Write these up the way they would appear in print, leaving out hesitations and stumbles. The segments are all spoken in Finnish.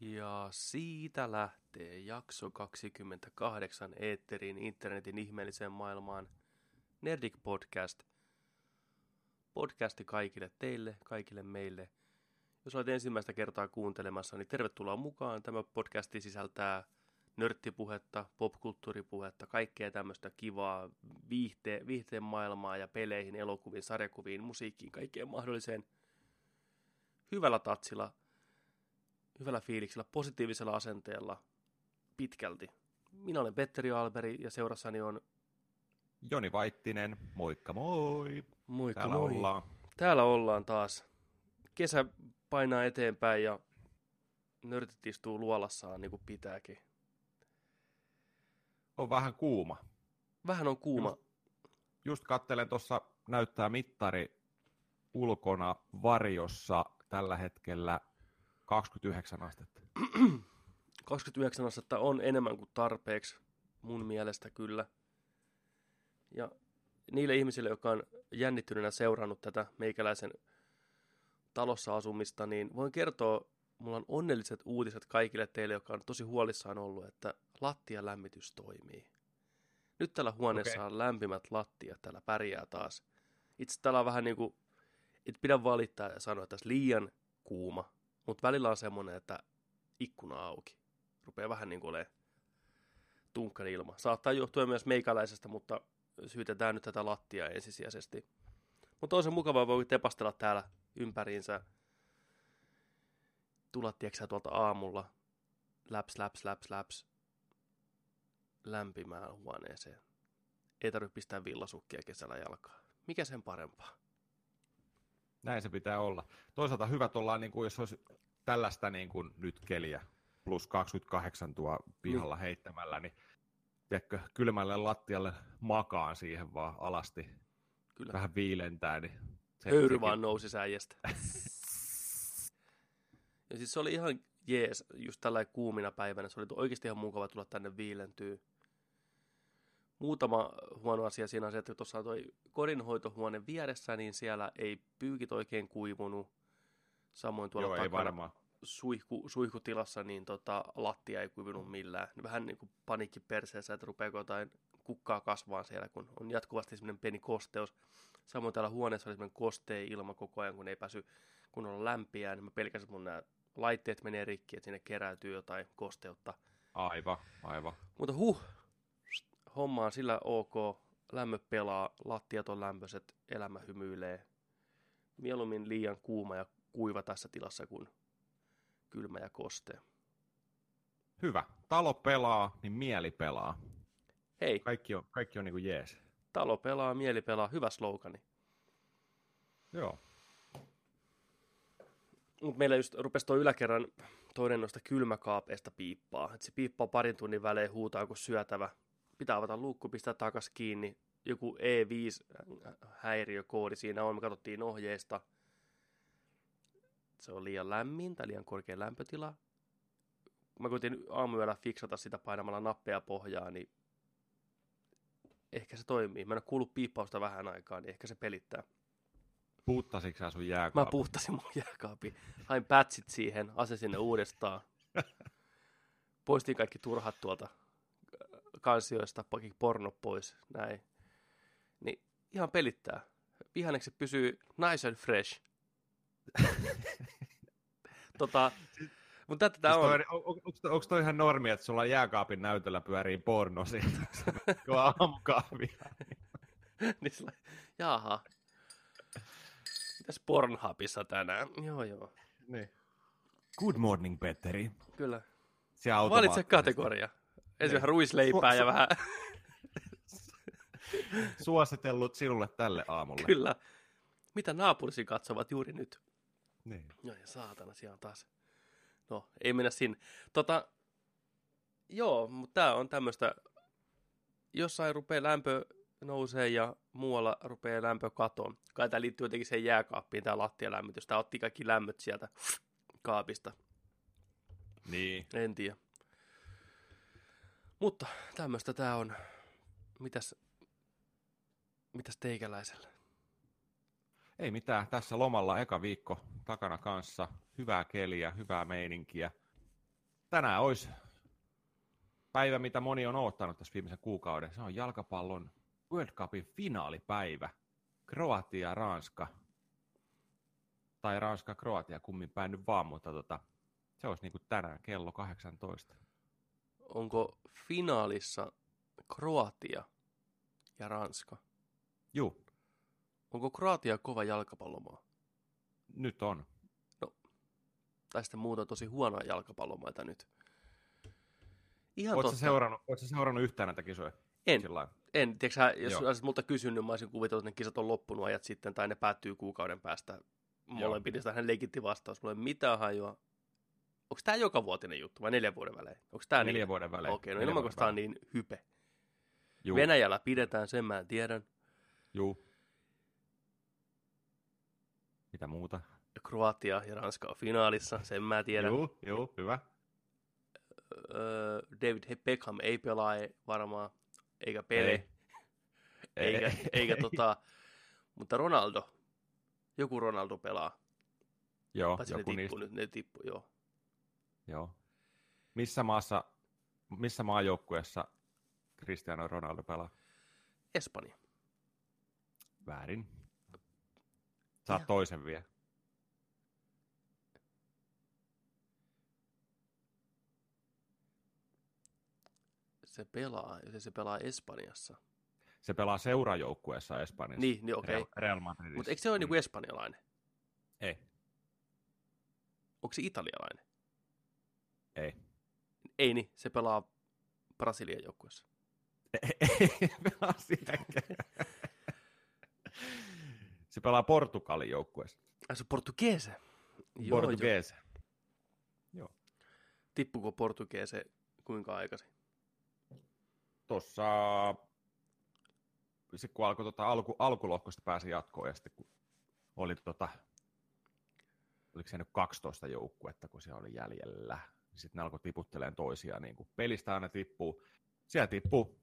Ja siitä lähtee jakso 28 eetteriin internetin ihmeelliseen maailmaan. Nerdik Podcast. Podcasti kaikille teille, kaikille meille. Jos olet ensimmäistä kertaa kuuntelemassa, niin tervetuloa mukaan. Tämä podcasti sisältää nörttipuhetta, popkulttuuripuhetta, kaikkea tämmöistä kivaa viihteen maailmaa ja peleihin, elokuviin, sarjakuviin, musiikkiin, kaikkeen mahdolliseen hyvällä tatsilla. Hyvällä fiiliksellä, positiivisella asenteella, pitkälti. Minä olen Petteri Alberi ja seurassani on Joni Vaittinen, moikka moi! Moikka Täällä moi! ollaan. Täällä ollaan taas. Kesä painaa eteenpäin ja nörtit istuu luolassaan niin kuin pitääkin. On vähän kuuma. Vähän on kuuma. Just katselen tuossa, näyttää mittari ulkona varjossa tällä hetkellä 29 astetta. 29 astetta on enemmän kuin tarpeeksi, mun mielestä kyllä. Ja niille ihmisille, jotka on jännittyneenä seurannut tätä meikäläisen talossa asumista, niin voin kertoa, mulla on onnelliset uutiset kaikille teille, jotka on tosi huolissaan ollut, että lattialämmitys toimii. Nyt täällä huoneessa on lämpimät lattiat, täällä pärjää taas. Itse täällä on vähän niin kuin, et pidä valittaa ja sanoa, että tässä liian kuuma. Mutta välillä on semmoinen, että ikkuna auki. Rupeaa vähän niin kuin olemaan tunkkan ilma. Saattaa johtua myös meikäläisestä, mutta syytetään nyt tätä lattiaa ensisijaisesti. Mutta on se mukavaa, voi tepastella täällä ympäriinsä. Tulat, tiedätkö tuolta aamulla. Läps. Lämpimään huoneeseen. Ei tarvitse pistää villasukkia kesällä jalkaan. Mikä sen parempaa? Näin se pitää olla. Toisaalta hyvät ollaan, niin kuin jos olisi tällaista niin kuin nyt keliä, plus 28 tuo pihalla heittämällä, niin tiedätkö, kylmälle lattialle makaan siihen vaan alasti. Kyllä. Vähän viilentää. Niin höyry vaan nousi säijästä. Ja siis se oli ihan jees, just tällainen kuumina päivänä. Se oli oikeasti ihan mukava tulla tänne viilentyy. Muutama huono asia siinä on se, että tuossa on toi kodinhoitohuone vieressä, niin siellä ei pyykit oikein kuivunut. Samoin tuolla takana suihkutilassa, niin lattia ei kuivunut millään. Vähän niin kuin paniikki perseessä, että rupeako jotain kukkaa kasvaa siellä, kun on jatkuvasti semmoinen pieni kosteus. Samoin täällä huoneessa oli semmoinen kostea ilma koko ajan, kun ei päässyt kunnolla lämpiä, niin mä pelkäsin, että mun nämä laitteet menee rikki, että sinne keräytyy jotain kosteutta. Aivan. Mutta homma on sillä ok, lämmöt pelaa, lattiat on lämpöiset, elämä hymyilee. Mieluummin liian kuuma ja kuiva tässä tilassa kuin kylmä ja kostea. Hyvä. Talo pelaa, niin mieli pelaa. Hei. Kaikki on niin kuin jees. Talo pelaa, mieli pelaa. Hyvä slogani. Joo. Mut meillä just rupesi tuo yläkerran toinen noista kylmäkaapeista piippaa. Et se piippaa parin tunnin välein, huutaa kuin syötävä. Pitää avata luukku, pistää takas kiinni. Joku E5-häiriökoodi siinä on. Me katsottiin ohjeista. Se on liian lämmin tai liian korkea lämpötila. Mä koitin aamuyöllä fiksata sitä painamalla nappeja pohjaa, niin ehkä se toimii. Mä en ole kuullut piippausta vähän aikaa, niin ehkä se pelittää. Puuttasitko sä sun jääkaapin? Mä puuttasin mun jääkaapin. Hain patchit siihen, asensin ne uudestaan. Poistin kaikki turhat tuolta kansioista, pakin porno pois, näin. Niin ihan pelittää. Vihannekset pysyy nice and fresh. Mutta tätä on. Onko toi ihan normi, että sulla jääkaapin näytöllä pyörii porno siitä, kun aamukahvia? Niin sillä, jaha. Mitäs Pornhubissa tänään? Joo. Niin. Good morning, Petteri. Kyllä. Valitse kategoria. Ensin vähän ruisleipää ja vähän. Suositellut sinulle tälle aamulle. Kyllä. Mitä naapurisi katsovat juuri nyt? Niin. Joo, ja saatana, siellä on taas. No, ei mennä sinne. Joo, mutta tää on tämmöistä, jossain rupeaa lämpö nousee ja muualla rupeaa lämpö katoon. Kai tää liittyy jotenkin siihen jääkaappiin, tää lattialämmitys. Tää otti kaikki lämmöt sieltä kaapista. Niin. En tiedä. Mutta tämmöistä tää on. Mitäs teikäläisellä? Ei mitään, tässä lomalla eka viikko takana kanssa. Hyvää keliä, hyvää meininkiä. tänään olisi päivä, mitä moni on odottanut tässä viimeisen kuukauden. Se on jalkapallon World Cupin finaalipäivä. Kroatia-Ranska. Tai Ranska-Kroatia, kummin päin nyt vaan, mutta se olisi niin kuin tänään kello 18. Onko finaalissa Kroatia ja Ranska? Juu. Onko Kroatia kova jalkapallomaa? Nyt on. No, tai sitten muuta tosi huonoa jalkapallomaita nyt. Ihan Oletko totta. seurannut yhtään näitä kisoja? En. Tiedätkö, jos olisit multa kysynyt, mä olisin kuvitellut, että ne kisat on loppunut ajat sitten, tai ne päättyy kuukauden päästä. Molempien tähän legitti vastaus. Mulla ei mitään hajua. Onko tämä joka vuotinen juttu vai 4 vuoden välein? Onko tämä 4 vuoden välein. Okei, no ilman, koska tämä on niin hype. Juu. Venäjällä pidetään, sen mä tiedän. Juu. Mitä muuta? Kroatia ja Ranska on finaalissa, sen mä tiedän. Juu, hyvä. David Beckham ei pelaa varmaan, eikä Pele, eikä mutta joku Ronaldo pelaa. Joo, paitsi joku ne tippuu, joo. Joo. Missä maajoukkueessa Cristiano Ronaldo pelaa? Espanja. Väärin. Saat toisen vielä. Se pelaa Espanjassa. Se pelaa seurajoukkueessa Espanjassa. Niin okei. Real Madridissa. Mutta eikö se ole niinku espanjalainen? Ei. Onko se italialainen? Ei. Ei niin, se pelaa Brasilian joukkueessa. Ei pelaa siihenkään. Se pelaa Portugalin joukkueessa. Se on portugeese. Portugeese. Joo. Tippuko portugeese kuinka aikaisin? Tuossa, kun alkoi alkulohkosta pääsi jatkoon, ja sitten kun oli oliko se nyt 12 joukkuetta, kun siellä oli jäljellä, niin sitten ne alkoi tiputtelemaan toisiaan, niin kuin pelistä aina tippuu. Siellä tippuu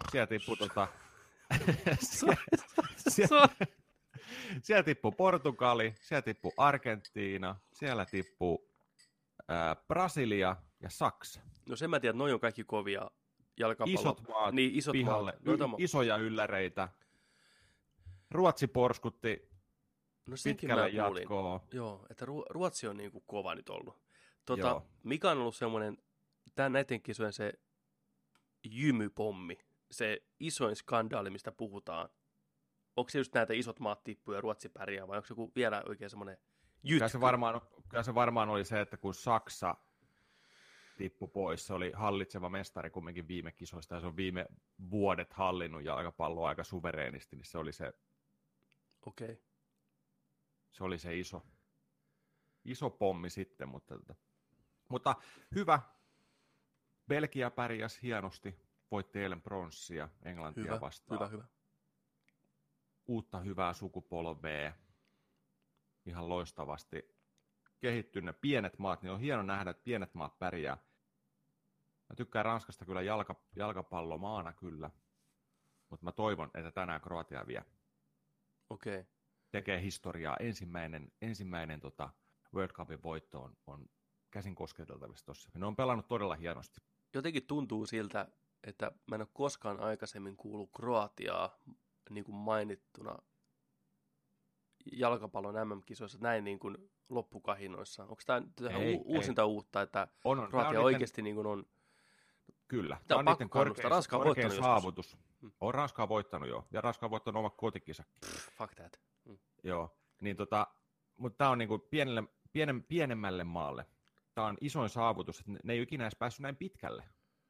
siellä tippuu Portugali, siellä tippuu Argentiina, siellä tippuu Brasilia ja Saksa. No sen mä tiedän, että noi on kaikki kovia jalkapallo. Isot maat niin, isot pihalle, maat. isoja ylläreitä. Ruotsi porskutti pitkälle jatkoon. Joo, että Ruotsi on niinku kova nyt ollut. Joo. Mikä on ollut semmoinen, näiden kisojen se jymypommi, se isoin skandaali, mistä puhutaan? Onko se just näitä isot maat tippuu ja Ruotsi pärjää, vai onko se joku vielä oikein semmoinen jytky? Kyllä se varmaan oli se, että kun Saksa tippui pois, se oli hallitseva mestari kumminkin viime kisoista, ja se on viime vuodet hallinnut jalkapalloa aika suvereenisti, niin se oli se, okay. Se oli se iso pommi sitten, mutta hyvä. Belgia pärjäsi hienosti, voitti eilen pronssia Englantia vastaan. Hyvä. Uutta hyvää sukupolvea, ihan loistavasti kehittynyt pienet maat, niin on hieno nähdä, että pienet maat pärjää. Mä tykkään Ranskasta kyllä jalkapallomaana kyllä, mutta mä toivon, että tänään Kroatia vie. Okei. Tekee historiaa. Ensimmäinen World Cupin voitto on käsin kosketeltavissa tuossa. Ne on pelannut todella hienosti. Jotenkin tuntuu siltä, että mä en ole koskaan aikaisemmin kuullut Kroatiaa niin kuin mainittuna jalkapallon MM-kisoissa näin niin kuin loppukahinoissa. Onko tämä uusinta uutta, että Kroatia oikeasti niin kuin on... Kyllä. Tämä on pakko kannustaa. Ranska on voittanut saavutus. On Ranska on voittanut jo. Ja Ranska on voittanut oma kotikisakin. Fuck that. Joo. Niin mutta tämä on niin kuin pienemmälle maalle. Tämä on isoin saavutus, että ne ei ole ikinä edes päässyt näin pitkälle.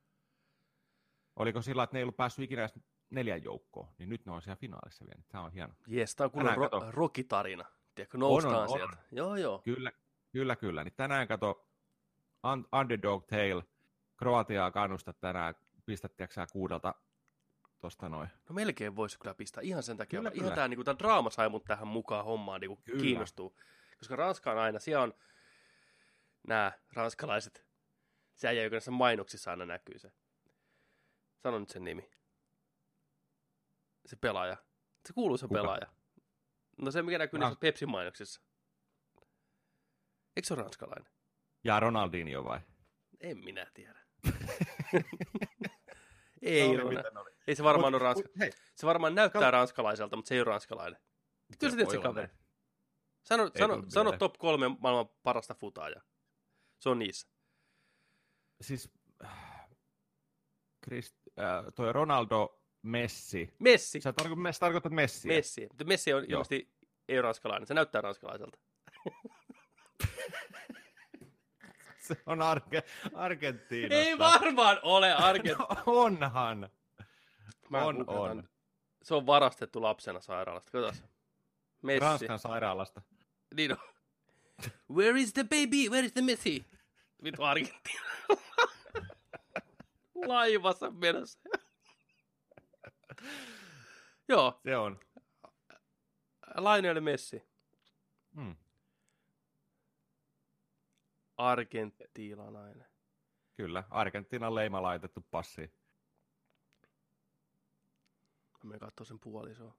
Oliko sillä, että ne ei ollut päässyt ikinä edes 4 joukkoon, niin nyt ne on siellä finaalissa vielä. Tämä on hieno. Jes, tämä on kunnon rokitarina. Tiedätkö, noustaan sieltä. Joo. Kyllä. Niin tänään kato Underdog Tale, Kroatiaa kannusta tänään, pistättiäkö sä 6 tosta noin? No melkein voisi kyllä pistää, ihan sen takia. Kyllä. Ihan tämä draama sai mut tähän mukaan hommaan niin kiinnostuu. Koska Ranska on aina, siellä on nämä ranskalaiset, siellä ei näissä mainoksissa aina näkyy se. Sano nyt sen nimi. Se pelaaja. Se kuuluisa pelaaja. No se, mikä näkyy näissä Pepsi-mainoksissa. Eikö se ole ranskalainen? Ja Ronaldinho vai? En minä tiedä. Ei, No, miten oli? ei se varmaan ole ranskalainen. Se varmaan näyttää ranskalaiselta, mutta se ei ole ranskalainen. Kyllä sä tiedät sen kaveri. Sano top 3 maailman parasta futaajaa. Se on niissä. Siis toi Ronaldo, Messi. Sä tarkoitat Messiä. Messi. Mutta Messi on ilmeisesti ei ranskalainen. Se näyttää ranskalaiselta. Se on Argentiinasta. Ei varmaan ole Argentiinasta. No, onhan. On. Se on varastettu lapsena sairaalasta. Katsotaan. Messi. Ranskan sairaalasta. Niin on. Where is the baby? Where is the Messi? Vittu Argentiina. Laivassa menossa. Joo. Se on. Lionel Messi. Argentiinalainen. Kyllä, Argentiinan leima laitettu passiin. Mä menen kattoo sen puolisoa.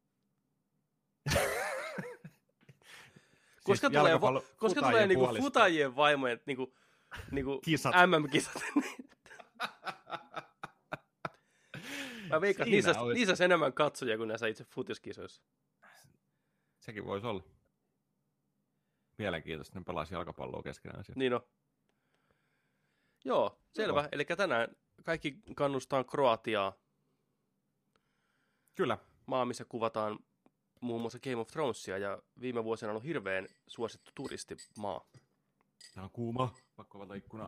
Koska tulee niinku futajien vaimojen niinku kisat. MM-kisat. Mä veikkaan, niissä olisi enemmän katsojia kuin näissä itse futiskisoissa. Sekin voisi olla. Mielenkiintoista, ne pelaisi jalkapalloa keskenään. Niin on. Joo, selvä. Joo. Eli tänään kaikki kannustaa Kroatiaa. Kyllä. Maa, missä kuvataan muun muassa Game of Thronesia, ja viime vuosina on ollut hirveän suosittu turistimaa. Tää on kuuma. Pakko avata ikkuna.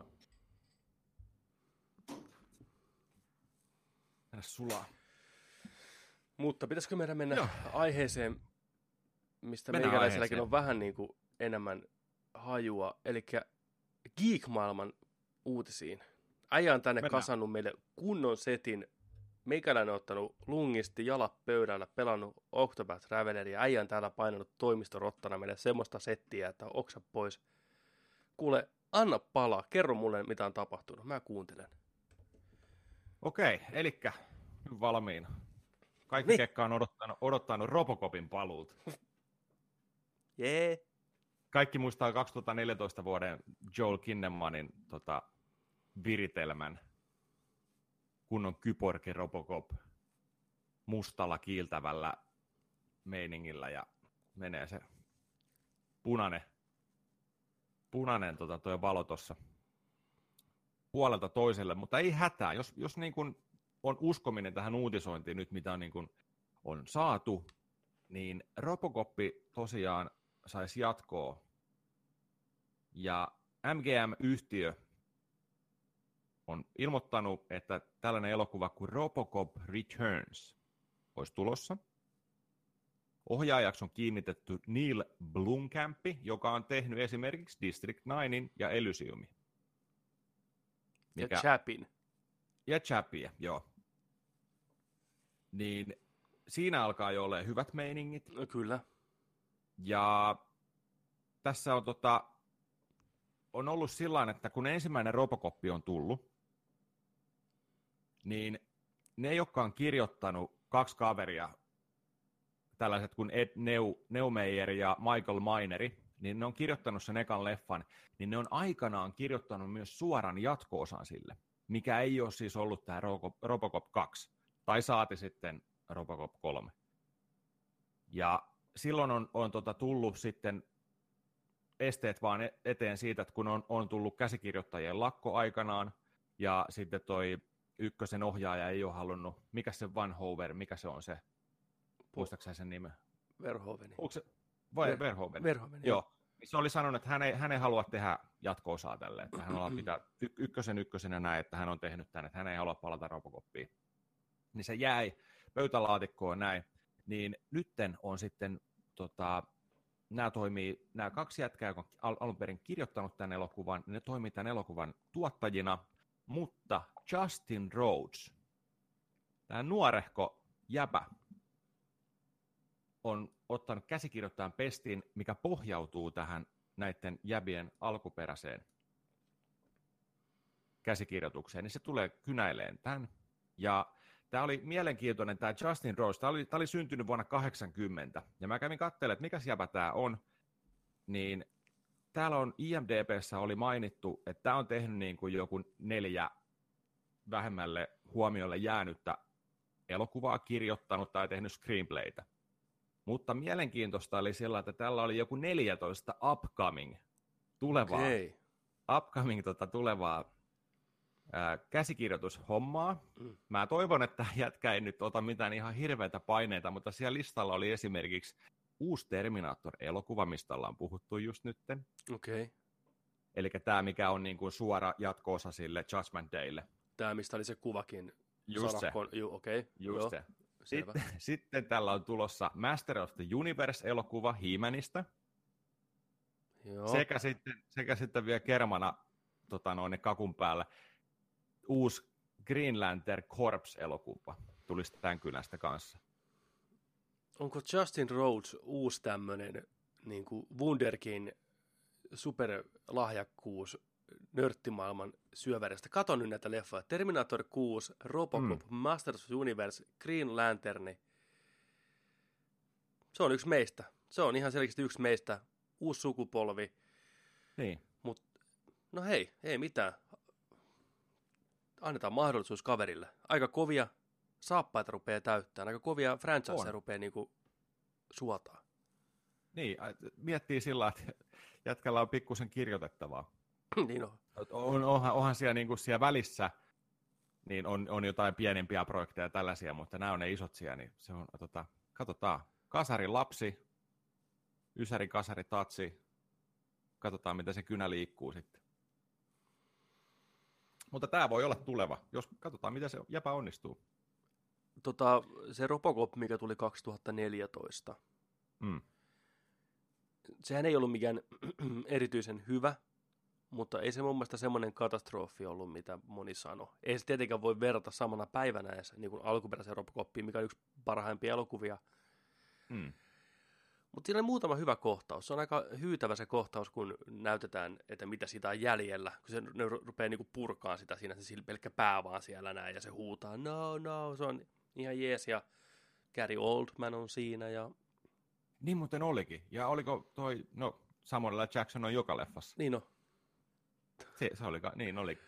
Mennä sulaa. Mutta pitäisikö meidän mennä aiheeseen, mistä meikäläiselläkin on vähän niin kuin enemmän hajua, eli geek-maailman uutisiin. Äijä on tänne kasannut meille kunnon setin. Meikäläinen on ottanut lungisti, jalat pöydällä, pelannut Octopath Traveleria. Äijä on täällä painanut toimistorottana meille semmoista settiä, että oksa pois. Kuule, anna palaa. Kerro mulle, mitä on tapahtunut. Mä kuuntelen. Okei, elikkä valmiina. Kaikki kekka on odottanut Robocopin paluuta. Jee. Kaikki muistaa 2014 vuoden Joel Kinnemanin viritelmän. Kunnon kyborgi Robocop mustalla kiiltävällä meiningillä ja menee se punainen toi valo tuossa puolelta toiselle, mutta ei hätää. Jos niin kun on uskominen tähän uutisointiin nyt, mitä on, niin kun on saatu, niin Robocop tosiaan saisi jatkoa. Ja MGM-yhtiö on ilmoittanut, että tällainen elokuva kuin Robocop Returns olisi tulossa. Ohjaajaksi on kiinnitetty Neil Blomkamp, joka on tehnyt esimerkiksi District 9 ja Elysiumin. Ja Chapin. Ja Chapia, joo. Niin siinä alkaa jo olla hyvät meiningit. No, kyllä. Ja tässä on ollut sillain, että kun ensimmäinen Robocop on tullut, niin ne, jotka on kirjoittanut kaksi kaveria, tällaiset kuin Ed Neumeyer ja Michael Mineri, niin ne on kirjoittanut sen ekan leffan, niin ne on aikanaan kirjoittanut myös suoran jatko-osan sille, mikä ei ole siis ollut tämä Robocop 2, tai saati sitten Robocop 3. Ja silloin on tullut sitten esteet vaan eteen siitä, että kun on tullut käsikirjoittajien lakko aikanaan, ja sitten toi ykkösen ohjaaja ei ole halunnut, mikä se Van Hover, mikä se on se, muistaakseni sen nimen? Verhoveni. Verhoven? Verhoven, joo. Se oli sanonut, että hän ei halua tehdä jatko-osaa tälle, että hän haluaa pitää ykkösenä näin, että hän on tehnyt tämän, että hän ei halua palata Robocopiin. Niin se jäi pöytälaatikkoon näin, niin nytten on sitten nämä kaksi jätkää, jotka on alun perin kirjoittanut tämän elokuvan, ne toimii tämän elokuvan tuottajina, mutta Justin Rhodes, tämä nuorehko jäbä, on ottanut käsikirjoittajan pestiin, mikä pohjautuu tähän näiden jäbien alkuperäiseen käsikirjoitukseen, niin se tulee kynäileen tämän. Ja tämä oli mielenkiintoinen, tämä Justin Rhodes, tämä oli syntynyt vuonna 1980, ja mä kävin katselemaan, että mikä jäbä tämä on, niin täällä on IMDb:ssä oli mainittu, että tämä on tehnyt niin kuin joku 4 vähemmälle huomiolle jäänyttä elokuvaa, kirjoittanut tai tehnyt screenplaytä. Mutta mielenkiintoista oli sillä, että tällä oli joku 14 tulevaa käsikirjoitushommaa. Mä toivon, että jätkä ei nyt ota mitään ihan hirveitä paineita, mutta siellä listalla oli esimerkiksi uusi Terminator-elokuva, mistä ollaan puhuttu just nytten. Okei. Okay. Eli tämä, mikä on niin kuin suora jatko-osa sille Judgment Daylle. Tämä, mistä oli se kuvakin. Just se. Okei. Just se. Sitten tällä on tulossa Master of the Universe-elokuva He-Manista. Joo. Sekä sitten vielä kermana kakun päällä uusi Green Lantern Corps-elokuva tulisi tämän kynästä kanssa. Onko Justin Rhodes uusi tämmöinen niin kuin Wunderkin superlahjakkuus nörttimaailman syöverestä? Kato nyt näitä leffoja. Terminator 6, Robocop, Masters of the Universe, Green Lantern. Se on yksi meistä. Se on ihan selkeästi yksi meistä. Uusi sukupolvi. Niin. Mut, no hei, ei mitään. Annetaan mahdollisuus kaverille. Aika kovia saappaita rupeaa täyttämään. Aika kovia franchiseja rupeaa niinku suotaa. Niin, miettii sillä, että jätkällä on pikkusen kirjoitettavaa. Niin on. Onhan siellä, niin kuin siellä välissä niin on jotain pienempiä projekteja ja tällaisia, mutta nämä on ne isot siellä, niin se on, katsotaan. Kasari lapsi, ysäri kasari tatsi, katsotaan miten se kynä liikkuu sitten. Mutta tämä voi olla tuleva, jos katsotaan miten se jäpä onnistuu. Se Robocop, mikä tuli 2014, sehän ei ollut mikään erityisen hyvä, mutta ei se mun mielestä semmoinen katastrofi ollut, mitä moni sanoi. Ei se tietenkään voi verrata samana päivänä edes niin kuin alkuperäiseen Robocopiin, mikä on yksi parhaimpia elokuvia. Mutta siinä on muutama hyvä kohtaus. Se on aika hyytävä se kohtaus, kun näytetään, että mitä siitä on jäljellä. Kun se rupeaa niinku purkaan sitä siinä, se pelkkä pää vaan siellä näin, ja se huutaa, no, se on ihan jees, ja Gary Oldman on siinä, ja... Niin muuten olikin. Ja oliko Samuel L. Jackson on joka leffassa? Niin on. Se oli, niin oli.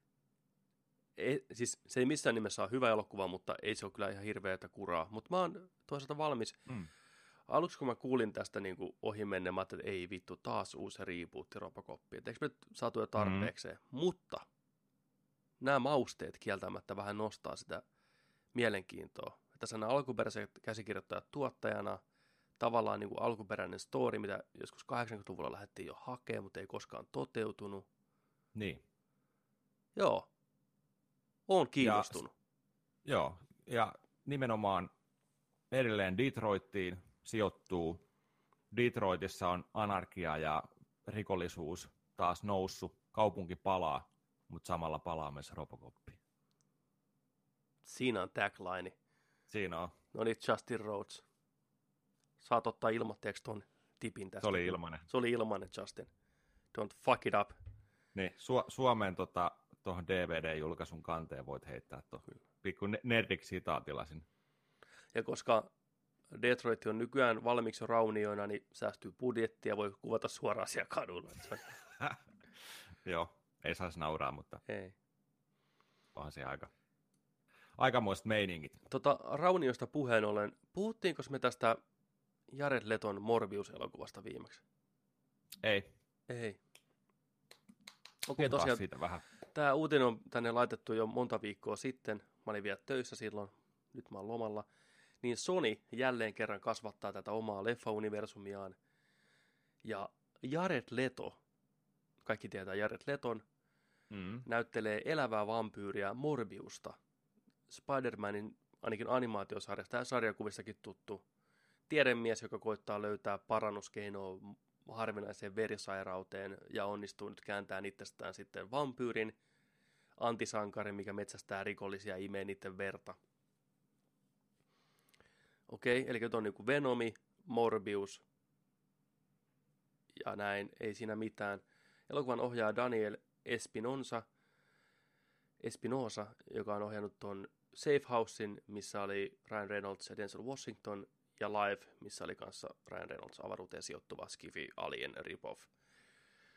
Siis se ei missään nimessä ole hyvä elokuva, mutta ei se ole kyllä ihan hirveätä kuraa. Mutta mä oon toisaalta valmis. Aluksi kun mä kuulin tästä niin ohi menneen, mä ajattelin, että ei vittu, taas uusi rebootti Robocopia. Eikö me saatu jo tarpeekseen? Mutta nämä mausteet kieltämättä vähän nostaa sitä mielenkiintoa. Että sana alkuperäiset käsikirjoittajat tuottajana, tavallaan niin kuin alkuperäinen story, mitä joskus 80-luvulla lähdettiin jo hakemaan, mutta ei koskaan toteutunut. Niin. Joo. Oon kiinnostunut. Joo, ja nimenomaan edelleen Detroittiin sijoittuu. Detroitissa on anarkia ja rikollisuus taas noussut. Kaupunki palaa, mutta samalla palaa myös Robocoppi. Siinä on tagline. Siinä on. No niin, Justin Rhodes. Saat ottaa ilmoitteeksi ton tipin tästä. Se oli ilmainen. Se oli ilmainen, Justin. Don't fuck it up. Niin, Suomeen tuohon DVD-julkaisun kanteen voit heittää tuohon. Pikku nerdiksi-sitaatilla sinne. Ja koska Detroit on nykyään valmiiksi jo raunioina, niin säästyy budjettia ja voi kuvata suoraan siellä kadulla. Joo, ei saisi nauraa, mutta ei. Onhan se aikamoiset meiningit. Raunioista puheen ollen, puhuttiinko me tästä Jared Leton Morbius-elokuvasta viimeksi? Ei. Okei, tosiaan siitä vähän. Tämä uutinen on tänne laitettu jo monta viikkoa sitten. Mä olin vielä töissä silloin, nyt mä oon lomalla. Niin Sony jälleen kerran kasvattaa tätä omaa leffa-universumiaan. Ja Jared Leto, kaikki tietää Jared Leton, näyttelee elävää vampyyriä Morbiusta. Spider-Manin ainakin animaatiosarjasta ja sarjakuvistakin tuttu tiedemies, joka koittaa löytää parannuskeinoa harvinaiseen verisairauteen ja onnistuu nyt kääntämään itsestään sitten vampyyrin antisankarin, mikä metsästää rikollisia ja imee niiden verta. Okei, eli on niin kuin Venomi, Morbius ja näin, ei siinä mitään. Elokuvan ohjaa Daniel Espinosa, joka on ohjannut ton Safe Housein, missä oli Ryan Reynolds ja Denzel Washington, ja Live, missä oli kanssa Ryan Reynolds avaruuteen sijoittuva Skifi Alien ripoff.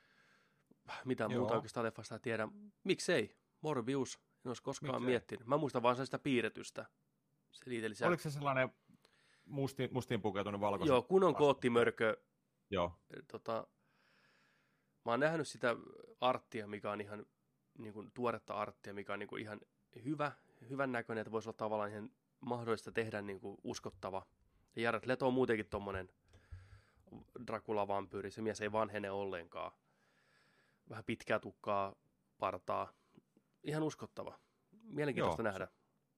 mitään Joo. muuta oikeastaan leffasta tiedä. Miksei? Morbius, en olisi koskaan Miksei? miettinyt. Mä muistan vaan sitä piirretystä. Se liiteli siellä. Oliko se sellainen mustiin pukeutunut valkoisen? Joo, kun on koottimörkö. Joo. Mä oon nähnyt sitä arttia, mikä on ihan niin kuin, tuoretta arttia, mikä on niin kuin, ihan hyvän näköinen, että voisi olla tavallaan ihan mahdollista tehdä niin kuin, uskottava. Ja Jared Leto on muutenkin tommonen Dracula-vampyyri, se mies ei vanhene ollenkaan. Vähän pitkää tukkaa, partaa. Ihan uskottava. Mielenkiintoista nähdä,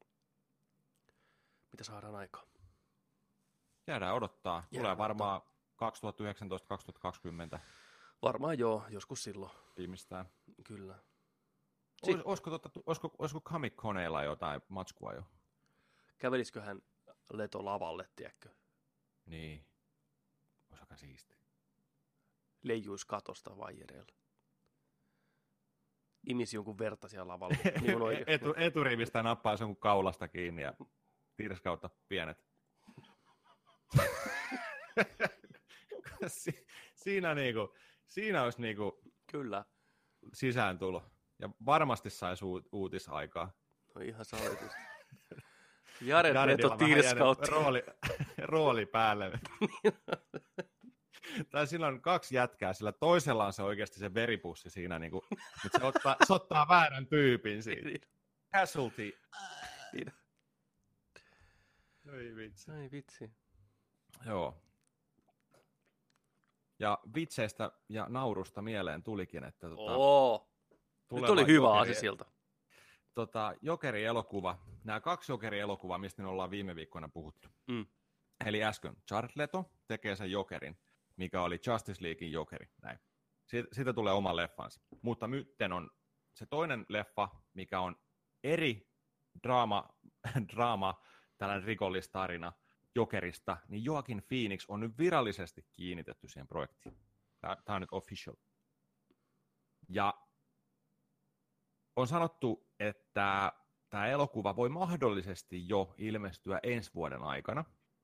mitä saadaan aikaan. Jäädään odottaa. Tulee Jäädään varmaan 2019-2020 Varmaan joo, joskus silloin. viimeistään. Kyllä. Olisiko Comic-Coneilla jotain matskua jo? Kävelisikö hän Leto lavalle, tiedätkö? Niin. Olisi aika siisti. Leijuisi katosta vaijereilla. Imisi jonkun verta siellä lavalla. Niin Eturivistä nappaisi jonkun kaulasta kiinni ja tirskautta pienet. Siinä olisi Kyllä. sisääntulo. Ja varmasti saisi uutisaikaa. No ihan salitusti. Jared Leto tirskautti. Rooli päälle. Tai sillä on 2 jätkää, sillä toisella on se oikeasti se veripussi siinä, mutta se ottaa väärän tyypin siitä. Casualty. Ai vitsi. Joo. Ja vitseistä ja naurusta mieleen tulikin, että nyt oli hyvä asia sieltä. Jokeri-elokuva, nämä 2 Jokeri-elokuvaa, mistä me ollaan viime viikkoina puhuttu. Eli äsken Jared Leto tekee sen Jokerin, mikä oli Justice Leaguein Jokeri. Näin. Siitä tulee oma leffansa. Mutta nyt on se toinen leffa, mikä on eri draama tällainen rikollistarina Jokerista, niin Joaquin Phoenix on nyt virallisesti kiinnitetty siihen projektiin. Tämä on nyt official. Ja on sanottu, että tämä elokuva voi mahdollisesti jo ilmestyä ensi vuoden aikana.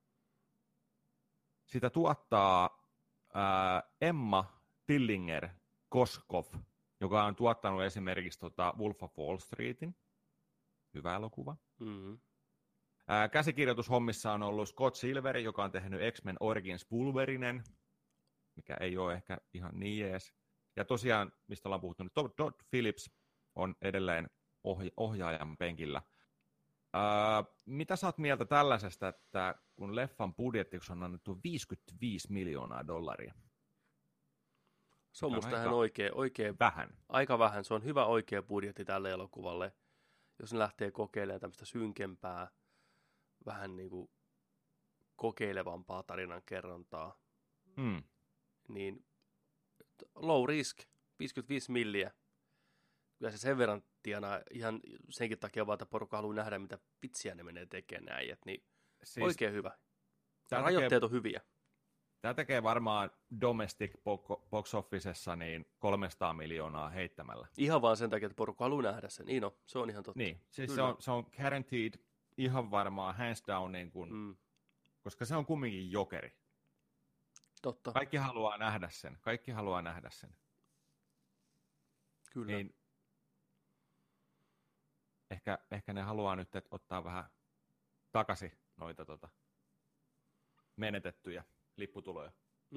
Sitä tuottaa Emma Tillinger-Koskov, joka on tuottanut esimerkiksi Wolf of Wall Streetin. Hyvä elokuva. Mm-hmm. Käsikirjoitushommissa on ollut Scott Silveri, joka on tehnyt X-Men Origins Wolverinen, mikä ei ole ehkä ihan niin jees. Ja tosiaan, mistä ollaan puhuttu, niin Todd Phillips on edelleen ohjaajan penkillä. Mitä sä oot mieltä tällaisesta, että kun leffan budjettiksi on annettu $55 miljoonaa? Se on musta ihan oikein vähän. Aika vähän. Se on hyvä oikea budjetti tälle elokuvalle. Jos ne lähtee kokeilemaan tämmöistä synkempää, vähän niin kuin kokeilevampaa tarinan kerrontaa, niin low risk, 55 milliä. Kyllä se sen verran tienaa ihan senkin takia vaan, että porukka haluaa nähdä, mitä vitsiä ne menee tekemään äijät, niin siis oikein hyvä. Rajoitteet on hyviä. Tämä tekee varmaan domestic box officessa niin 300 miljoonaa heittämällä. Ihan vaan sen takia, että porukka haluaa nähdä sen. Niin no, se on ihan totta. Niin, siis se on guaranteed ihan varmaan hands down, niin kuin, koska se on kumminkin Jokeri. Totta. Kaikki haluaa nähdä sen. Kyllä. Niin, ehkä ne haluaa nyt ottaa vähän takaisin noita menetettyjä lipputuloja.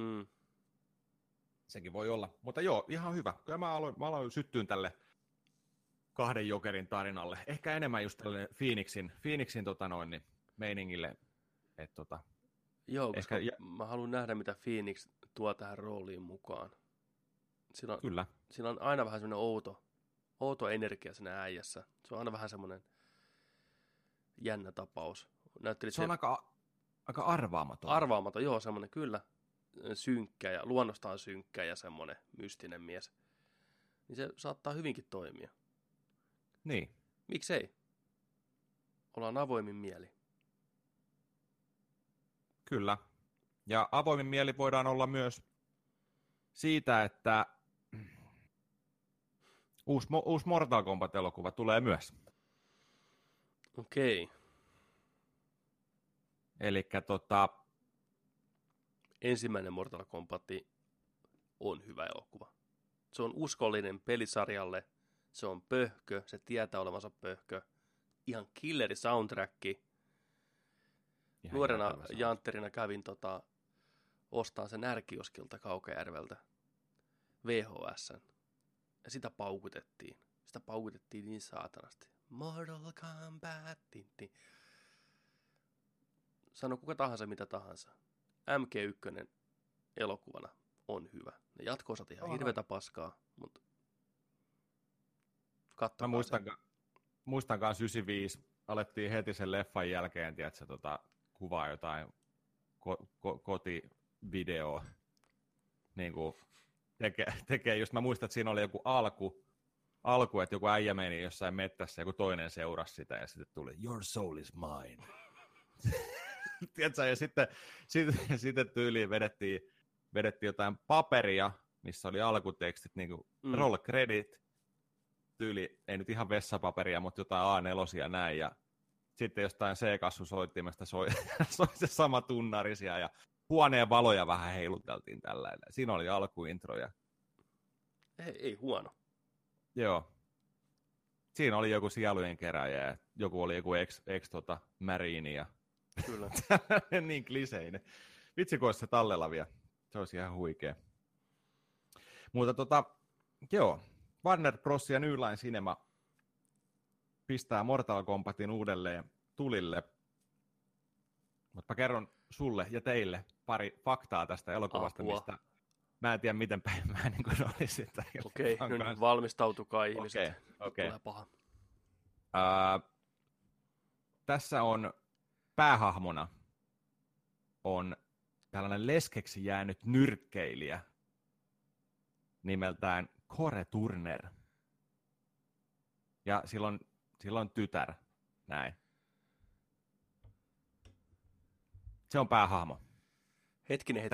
Sekin voi olla. Mutta joo, ihan hyvä. Kyllä mä aloin syttyyn tälle 2 Jokerin tarinalle. Ehkä enemmän just tälle Phoenixin niin meiningille. Joo, koska mä haluan nähdä, mitä Phoenix tuo tähän rooliin mukaan. Kyllä. Sillä on aina vähän semmoinen outo energia siinä äijässä. Se on aina vähän semmoinen jännä tapaus. Se on aika arvaamaton. Arvaamaton, joo, semmoinen kyllä synkkä ja luonnostaan synkkä ja semmoinen mystinen mies. Niin se saattaa hyvinkin toimia. Niin. Miksei? Ollaan avoimin mieli. Kyllä. Ja avoimin mieli voidaan olla myös siitä, että uusi Mortal Kombat-elokuva tulee myös. Okei. Elikkä ensimmäinen Mortal Kombat on hyvä elokuva. Se on uskollinen pelisarjalle. Se on pöhkö. Se tietää olevansa pöhkö. Ihan killeri soundtrack. Ihan Nuorena jäätävä sound. jantterina kävin ostaa sen Närkioskilta Kaukajärveltä VHS:n. Ja sitä paukutettiin. Sitä paukutettiin niin saatanasti. Mortal Kombat. Tinti. Sano kuka tahansa mitä tahansa. MG1 elokuvana on hyvä. Ne jatko-osat ihan hirveätä paskaa, mutta katsokaa muistan kanssa 95, alettiin heti sen leffan jälkeen, tiedätkö, kuvaa jotain kotivideoa. Niin kuin tekee just, mä muistan, että siinä oli joku alku, että joku äijä meni jossain mettässä, joku toinen seurasi sitä, ja sitten tuli, your soul is mine. Tiedätkö, ja sitten tyyliin vedettiin jotain paperia, missä oli alkutekstit, niin kuin roll credit, tyyli, ei nyt ihan vessapaperia, mutta jotain A4 näin, ja sitten jostain C-kassusoittimesta soi se sama tunnarisia, ja huoneen valoja vähän heiluteltiin tällä. Siinä oli alkuintroja. Ei huono. Joo. Siinä oli joku sielujen keräjä, ja joku oli joku ex Marine, ja kyllä. niin kliseinen. Vitsi, kun olisi se tallella vielä. Se olisi ihan huikea. Mutta joo, Warner Bros. Ja New Line Cinema pistää Mortal Kombatin uudelleen tulille. Mutta mä kerron sulle ja teille pari faktaa tästä elokuvasta, mistä mä en tiedä, miten päin mä niin kuin olisin. Okei, nyt valmistautukaa ihmiset. Okei. Tulee paha. Tässä on päähahmona on tällainen leskeksi jäänyt nyrkkeilijä nimeltään Core Turner. Ja silloin tytär, näin. Se on päähahmo. Hetkinen.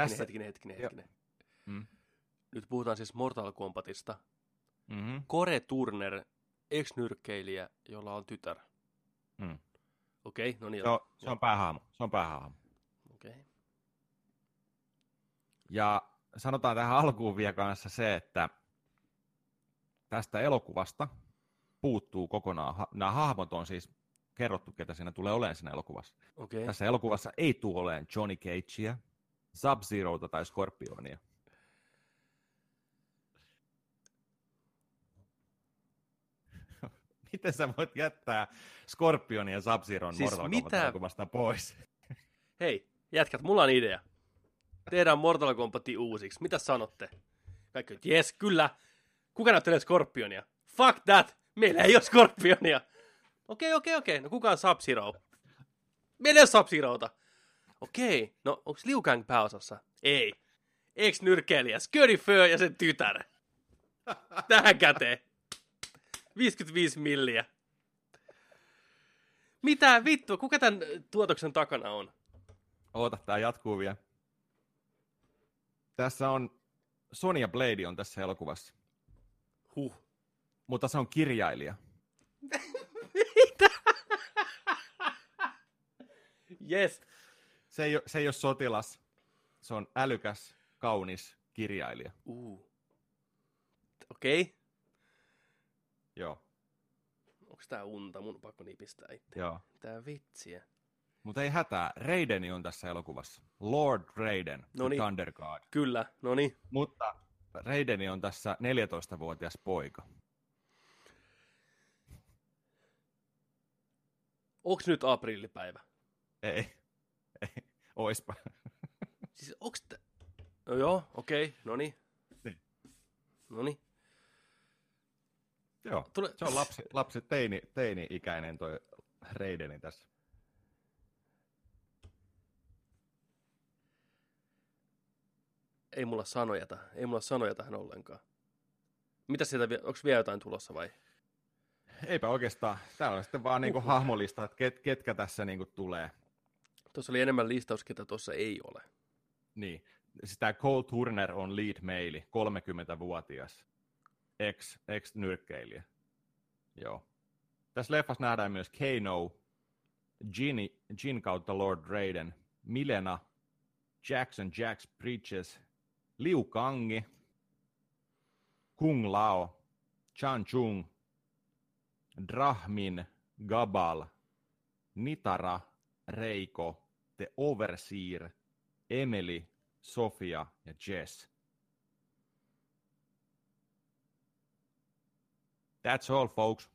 Nyt puhutaan siis Mortal Kombatista. Mm-hmm. Core Turner, ex-nyrkkeilijä, jolla on tytär. Okei, no niin. Se on päähahmo. Okei. Ja sanotaan tähän alkuun vielä kanssa se, että tästä elokuvasta puuttuu kokonaan, nämä hahmot on siis kerrottu, ketä siinä tulee olemaan siinä elokuvassa. Okay. Tässä elokuvassa ei tule olemaan Johnny Cagea, Sub-Zerota tai Scorpionia. Miten sä voit jättää Scorpionin ja Sub-Zeron siis Mortal Kombat-elokuvasta pois? Hei, jätkät, mulla on idea. Tehdään Mortal Kombat uusiksi. Mitä sanotte? Kaikki on, jes, kyllä. Kuka näyttelee Scorpionia? Fuck that! Meillä ei ole Scorpionia. Okei. No kuka on Sub-Zero? Meillä ei ole Sub-Zerota. Okei. No onko Liu Kang pääosassa? Ei. Ex-nyrkkeilijä, Scurry Fur ja sen tytär. Tähän käteen. 55 milliä. Mitä vittua? Kuka tämän tuotoksen takana on? Oota, tää jatkuu vielä. Tässä on Sonya Blade on tässä elokuvassa. Mutta se on kirjailija. Mitä? Yes. Se ei ole sotilas. Se on älykäs, kaunis kirjailija. Okei. Joo. Onks tää unta? Mun on pakko nipistää itse. Joo. Tää vitsiä. Mutta ei hätää. Raideni on tässä elokuvassa. Lord Raiden, Thunder God. Kyllä, noni. Mutta Raideni on tässä 14-vuotias poika. Onks nyt aprillipäivä? Ei. Oispa. Siis onks no joo, okei, noni. Niin. Noni. Joo, se on lapsi teini-ikäinen toi Raideni tässä. Ei mulla sanoja tähän ollenkaan. Mitä sieltä, onko vielä jotain tulossa vai? Eipä oikeastaan. Täällä on sitten vaan niinku hahmolista, että ketkä tässä niinku tulee. Tuossa oli enemmän listaus, ketä tuossa ei ole. Niin. Sitä Cole Turner on lead male, 30-vuotias. Ex-nyrkkeilijä. Joo. Tässä leffassa nähdään myös Kano, Jin kautta Lord Raiden, Milena, Jax Bridges, Liu Kangi, Kung Lao, Chan Chung, Drahmin, Gabal, Nitara, Reiko, The Overseer, Emily, Sofia ja Jess. That's all, folks.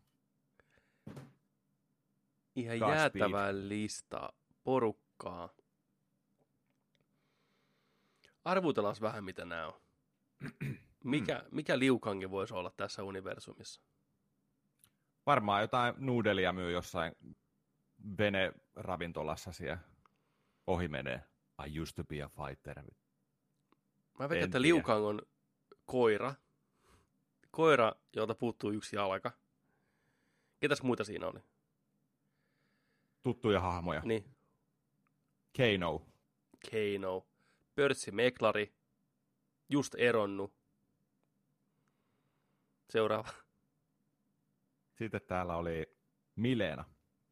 Ihan Godspeed. jäätävää listaa porukkaa. Arvutellaan vähän, mitä nämä on. Mikä Liukangi voisi olla tässä universumissa? Varmaan jotain nuudelia myy jossain vene-ravintolassa siellä ohi menee. I used to be a fighter. Mä veikkaan, että Liukang on koira. Koira, jolta puuttuu yksi jalka. Ketäs muita siinä oli? Tuttuja hahmoja. Niin. Kano. Pörssimeklari. Just eronnut. Seuraava. Sitten täällä oli Milena.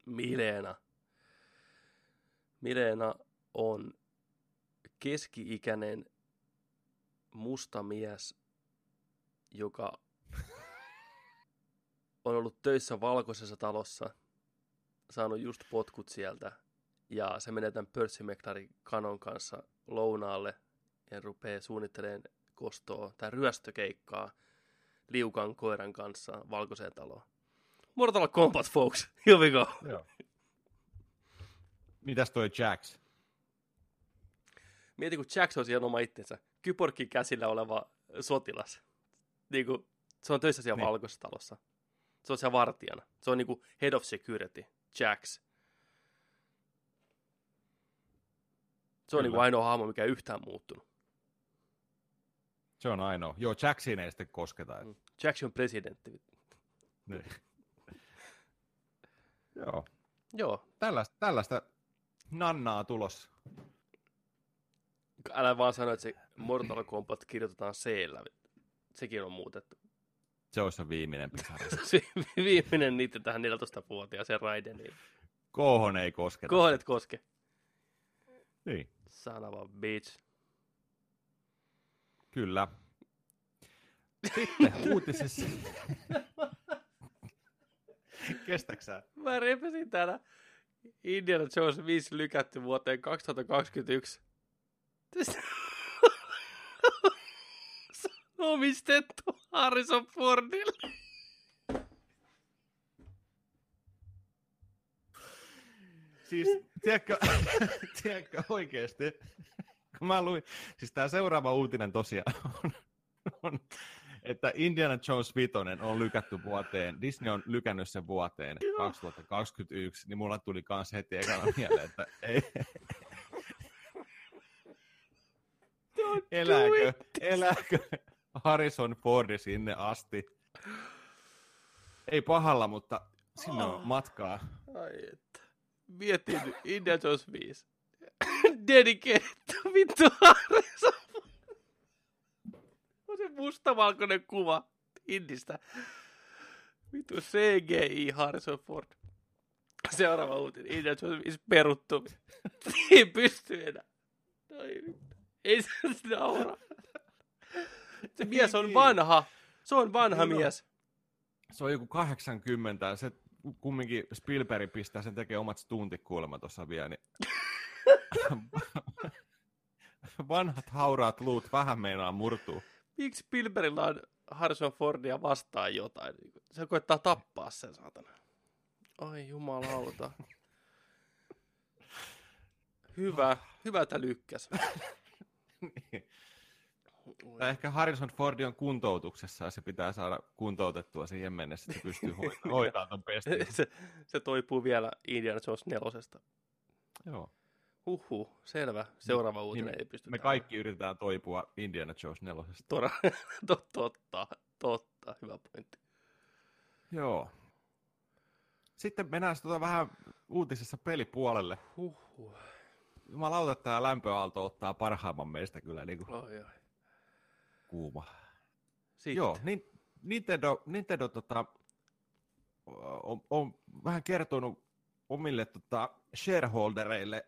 Milena on keski-ikäinen musta mies, joka on ollut töissä valkoisessa talossa, saanut just potkut sieltä, ja se menee tämän pörssimeklari Kanon kanssa lounaalle ja rupeaa suunnittelemaan kostoa tai ryöstökeikkaa Liukan koiran kanssa valkoiseen taloon. Mortal Kombat, folks. Here we go. Joo. Mitäs toi Jax? Mieti, kun Jax on siellä oma itsensä. Kyborgin käsillä oleva sotilas. Niinku, se on töissä siellä valkoisessa talossa. Se on siellä vartijana. Se on niinku head of security. Jax. Se on niinku ainoa hahmo, mikä ei yhtään muuttunut. Se on ainoa. Joo, Jaxiin ei sitten kosketa. Jax on presidentti. Niin. Joo. Joo. Tällaista nannaa tulossa. Älä vaan sano, että se Mortal Kombat kirjoitetaan C-llä. Sekin on muutettu. Se olisi se viimeinen pisara. Se viimeinen niitä tähän 14-vuotiaaseen Raideniin. Kohon ei kosketa. Kohon et koske. Niin. Son of a bitch. Kyllä. Sitten uutisessa. Kestäksä sä? Mä repesin täällä Indiana Jones 5 lykätty vuoteen 2021. Se on omistettu Harrison Fordille. Siis, tiedätkö oikeesti? Kun mä luin, siis tää seuraava uutinen tosiaan on että Indiana Jones 5 on lykätty vuoteen, Disney on lykännyt sen vuoteen 2021, niin mulla tuli kans heti ekana mieleen, että elääkö Harrison Fordi sinne asti? Ei pahalla, mutta sinne on matkaa. Ai että. Mietin Indiana Jones 5. Dedicated vittu Harrison. On se mustavalkoinen kuva Indistä. Vittu CGI Harrison Ford. Seuraava uutinen. Indiana Jones 5 peruttu. Ei pysty enää. Ei se naura. Se mies on vanha. Se on vanha mies. Se on joku 80. Se kumminkin Spielberg pistää sen tekee omat stuntit kuulemma tuossa vielä. Niin... Vanhat hauraat luut vähän meinaa murtuu. Miksi Spielbergillä on Harrison Fordia vastaan jotain? Se koettaa tappaa sen, saatana. Ai jumalauta. Hyvä tää lykkäs. Niin. Ehkä Harrison Ford on kuntoutuksessa ja se pitää saada kuntoutettua siihen mennessä, että se pystyy hoitamaan ton pestin. Se toipuu vielä Indiana Jones 4. Joo. Selvä. Seuraava uutinen ei pysty. Me kaikki yritetään toipua Indiana Jones 4. Totta. Hyvä pointti. Joo. Sitten mennään vähän uutisessa pelipuolelle. Jumalauta, että tämä lämpöaalto ottaa parhaimman meistä kyllä niin kuin kuuma. Sitten. Joo, Nintendo on vähän kertonut omille shareholdereille,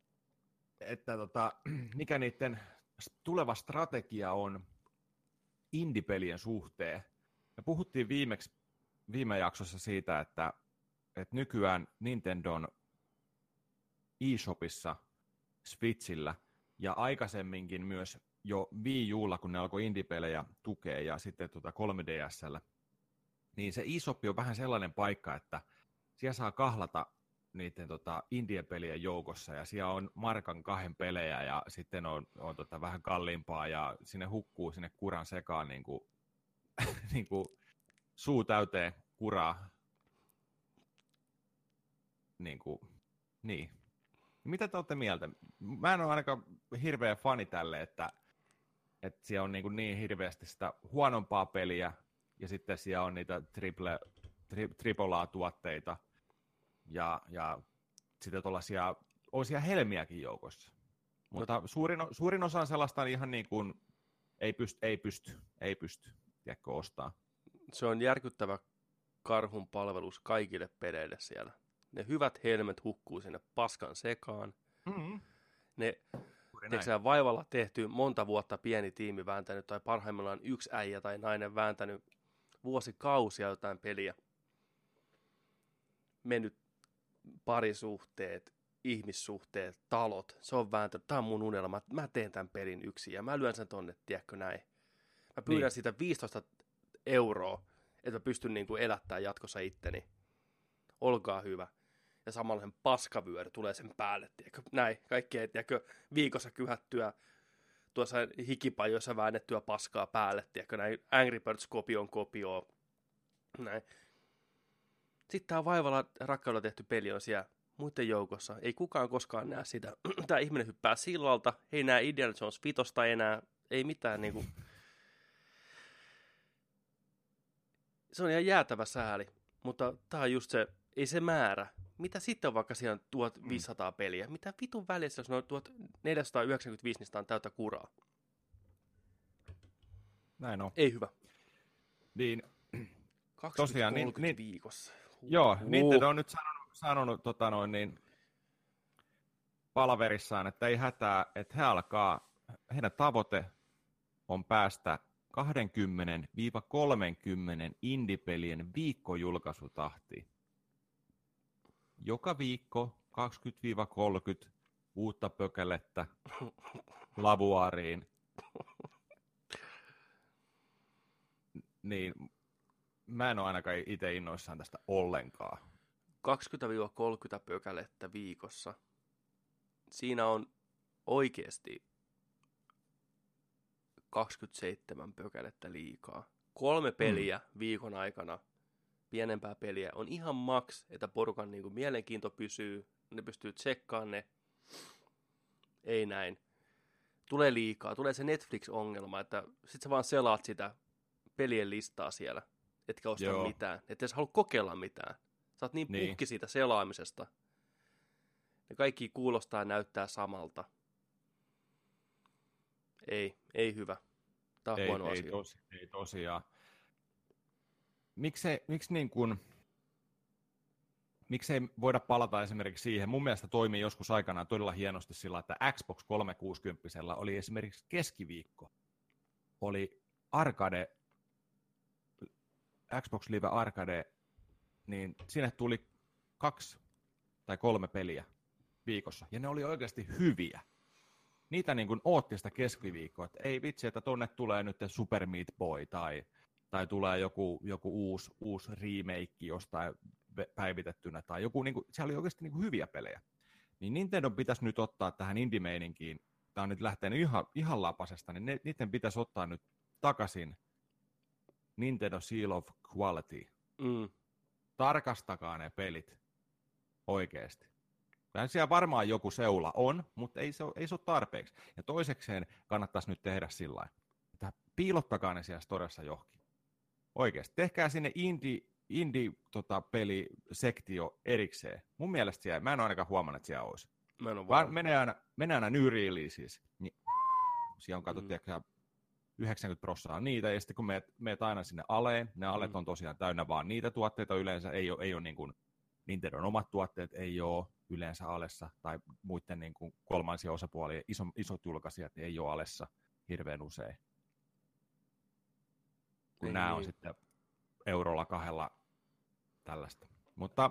että mikä niiden tuleva strategia on indie-pelien suhteen. Me puhuttiin viime jaksossa siitä, että nykyään Nintendon eShopissa, Switchillä ja aikaisemminkin myös jo Wii Ulla, kun ne alkoi indie-pelejä tukea ja sitten 3DS:llä, niin se eShop on vähän sellainen paikka, että siellä saa kahlata niiden indie-pelien joukossa ja siellä on markan 2 pelejä ja sitten on vähän kalliimpaa ja sinne hukkuu sinne kuran sekaan niin kuin suu täyteen kuraa. Niin. Mitä te olette mieltä? Mä en ole ainakaan hirveä fani tälle, että siellä on niin hirveästi sitä huonompaa peliä ja sitten siellä on niitä AAA-tuotteita ja sitten on siellä helmiäkin joukossa. Mutta suurin osa on sellaista ihan niin kuin ei pysty tiedätkö, ostaa. Se on järkyttävä karhun palvelus kaikille peleille siellä. Ne hyvät helmet hukkuu sinne paskan sekaan. Mm-hmm. Ne vaivalla tehty monta vuotta pieni tiimi vääntänyt, tai parhaimmillaan yksi äijä tai nainen vääntänyt vuosikausia jotain peliä. Mennyt parisuhteet, ihmissuhteet, talot, se on vääntänyt. Tämä on mun unelma, mä teen tämän pelin yksin ja mä lyön sen tonne, tiedätkö näin. Mä pyydän siitä 15 €, että mä pystyn niin kuin elättämään jatkossa itteni. Olkaa hyvä. Ja samalla sen paskavyöry tulee sen päälle, tiedätkö? Näin, kaikkea, tiedätkö, viikossa kyhättyä tuossa hikipajoissa väännettyä paskaa päälle, tiedätkö, näin Angry Birds kopio, näin. Sitten tämä vaivalla rakkaudella tehty peli on siellä muiden joukossa. Ei kukaan koskaan näe sitä. Tämä ihminen hyppää sillalta, ei näe Indiana Jones 5 enää, ei mitään niinku. Se on ihan jäätävä sääli, mutta tämä on just se, ei se määrä. Mitä sitten on vaikka siellä on 1500 peliä? Mitä vitun välissä, jos ne on 1495, niin sitä on täyttä kuraa. Näin on. Ei hyvä. Niin, 20-30 tosiaan, viikossa. Joo, Nintendo on nyt sanonut palaverissaan, että ei hätää, että heidän tavoite on päästä 20-30 indie-pelien viikkojulkaisutahtiin. Joka viikko 20-30 uutta pökälettä lavuaariin. Niin, mä en ole ainakaan itse innoissaan tästä ollenkaan. 20-30 pökälettä viikossa. Siinä on oikeasti 27 pökälettä liikaa. 3 peliä viikon aikana, pienempää peliä, on ihan maks, että porukan niin kuin mielenkiinto pysyy, ne pystyy tsekkaamaan ne. Ei näin. Tulee liikaa, tulee se Netflix-ongelma, että sit sä vaan selaat sitä pelien listaa siellä, etkä osta mitään, et sä halua kokeilla mitään. Sä oot niin pukki siitä selaamisesta. Ne kaikki kuulostaa ja näyttää samalta. Ei hyvä. Tää on huono asia. Ei tosiaan. Miksei voida palata esimerkiksi siihen? Mun mielestä toimii joskus aikanaan todella hienosti sillä, että Xbox 360 oli esimerkiksi keskiviikko. Oli Xbox Live Arcade, niin sinne tuli 2 tai 3 peliä viikossa, ja ne oli oikeasti hyviä. Niitä niin kuin ootti sitä keskiviikkoa, että ei vitsi, että tonne tulee nyt Super Meat Boy, tai tulee joku uusi remake jostain päivitettynä, tai joku, niin kuin, siellä oli oikeasti niin kuin hyviä pelejä. Niin Nintendo pitäisi nyt ottaa tähän indie-meininkiin, tämä on nyt lähtenyt ihan lapasesta, niin niiden pitäisi ottaa nyt takaisin Nintendo Seal of Quality. Tarkastakaa ne pelit oikeasti. Kyllä siellä varmaan joku seula on, mutta ei se ole tarpeeksi. Ja toisekseen kannattaisi nyt tehdä sillä lailla, että piilottakaa ne siellä storessa johonkin. Oikeasti. Tehkää sinne indie-pelisektio erikseen. Mun mielestä siellä, mä en ole ainakaan huomannut, että siellä olisi. Vaan menee aina new releases. Niin, siellä on katsottu, 90% niitä, ja sitten kun meet aina sinne aleen, ne alet on tosiaan täynnä vaan niitä tuotteita yleensä, ei ole niin kuin Nintendon omat tuotteet ei ole yleensä alessa, tai muiden niin kuin kolmansia osapuolia, isot julkaisijat ei ole alessa hirveän usein. kun Ei nämä on niin. sitten eurolla 2 tällaista. Mutta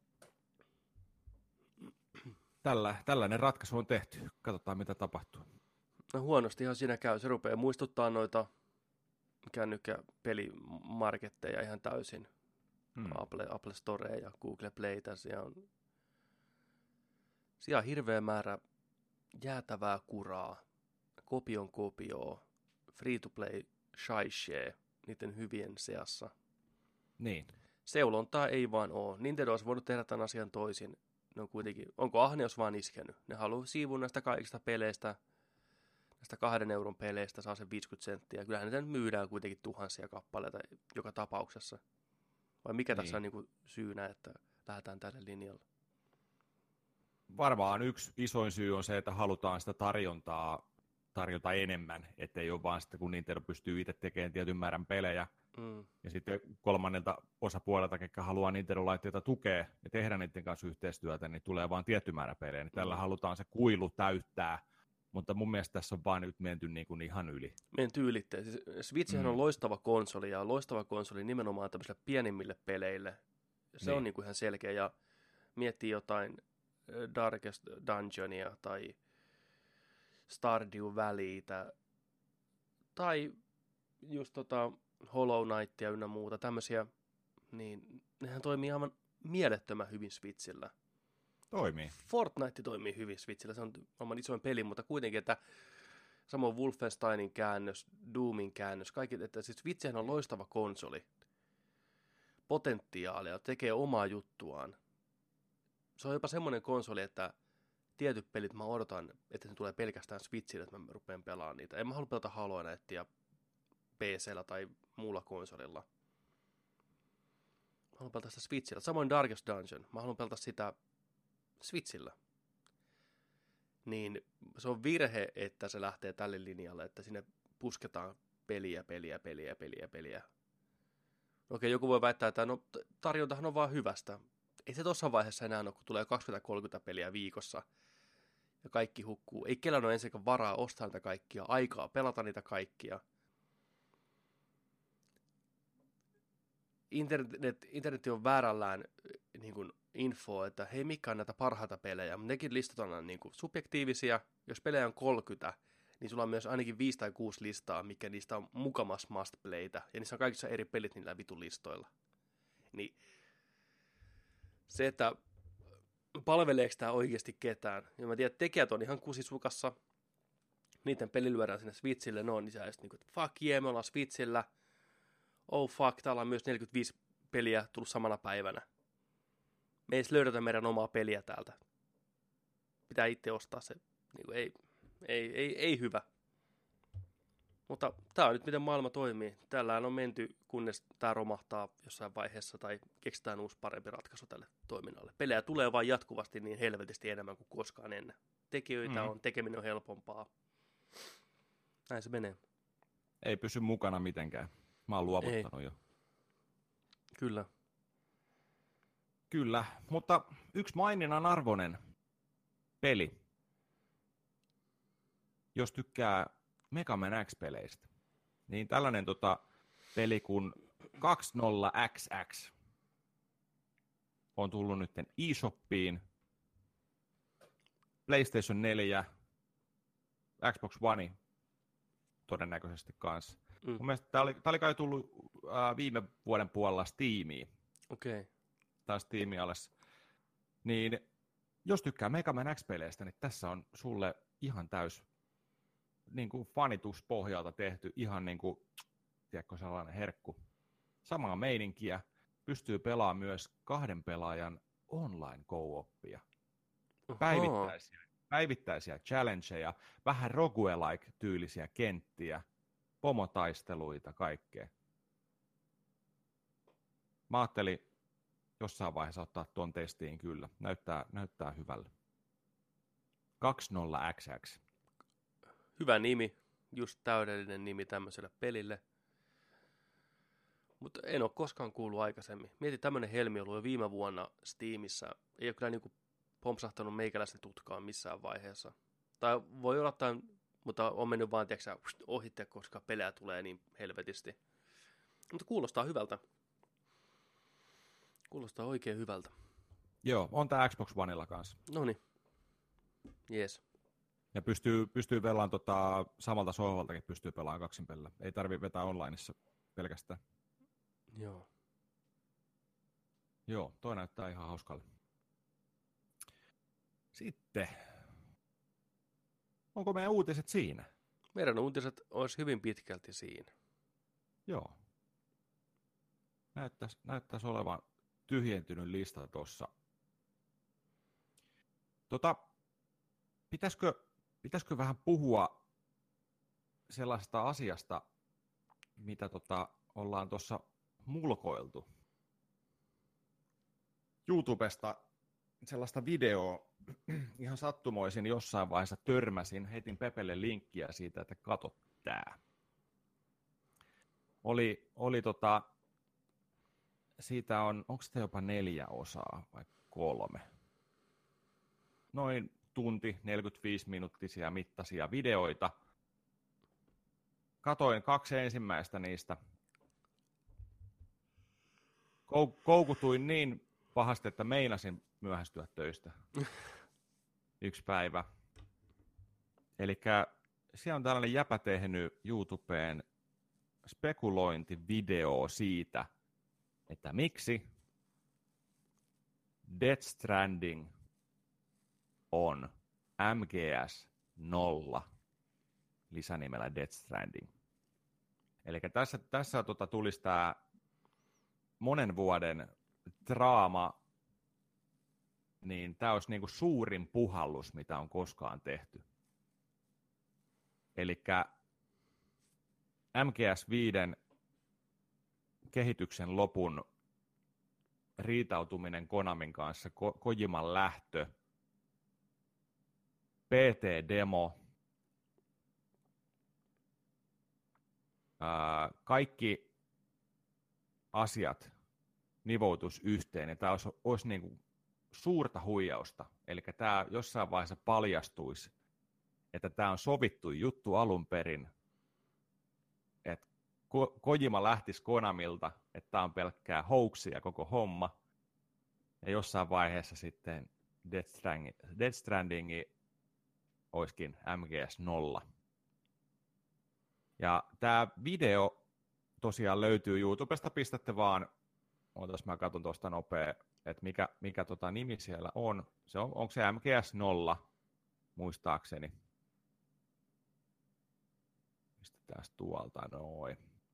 tällainen ratkaisu on tehty. Katsotaan, mitä tapahtuu. No huonostihan siinä käy. Se rupeaa muistuttaa noita kännykkäpelimarketteja ihan täysin. Apple Storea ja Google Playtä. Siellä on hirveä määrä jäätävää kuraa, kopioa, free-to-play shaishee niiden hyvien seassa. Niin. Seulontaa ei vaan ole. Nintendo olisi voinut tehdä tämän asian toisin. Ne on kuitenkin, onko ahneus vaan iskenyt? Ne haluaa siivun näistä kaikista peleistä, näistä 2 euron peleistä saa sen 50 senttiä. Kyllähän niitä nyt myydään kuitenkin tuhansia kappaleita joka tapauksessa. Vai mikä tässä on niin syynä, että lähdetään tälle linjalle? Varmaan yksi isoin syy on se, että halutaan sitä tarjota enemmän, ettei ole vaan sitä, kun Nintendo pystyy itse tekemään tietyn määrän pelejä. Ja sitten kolmannelta osapuolelta, ketkä haluaa Nintendo-laitteita tukea ja tehdä niiden kanssa yhteistyötä, niin tulee vaan tietty määrä pelejä. Niin tällä halutaan se kuilu täyttää, mutta mun mielestä tässä on vaan nyt menty niin kuin ihan yli. Menty ylitteen. Siis Switchhän on loistava konsoli, ja loistava konsoli nimenomaan tämmöisille pienimmille peleille. Se on niin kuin ihan selkeä, ja miettii jotain Darkest Dungeonia tai Stardew Valleytä tai just Hollow Knightia ynnä muuta, tämmöisiä, niin nehän toimii aivan mielettömän hyvin Switchillä. Toimii. Fortnite toimii hyvin Switchillä, se on aivan isoin peli, mutta kuitenkin, että samoin Wolfensteinin käännös, Doomin käännös, kaikki, että siis Switchhän on loistava konsoli, potentiaalia, tekee omaa juttuaan. Se on jopa semmoinen konsoli, että tietyt pelit mä odotan, että ne tulee pelkästään Switchille, että mä rupean pelaamaan niitä. En mä halua pelata Hollow Knightia PC:llä tai muulla konsolilla. Mä haluan pelata sitä Switchillä. Samoin Darkest Dungeon. Mä haluan pelata sitä Switchillä. Niin se on virhe, että se lähtee tälle linjalle, että sinne pusketaan peliä. Okei, joku voi väittää, että no, tarjontahan on vaan hyvästä. Ei se tuossa vaiheessa enää ole, kun tulee 20-30 peliä viikossa ja kaikki hukkuu. Ei kellään ole ensinnäkään varaa ostaa niitä kaikkia, aikaa pelata niitä kaikkia. Internet on väärällään niin kuin info, että hei, mikä on näitä parhaita pelejä. Mutta nekin listat on niin kuin subjektiivisia. Jos pelejä on 30, niin sulla on myös ainakin 5 tai 6 listaa, mikä niistä on mukamas must playtä. Ja niissä on kaikissa eri pelit niillä vitun listoilla. Niin se, että palveleeko tämä oikeasti ketään. Ja mä tiedän, että tekijät on ihan kusisukassa. Niiden peli lyödään sinne Switchille. Ne on niin kuin, että fuck yeah, me ollaan Switchillä. Oh fuck, täällä on myös 45 peliä tullut samana päivänä. Me ei edes löydetä meidän omaa peliä täältä. Pitää itse ostaa se. Niin kuin, ei hyvä. Mutta tämä on nyt miten maailma toimii. Tällään on menty, kunnes tämä romahtaa jossain vaiheessa tai keksitään uusi parempi ratkaisu tälle toiminnalle. Pelejä tulee vain jatkuvasti niin helvetisti enemmän kuin koskaan ennen. Tekijöitä on, tekeminen on helpompaa. Näin se menee. Ei pysy mukana mitenkään. Mä oon luovuttanut jo. Kyllä. Kyllä, mutta yksi maininnan arvoinen peli, jos tykkää Mega Man X-peleistä, niin tällainen peli kuin 20XX on tullut nyt eShopiin, PlayStation 4, Xbox One todennäköisesti kanssa. Mun mielestä tämä oli kai tullut viime vuoden puolella Steamiin. Okei. Tai Steamin alas. Niin jos tykkää Mega Man X-peleistä, niin tässä on sulle ihan täys niin kuin fanituspohjalta tehty ihan niin kuin, tiedätkö, sellainen herkku. Samaa meininkiä, pystyy pelaamaan myös 2 pelaajan online co-oppia. Päivittäisiä challengeja, vähän roguelike-tyylisiä kenttiä, pomotaisteluita, kaikkea. Mä ajattelin jossain vaiheessa ottaa tuon testiin kyllä. Näyttää hyvälle. 20XX. Hyvä nimi. Just täydellinen nimi tämmöiselle pelille. Mutta en ole koskaan kuullut aikaisemmin. Mieti, tämmöinen helmi ollut jo viime vuonna Steamissa. Ei ole kyllä niinku pompsahtanut meikäläisten tutkaan missään vaiheessa. Tai voi olla, mutta on mennyt vaan ohitte, koska pelejä tulee niin helvetisti. Mutta kuulostaa hyvältä. Kuulostaa oikein hyvältä. Joo, on tää Xbox Oneilla kanssa. Noniin. Jees. Ja pystyy pelaamaan samalta sohvaltakin pystyy pelaamaan kaksin pelillä. Ei tarvitse vetää onlineissa pelkästään. Joo. Joo, toi näyttää ihan hauskalle. Sitten. Onko meidän uutiset siinä? Meidän uutiset olisi hyvin pitkälti siinä. Joo. Näyttäisi olevan tyhjentynyt lista tuossa. Pitäisikö vähän puhua sellaisesta asiasta, mitä ollaan tuossa mulkoiltu? YouTubesta sellaista videoa ihan sattumoisin jossain vaiheessa törmäsin, heitin Pepelle linkkiä siitä, että kato tää. Siitä onko sitä jopa 4 osaa vai 3? Noin tunti, 45 minuuttisia mittaisia videoita. Katoin 2 ensimmäistä niistä. Koukutuin niin pahasti, että meinasin myöhästyä töistä. 1 päivä. Elikkä siellä on tällainen jäpä tehnyt YouTubeen spekulointivideo siitä, että miksi Death Stranding on MGS 0 lisänimellä Death Stranding. Eli tässä tulisi tämä monen vuoden draama, niin tämä olisi niinku suurin puhallus, mitä on koskaan tehty. Eli MGS 5 kehityksen lopun riitautuminen Konamin kanssa, Kojiman lähtö, PT-demo, kaikki asiat nivoutus yhteen, ja tämä olisi niin kuin suurta huijausta. Eli tämä jossain vaiheessa paljastuisi, että tämä on sovittu juttu alun perin, että Kojima lähtisi Konamilta, että tämä on pelkkää hoaxia koko homma, ja jossain vaiheessa sitten Death Stranding olisikin MGS 0. Ja tämä video tosiaan löytyy YouTubesta, pistätte vaan, mä katson tuosta nopea, että mikä nimi siellä on. Onko se MGS 0, muistaakseni. Pistetään tuolta noin.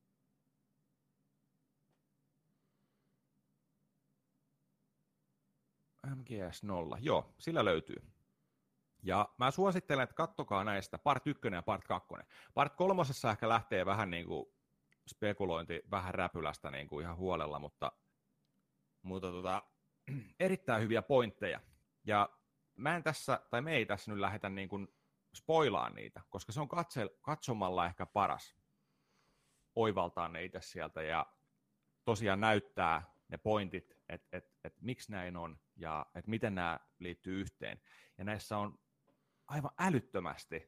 MGS 0, joo, sillä löytyy. Ja mä suosittelen, että kattokaa näistä part 1 ja part 2. Part 3 ehkä lähtee vähän niin kuin spekulointi vähän räpylästä niin kuin ihan huolella, mutta erittäin hyviä pointteja. Ja me ei tässä nyt lähdetä niin kuin spoilaan niitä, koska se on katsomalla ehkä paras oivaltaa ne itse sieltä ja tosiaan näyttää ne pointit, että miksi näin on ja että miten nämä liittyy yhteen. Ja näissä on aivan älyttömästi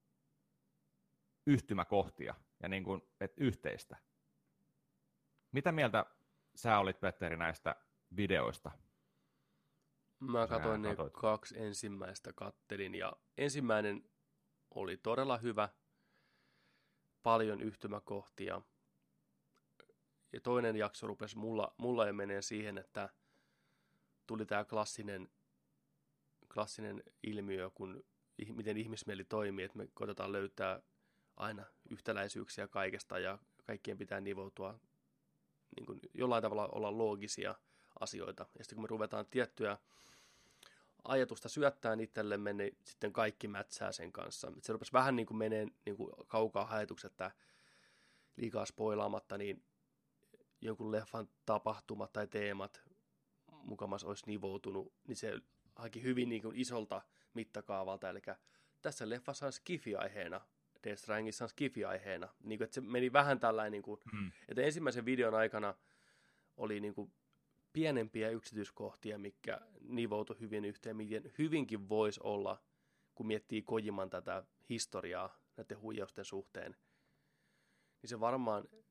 yhtymäkohtia ja niin kuin, että yhteistä. Mitä mieltä sä olit, Petteri, näistä videoista? Mä katsoin ne 2 ensimmäistä, kattelin, ja ensimmäinen oli todella hyvä, paljon yhtymäkohtia. Ja toinen jakso rupesi mulla jo menee siihen, että tuli tämä klassinen ilmiö, kun miten ihmismieli toimii, että me koitetaan löytää aina yhtäläisyyksiä kaikesta ja kaikkien pitää nivoutua niin kuin jollain tavalla olla loogisia asioita. Ja sitten kun me ruvetaan tiettyä ajatusta syöttämään itsellemme, niin sitten kaikki mätsää sen kanssa. Se rupesi vähän niin kuin menee niin kuin kaukaa haetuksi, että liikaa spoilaamatta, niin jonkun leffan tapahtumat tai teemat mukamas olisi nivoutunut, niin se haki hyvin niin kuin isolta mittakaavalta. Eli tässä leffassa on skifi-aiheena, Death Strandingissa on skifi-aiheena. Niin kuin, että se meni vähän tällainen, niin kuin, että ensimmäisen videon aikana oli niin kuin pienempiä yksityiskohtia, mikä nivoutui hyvin yhteen, miten hyvinkin voisi olla, kun miettii Kojiman tätä historiaa näiden huijausten suhteen, niin se varmaan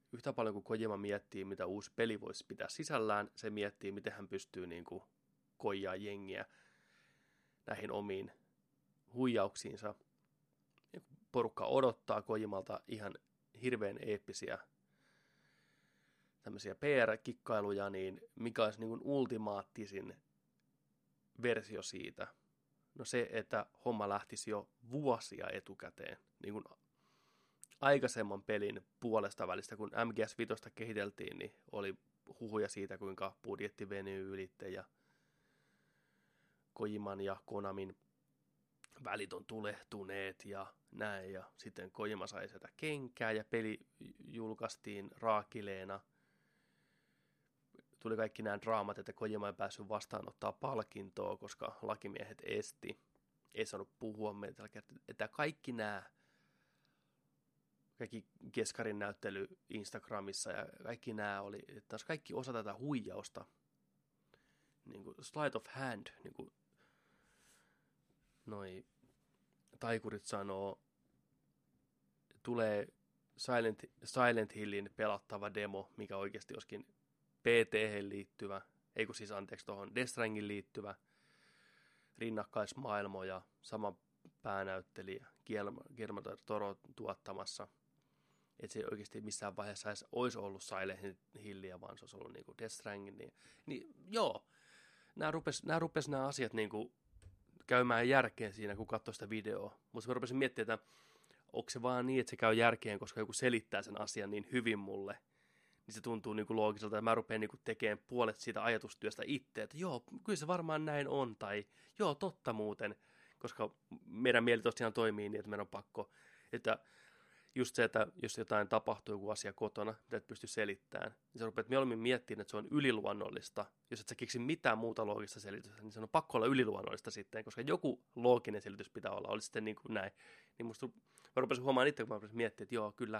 yhtä paljon kuin Kojima miettii, mitä uusi peli voisi pitää sisällään, se miettii, miten hän pystyy niin kuin koijaa jengiä näihin omiin huijauksiinsa. Porukka odottaa Kojimalta ihan hirveän eeppisiä tämmöisiä PR-kikkailuja, niin mikä olisi niin kuin ultimaattisin versio siitä? No se, että homma lähtisi jo vuosia etukäteen, niin kuin aikaisemman pelin puolesta välistä, kun MGS5 kehiteltiin, niin oli huhuja siitä, kuinka budjetti venyy ylitte ja Kojiman ja Konamin välit on tulehtuneet ja näin, ja sitten Kojima sai sitä kenkää ja peli julkaistiin raakileena. Tuli kaikki nämä draamat, että Kojima ei päässyt vastaanottaa palkintoa, koska lakimiehet esti. Ei saanut puhua meitä, että kaikki keskarin näyttely Instagramissa ja kaikki nämä oli, että taas kaikki osa tätä huijausta. Niin kuin sleight of hand, niin kuin noi taikurit sanoo, tulee Silent Hillin pelattava demo, mikä oikeasti olisikin PT-hen liittyvä, tuohon Death Strandingin liittyvä rinnakkaismaailmoja, sama päänäyttelijä, Guillermo del Toro tuottamassa. Että se oikeasti missään vaiheessa edes olisi ollut Silent Hillia, vaan se olisi ollut niinku Death Stranding. Niin joo, nämä asiat niinku käymään järkeen siinä, kun katsoo sitä videoa. Mutta mä rupesin miettimään, että onko se vaan niin, että se käy järkeen, koska joku selittää sen asian niin hyvin mulle. Niin se tuntuu niinku loogiselta, että mä rupean niinku tekemään puolet siitä ajatustyöstä itse, että joo, kyllä se varmaan näin on, tai joo, totta muuten, koska meidän mieli tosiaan toimii niin, että meidän on pakko, että just se, että jos jotain tapahtuu joku asia kotona, mitä et pysty selittämään, niin sä rupeat mieluummin miettimään, että se on yliluonnollista. Jos et sä keksi mitään muuta loogista selitystä, niin se on pakko olla yliluonnollista sitten, koska joku looginen selitys pitää olla, oli sitten niin kuin näin. Niin musta mä rupesin huomaamaan itse, kun mä rupesin miettimään, että joo, kyllä,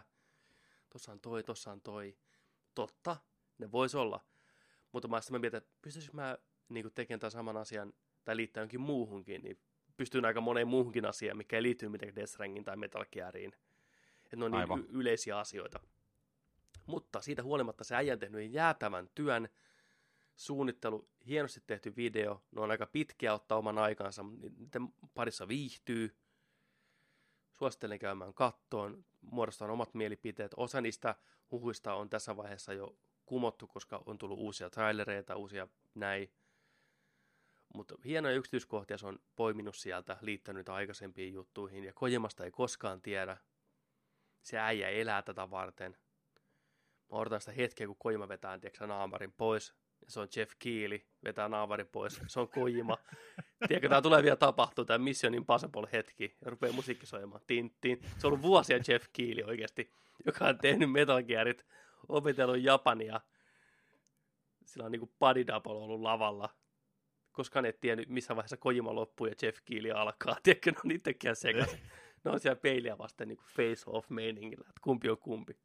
tossa on toi. Totta, ne vois olla. Mutta mä mietin, että pystyisikö mä niin tekemään tämän saman asian, tai liittää jonkin muuhunkin, niin pystyn aika moneen muuhunkin asiaan, mikä ei liittyy mitenkään Death Strandingin tai Metal Geariin. Että ne on niin yleisiä asioita. Mutta siitä huolimatta se äijä on tehnyt jäätävän työn. Suunnittelu, hienosti tehty video. Ne on aika pitkiä, ottaa oman aikansa, mutta niiden parissa viihtyy. Suosittelen käymään kattoon, muodostamaan omat mielipiteet. Osa niistä huhuista on tässä vaiheessa jo kumottu, koska on tullut uusia trailereita, uusia näin. Mutta hienoja yksityiskohtia se on poiminut sieltä, liittänyt aikaisempiin juttuihin. Ja Kojimasta ei koskaan tiedä. Se äijä elää tätä varten. Mä odotan sitä hetkeä, kun Kojima vetää naamarin pois. Ja se on Jeff Keighley, vetää naamarin pois. Se on Kojima. Tiedätkö, tää tulee vielä tapahtua, tämä Mission Impossible hetki. Ja rupeaa musiikki soimaan. Tintin. Se on ollut vuosia Jeff Keighley oikeasti, joka on tehnyt Metal Gearit, opetellut japania. Sillä on niinku Buddy Double ollut lavalla. Koskaan et tiennyt, missä vaiheessa Kojima loppuu ja Jeff Keighley alkaa. Tiedätkö, ne on itsekin sekaisin. Ne on siellä peiliä vasten niin kuin face-off-meiningillä, että kumpi on kumpi.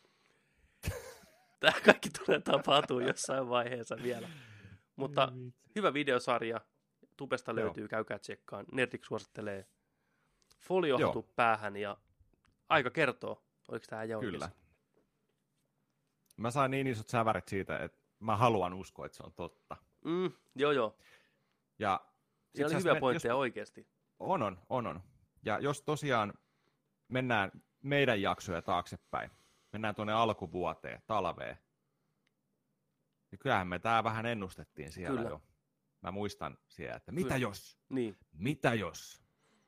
Tämä kaikki tulee tapahtuu jossain vaiheessa vielä. Mutta hyvä videosarja. Tubesta löytyy, käykää tsekkaan. Nerdik suosittelee. Folio hattu päähän ja aika kertoo. Oliko tämä äijä oikeassa? Kyllä. Mä sain niin isot sävärit siitä, että mä haluan uskoa, että se on totta. Joo. Ja siinä oli hyviä pointteja oikeasti. On. Ja jos tosiaan mennään meidän jaksoja taaksepäin, mennään tuonne alkuvuoteen, talveen, niin kyllähän me tää vähän ennustettiin siellä jo. Mä muistan siellä, että mitä jos? Niin. Mitä jos?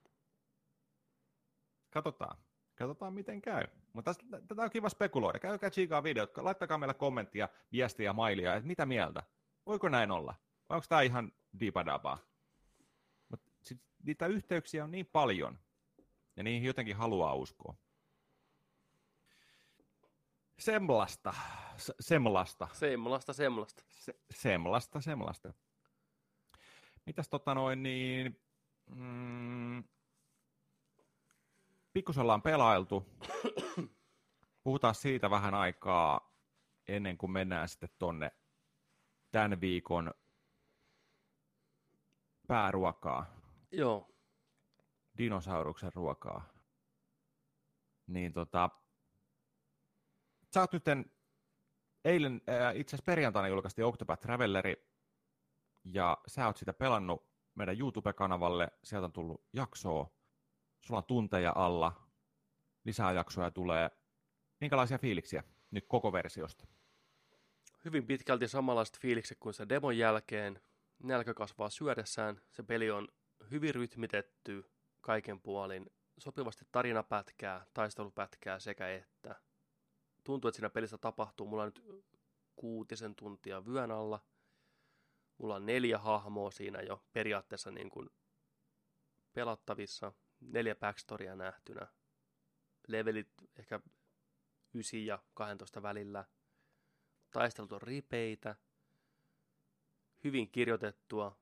Katsotaan miten käy. Mutta tätä on kiva spekuloida. Käykää tsiikaa videot, laittakaa meille kommenttia, viestiä, mailia, että mitä mieltä? Voiko näin olla? Vai onko tää ihan diipadabaa? Mutta niitä yhteyksiä on niin paljon, ja niihin jotenkin haluaa uskoa. Semlasta. Mitäs pikkusen on pelailtu. Puhutaan siitä vähän aikaa ennen kuin mennään sitten tonne tämän viikon pääruokaa. Joo. Dinosauruksen ruokaa. Niin sä oot nyt eilen, itse asiassa perjantaina julkaistiin Octopath Traveleri, ja sä oot sitä pelannut meidän YouTube-kanavalle, sieltä on tullut jaksoa, sulla on tunteja alla, lisää jaksoja tulee. Minkälaisia fiiliksiä nyt koko versiosta? Hyvin pitkälti samanlaiset fiilikset kuin se demon jälkeen. Nälkä kasvaa syödessään. Se peli on hyvin rytmitetty kaiken puolin. Sopivasti tarinapätkää, taistelupätkää sekä että. Tuntuu, että siinä pelissä tapahtuu. Mulla on nyt 6 tuntia vyön alla. Mulla on 4 hahmoa siinä jo periaatteessa niin kuin pelattavissa. 4 backstorya nähtynä. Levelit ehkä 9 ja 12 välillä. Taistelut on ripeitä. Hyvin kirjoitettua.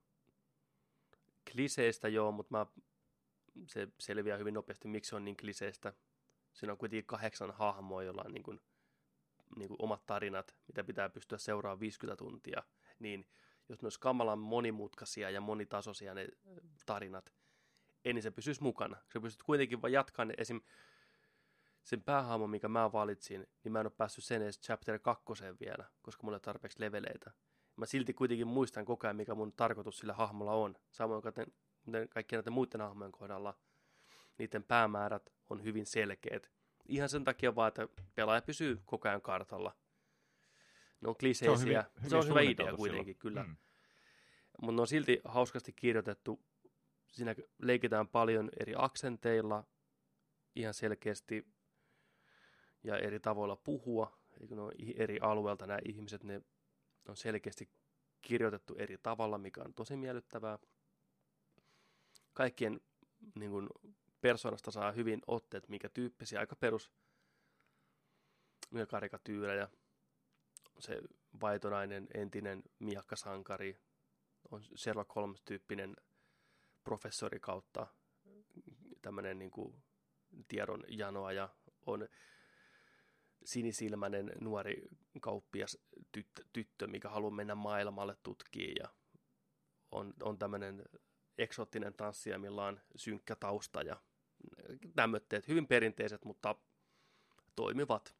Kliseistä joo, mutta se selviää hyvin nopeasti, miksi se on niin kliseistä. Siinä on kuitenkin 8 hahmoa, joilla on niin kuin omat tarinat, mitä pitää pystyä seuraamaan 50 tuntia. Niin jos ne olisi kamalan monimutkaisia ja monitasoisia ne tarinat, niin se pysyisi mukana. Se pystyt kuitenkin vaan jatkamaan esim. Sen päähahmon, minkä mä valitsin, niin mä en ole päässyt sen edes chapter 2 vielä, koska mulla ei ole tarpeeksi leveleitä. Mä silti kuitenkin muistan koko ajan, mikä mun tarkoitus sillä hahmolla on. Samoin kuin kaikkien näiden muiden hahmojen kohdalla, niiden päämäärät on hyvin selkeät. Ihan sen takia vaan, että pelaaja pysyy koko ajan kartalla. Ne on kliseisiä. Se on hyvä idea kuitenkin, kyllä. Mutta ne on silti hauskasti kirjoitettu. Siinä leikitään paljon eri aksenteilla, ihan selkeästi, ja eri tavoilla puhua. Eli kun ne on eri alueelta nämä ihmiset, ne on selkeästi kirjoitettu eri tavalla, mikä on tosi miellyttävää. Kaikkien niin kuin, persoonasta saa hyvin otteet, mikä tyyppisiä, aika perus karikatyyrejä. Se vaitonainen entinen miakkasankari on Sherlock Holmes-tyyppinen professori kautta tämmöinen niin kuin tiedon janoaja, on sinisilmäinen nuori kauppias tyttö, mikä haluaa mennä maailmalle tutkiin, ja on tämmöinen eksoottinen tanssija, millä on synkkä tausta ja tämmöitteet, hyvin perinteiset, mutta toimivat.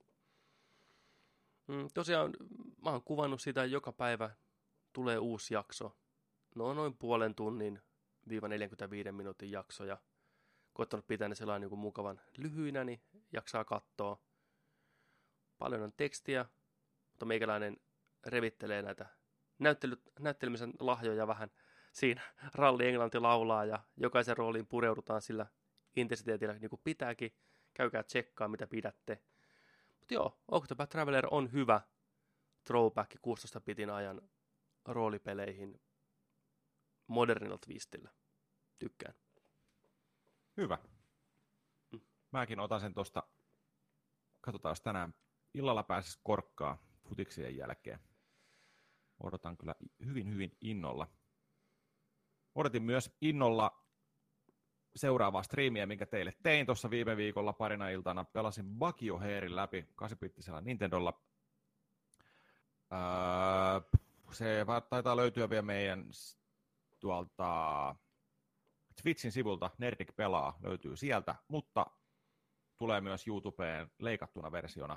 Tosiaan mä oon kuvannut sitä, joka päivä tulee uusi jakso. No noin puolen tunnin viiva 45 minuutin jaksoja. Koittanut pitää ne sellainen niin mukavan lyhyinä, niin jaksaa katsoa. Paljon on tekstiä, mutta meikäläinen revittelee näitä näyttelemisen lahjoja vähän. Siinä Ralli Englanti laulaa ja jokaisen rooliin pureudutaan sillä intensiteetillä niin kuin pitääkin. Käykää tsekkaa, mitä pidätte. Mutta joo, Octopath Traveler on hyvä throwback 16-bitin ajan roolipeleihin modernilla twistillä. Tykkään. Hyvä. Mäkin otan sen tosta, katsotaan jos tänään illalla pääsisi korkkaa futiksien jälkeen. Odotan kyllä hyvin innolla. Odotin myös innolla seuraavaa striimiä, minkä teille tein tuossa viime viikolla parina iltana. Pelasin Bakio-Heerin läpi 8-bittisellä Nintendolla. Se taitaa löytyä vielä meidän tuolta Twitchin sivulta. Nerdik pelaa, löytyy sieltä, mutta tulee myös YouTubeen leikattuna versiona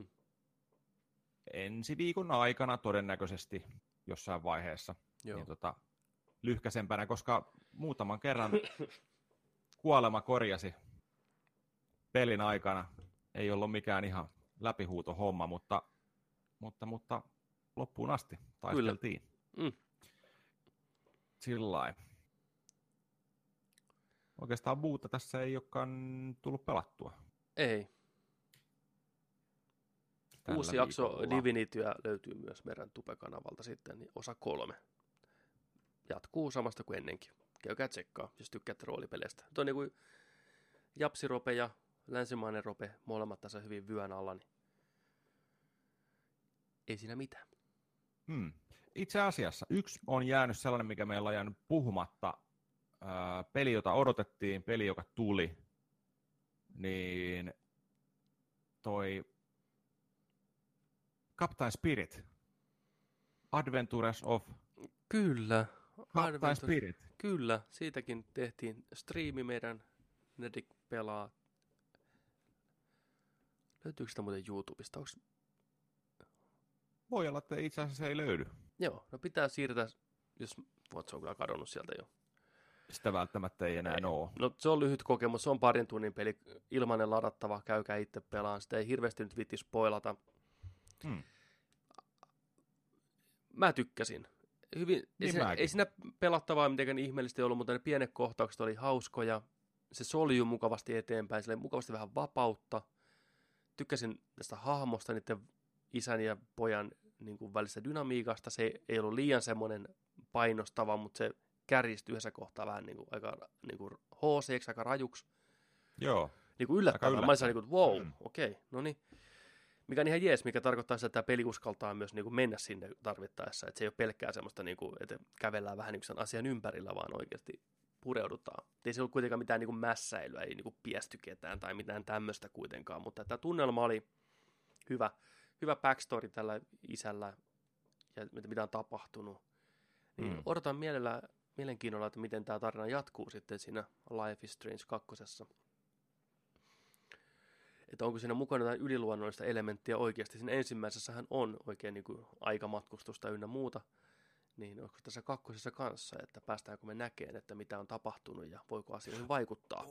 ensi viikon aikana todennäköisesti jossain vaiheessa. Niin, lyhkäsempänä, koska muutaman kerran kuolema korjasi pelin aikana. Ei ollut mikään ihan läpihuuto homma, mutta loppuun asti taisteltiin. Sillain. Oikeastaan muuta tässä ei olekaan tullut pelattua. Ei. Uusi jakso Divinityä löytyy myös meidän Tube-kanavalta sitten, niin osa 3. Jatkuu samasta kuin ennenkin. Käykää tsekkaa, jos tykkäätte roolipeleistä. Tuo on niin kuin japsirope ja länsimainen rope, molemmat tässä hyvin vyön alla, niin ei siinä mitään. Itse asiassa yksi on jäänyt sellainen, mikä meillä on jäänyt puhumatta. Peli, jota odotettiin, peli, joka tuli, niin toi Captain Spirit, Adventures of Kyllä. Captain Spirit. Kyllä, siitäkin tehtiin striimi meidän Nerdik pelaa. Löytyykö sitä muuten YouTubesta? Voi olla, että itse asiassa ei löydy. Joo, no pitää siirtää, jos se on kyllä kadonnut sieltä jo. Sitä välttämättä ei enää ole. No se on lyhyt kokemus, se on parin tunnin peli, ilmainen ladattava, käykää itse pelaan, sitä ei hirveästi nyt viitti spoilata. Mä tykkäsin. Hyvin, ei siinä pelattavaa mitenkään ihmeellisesti ollut, mutta ne pienet kohtaukset oli hauskoja. Se soljui mukavasti eteenpäin, sillä oli mukavasti vähän vapautta. Tykkäsin tästä hahmosta, niiden isän ja pojan niin kuin välisestä dynamiikasta. Se ei ollut liian semmoinen painostava, mutta se kärjistyi yhdessä kohtaa vähän niin kuin, aika niin kuin HC, aika rajuksi. Joo. Niin kuin yllättävää. Mä olisin niin kuin, wow, okei, no niin. Mikä on ihan jees, mikä tarkoittaa sitä, että tämä peli uskaltaa myös niin kuin mennä sinne tarvittaessa. Että se ei ole pelkkää semmoista, niin kuin, että kävellään vähän niin kuin sen asian ympärillä, vaan oikeasti pureudutaan. Ei se ollut kuitenkaan mitään niin kuin mässäilyä, ei niin kuin piesty ketään tai mitään tämmöistä kuitenkaan, mutta tämä tunnelma oli hyvä. Hyvä backstory tällä isällä ja mitä on tapahtunut. Niin odotan mielenkiinnolla, että miten tämä tarina jatkuu sitten siinä Life is Strange 2. Että onko siinä mukana jotain yliluonnollista elementtiä oikeasti. Siinä ensimmäisessähän on oikein niin kuin aikamatkustusta ynnä muuta. Niin onko tässä 2. kanssa, että päästäänkö me näkemään, että mitä on tapahtunut ja voiko asioihin vaikuttaa?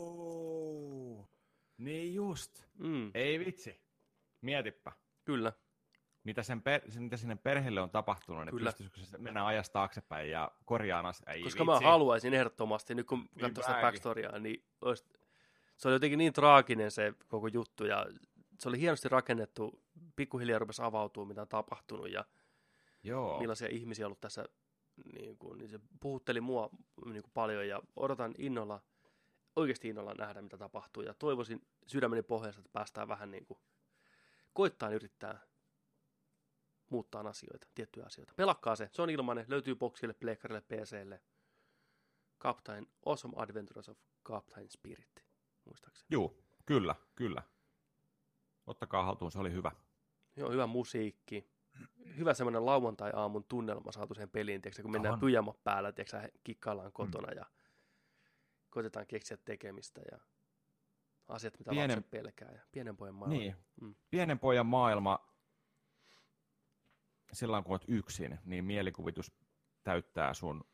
Niin just. Ei vitsi. Mietipä. Kyllä. Mitä sinne perheelle on tapahtunut, niin pystyisikö se mennä ajasta taaksepäin ja korjaan asiaa? Koska mä haluaisin ehdottomasti, nyt kun katsoo sitä backstoriaa, niin se oli jotenkin niin traaginen se koko juttu, ja se oli hienosti rakennettu, pikkuhiljaa rupesi avautumaan, mitä on tapahtunut, ja millaisia ihmisiä on ollut tässä, niin se puhutteli mua niin kuin paljon, ja odotan oikeasti innolla nähdä, mitä tapahtuu, ja toivoisin sydämeni pohjasta, että päästään vähän niin kuin koittaa yrittää muuttaa asioita, tiettyjä asioita. Pelakkaa se on ilmainen, löytyy boksille, pleikkarille, PClle. Awesome Adventures of Captain Spirit, muistaakseni. Joo, kyllä. Ottakaa haltuun, se oli hyvä. Joo, hyvä musiikki. Hyvä semmoinen lauantai-aamun tunnelma saatu sen peliin, tiiäksä, kun mennään pyjama päällä, tiiäksä, kikkaillaan kotona ja koitetaan keksiä tekemistä ja asiat, mitä lapset pelkää. Ja pienen pojan maailma. Niin, pienen pojan maailma, silloin kun olet yksin, niin mielikuvitus täyttää sun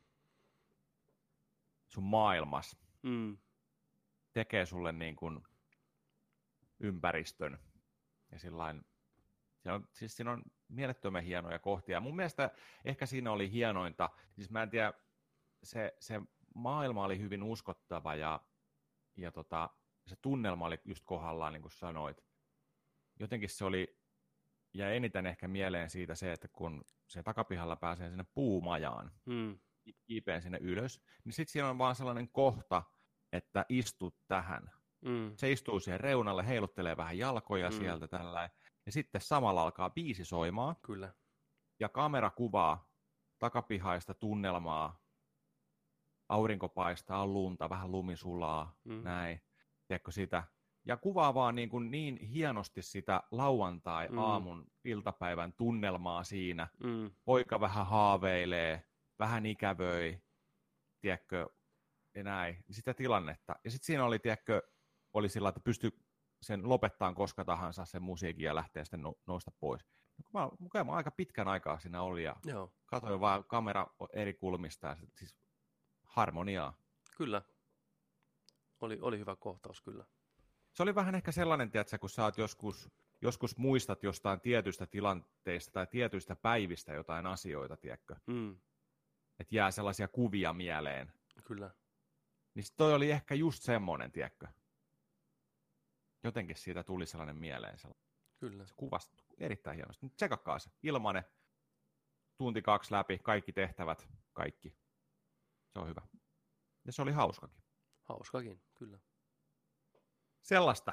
maailmas. Tekee sulle niin kuin ympäristön. Ja sillain, siinä on mielettömän hienoja kohtia. Ja mun mielestä ehkä siinä oli hienointa. Siis mä en tiedä, se maailma oli hyvin uskottava ja se tunnelma oli just kohdallaan, niin kuin sanoit. Jotenkin se oli, ja eniten ehkä mieleen siitä se, että kun se takapihalla pääsee sinne puumajaan, kiipeen sinne ylös, niin sitten siinä on vaan sellainen kohta, että istut tähän. Se istuu siihen reunalle, heiluttelee vähän jalkoja sieltä tällä, ja sitten samalla alkaa biisi soimaan. Kyllä. Ja kamera kuvaa takapihaista tunnelmaa, aurinko paistaa, on lunta, vähän lumi sulaa, näin, tiedätkö sitä. Ja kuvaa vaan niin hienosti sitä lauantai-aamun iltapäivän tunnelmaa siinä. Poika vähän haaveilee, vähän ikävöi, tiedätkö, ja näin, sitä tilannetta. Ja sitten siinä oli, tiedätkö, oli sillä, että pystyi sen lopettaa koska tahansa sen musiikin ja lähtee sitten nousta pois. Mä aika pitkän aikaa siinä oli ja katsoin vaan kamera eri kulmista ja siis harmoniaa. Kyllä. Oli hyvä kohtaus, kyllä. Se oli vähän ehkä sellainen, tiedätkö, kun sä oot joskus muistat jostain tietyistä tilanteista tai tietyistä päivistä jotain asioita, tiedätkö? Että jää sellaisia kuvia mieleen. Kyllä. Niin toi oli ehkä just semmoinen, tiedätkö? Jotenkin siitä tuli sellainen mieleen. Kyllä. Se kuvasi erittäin hienosti. Nyt tsekakkaa se. Ilmanen. 1-2 tuntia läpi. Kaikki tehtävät. Kaikki. Se on hyvä. Ja se oli hauskakin. Hauskakin, kyllä. Sellaista.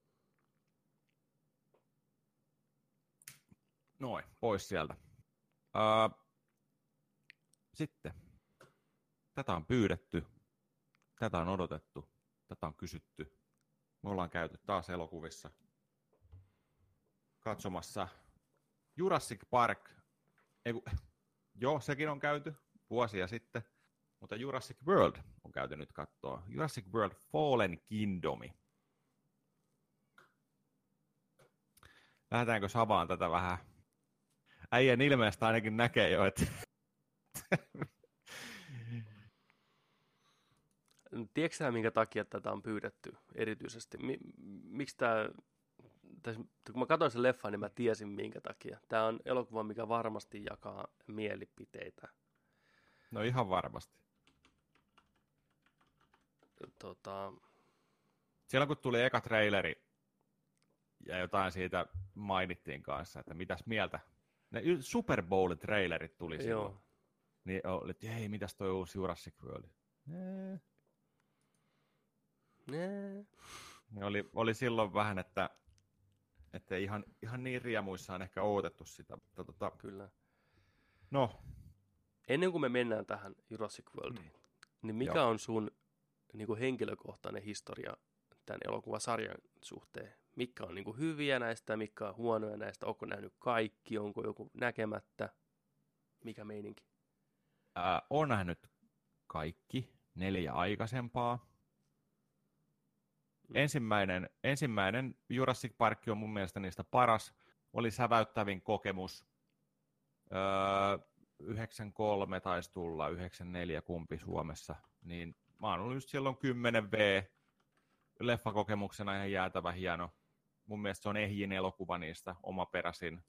Noin, pois sieltä. Sitten. Tätä on pyydetty. Tätä on odotettu. Tätä on kysytty. Me ollaan käyty taas elokuvissa katsomassa Jurassic Park. Joo, sekin on käyty vuosia sitten. Mutta Jurassic World on käyty nyt katsoa. Jurassic World Fallen Kingdomi. Lähdetäänkö avaan tätä vähän äijän ilmeestä ainakin näkee jo, että... Tiedätkö sä, minkä takia tätä on pyydetty erityisesti? Miksi tämä... Kun mä katsoin sen leffan, niin mä tiesin minkä takia. Tämä on elokuva, mikä varmasti jakaa mielipiteitä. No ihan varmasti. Siellä kun tuli eka traileri ja jotain siitä mainittiin kanssa, että mitäs mieltä. Ne Super Bowl-trailerit tuli silloin. Niin oli, että hei, mitäs toi uusi Jurassic World? Niin oli silloin vähän, että ihan niin riemuissaan ehkä odotettu sitä. Mutta Kyllä. No. Ennen kuin me mennään tähän Jurassic Worldiin, niin mikä on sun niin kuin henkilökohtainen historia tämän elokuvasarjan suhteen? Mitkä on niin kuin hyviä näistä, mitkä on huonoja näistä? Onko nähnyt kaikki? Onko joku näkemättä? Mikä meininki? Olen nähnyt kaikki 4 aikaisempaa. Ensimmäinen Jurassic Park on mun mielestä niistä paras. Oli säväyttävin kokemus. 93 taisi tulla, 94 kumpi Suomessa. Niin mä oon ollut just silloin 10V. Leffakokemuksena ihan jäätävä hieno. Mun mielestä se on ehjin elokuva niistä, omaperäisin.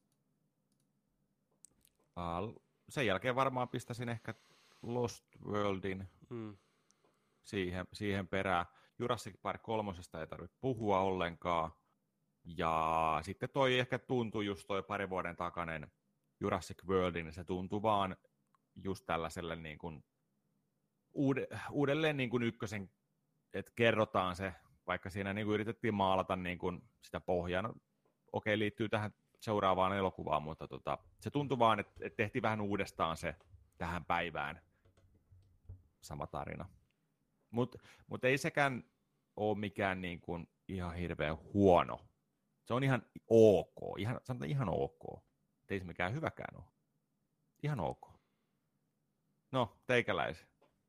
Sen jälkeen varmaan pistäisin ehkä Lost Worldin siihen perään. Jurassic Park 3 ei tarvitse puhua ollenkaan. Ja sitten toi ehkä tuntui just toi pari vuoden takainen Jurassic Worldin, niin se tuntui vaan just tällaiselle niin kuin uudelleen niin kuin ykkösen, että kerrotaan se, vaikka siinä niin kuin yritettiin maalata niin kuin sitä pohjaa. No, okei, liittyy tähän seuraavaan elokuvaan, mutta se tuntui vaan, että tehtiin vähän uudestaan se tähän päivään sama tarina. Mut ei sekään ole mikään niin kuin ihan hirveän huono. Se on ihan ok, sanotaan ihan ok. Ei se mikään hyväkään ole. Ihan ok. No, teikäläisiä.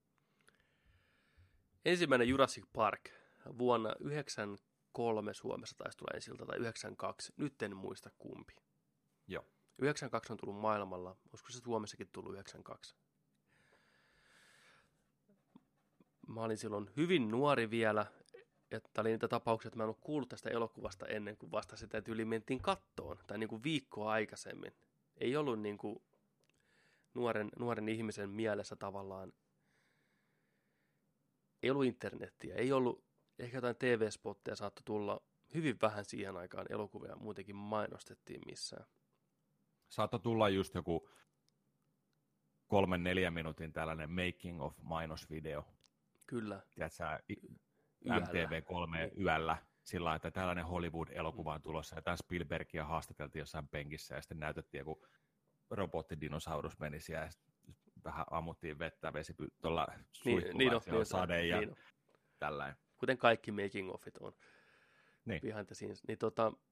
Ensimmäinen Jurassic Park vuonna 1993 Suomessa taisi tulla ensiltä, tai 1992. Nyt en muista kumpi. Joo. 1992 on tullut maailmalla. Olisiko se Suomessakin tullut 1992? Mä olin silloin hyvin nuori vielä. Että oli niitä tapauksia, että mä en ollut kuullut tästä elokuvasta ennen kuin vasta sitä tyyliin mentiin kattoon. Tai niin kuin viikkoa aikaisemmin. Ei ollut niin kuin nuoren ihmisen mielessä tavallaan. Ei ollut internettiä, ei ollut, ehkä jotain TV-spotteja saattoi tulla hyvin vähän siihen aikaan, elokuvia muutenkin mainostettiin missään. Saattoi tulla just joku 3-4 minuutin tällainen making of mainosvideo. Kyllä. Tiedätkö, MTV3 yöllä sillä lailla, että tällainen Hollywood-elokuva on tulossa, ja tämän Spielbergia haastateltiin jossain penkissä, ja sitten näytettiin joku robottidinosaurus meni siellä, ja vähän ammuttiin vettä tuolla suihkulla, sade ja tällainen. Kuten kaikki making-offit on. Niin. Behind the scenes. Niin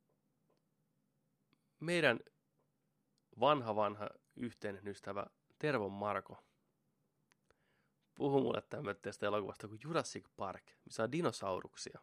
meidän vanha yhteinen ystävä Tervon Marko puhui mulle tästä elokuvasta kuin Jurassic Park, missä on dinosauruksia.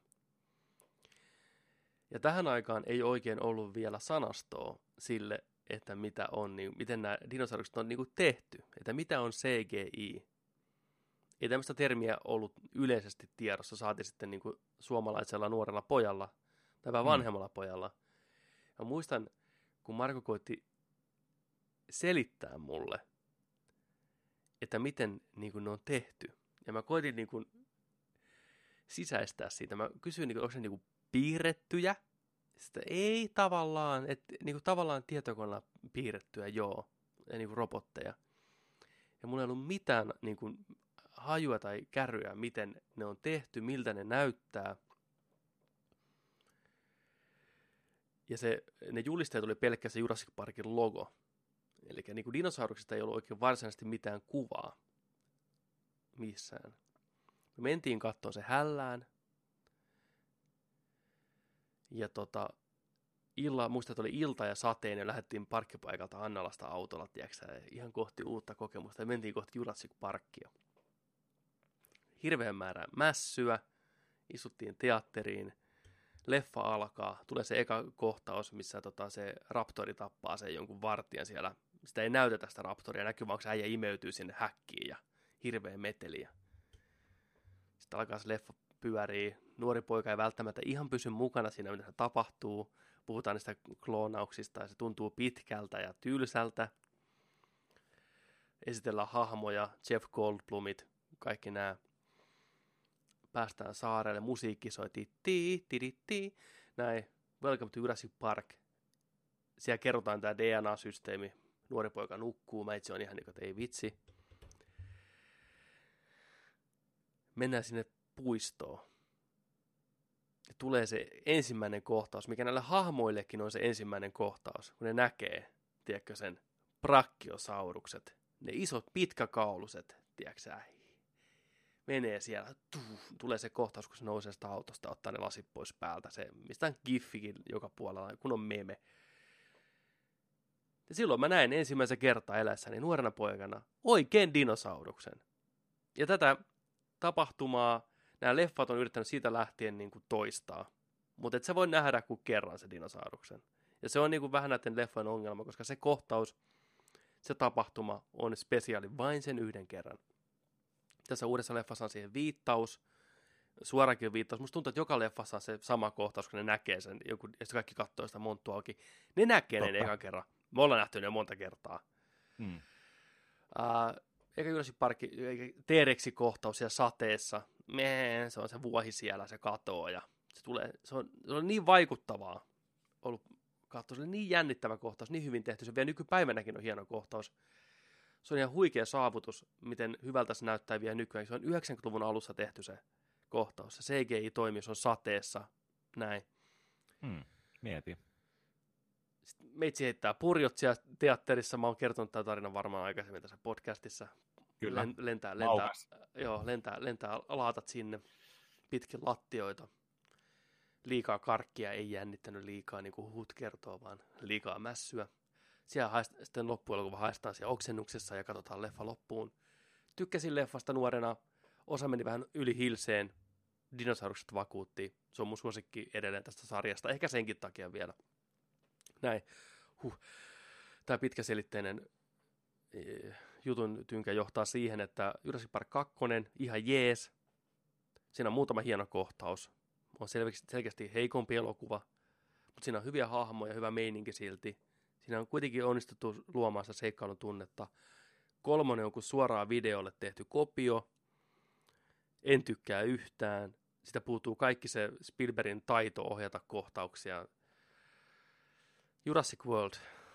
Ja tähän aikaan ei oikein ollut vielä sanastoa sille, että mitä on, niin miten nämä dinosaurukset on niin kuin tehty, että mitä on CGI. Ei tämmöistä termiä ollut yleisesti tiedossa, saati sitten niin kuin suomalaisella nuorella pojalla tai vähän vanhemmalla pojalla. Ja muistan, kun Marko koitti selittää mulle, että miten niin kuin ne on tehty. Ja mä koitin niin kuin sisäistää siitä. Mä kysyin, niin kuin, onko se niin kuin piirrettyjä? Sitten ei tavallaan, että niin kuin tavallaan tietokoneella piirrettyjä, joo, ja niin kuin robotteja. Ja mulla ei ollut mitään niin kuin hajua tai kärryä, miten ne on tehty, miltä ne näyttää. Ja ne julisteet oli pelkkä se Jurassic Parkin logo. Eli niin kuin dinosauruksista ei ollut oikein varsinaisesti mitään kuvaa missään. Me mentiin katsomaan se hällään. Ja muistan, että oli ilta ja sateinen, ja lähdettiin parkkipaikalta Annalasta autolla, tiedätkö, ihan kohti uutta kokemusta, ja mentiin kohti Jurassic Parkia. Hirveän määrä mässyä, istuttiin teatteriin, leffa alkaa, tulee se eka kohtaus, missä se raptori tappaa sen jonkun vartijan siellä sitä ei näytetä sitä raptoria, näkyy vaan, kun se äijä imeytyy sinne häkkiin ja hirveä meteli. Sitten alkaa se leffa pyörii. Nuori poika ei välttämättä ihan pysy mukana siinä, mitä se tapahtuu. Puhutaan niistä kloonauksista ja se tuntuu pitkältä ja tylsältä. Esitellään hahmoja, Jeff Goldblumit, kaikki nämä. Päästään saarelle, musiikki soi ti. Näin, Welcome to Jurassic Park. Siellä kerrotaan tämä DNA-systeemi. Nuori poika nukkuu, mä itse on ihan niin kuin, että ei vitsi. Mennään sinne puistoon. Ja tulee se ensimmäinen kohtaus, mikä näille hahmoillekin on se ensimmäinen kohtaus, kun ne näkee, tiedätkö, sen brakkiosaurukset. Ne isot pitkäkauluset, tiedätkö sä, menee siellä, tulee se kohtaus, kun se nousee sitä autosta, ottaa ne lasit pois päältä, se, mistä on giffikin joka puolella, kun on meme. Ja silloin mä näin ensimmäisen kertaa eläessäni nuorena poikana oikein dinosauruksen. Ja tätä tapahtumaa nämä leffat on yrittänyt siitä lähtien niin kuin toistaa. Mutta et sä voi nähdä kuin kerran se dinosauruksen. Ja se on niin kuin vähän näiden leffojen ongelma, koska se kohtaus, se tapahtuma on spesiaali vain sen yhden kerran. Tässä uudessa leffassa on siihen viittaus, suorakin viittaus. Musta tuntuu, että joka leffassa on se sama kohtaus, kun ne näkee sen, joku, ja sitten kaikki katsoo sitä monttua auki. Ne näkee ne ekan kerran. Me ollaan nähty ne monta kertaa. Eikä Jurassic Park, T-Rexin kohtaus siellä sateessa. Se on se vuohi siellä, se katoo ja se on niin vaikuttavaa ollut katsoa. Se on niin jännittävä kohtaus, niin hyvin tehty. Se vielä nykypäivänäkin on hieno kohtaus. Se on ihan huikea saavutus, miten hyvältä se näyttää vielä nykyään. Se on 90-luvun alussa tehty se kohtaus. Se CGI toimii, se on sateessa, näin. Mieti. Sitten meitsi heittää purjot siellä teatterissa. Mä oon kertonut tämän tarinan varmaan aikaisemmin tässä podcastissa. Kyllä. Lentää laatat sinne pitkin lattioita. Liikaa karkkia ei jännittänyt liikaa, niin kuin huhut kertoo, vaan liikaa mässyä. Siellä sitten loppujen lopuksi haistaan siellä oksennuksessa ja katsotaan leffa loppuun. Tykkäsin leffasta nuorena. Osa meni vähän yli hilseen. Dinosaurukset vakuutti. Se on mun suosikki edelleen tästä sarjasta. Ehkä senkin takia vielä. Näin. Tämä pitkäselitteinen jutun tynkä johtaa siihen, että Jurassic Park 2, ihan jees. Siinä on muutama hieno kohtaus. On selkeästi heikompi elokuva, mutta siinä on hyviä hahmoja, hyvä meininki silti. Siinä on kuitenkin onnistuttu luomaan sitä seikkailun tunnetta. 3 on kuin suoraan videolle tehty kopio. En tykkää yhtään. Sitä puuttuu kaikki se Spielbergin taito ohjata kohtauksia. Jurassic World.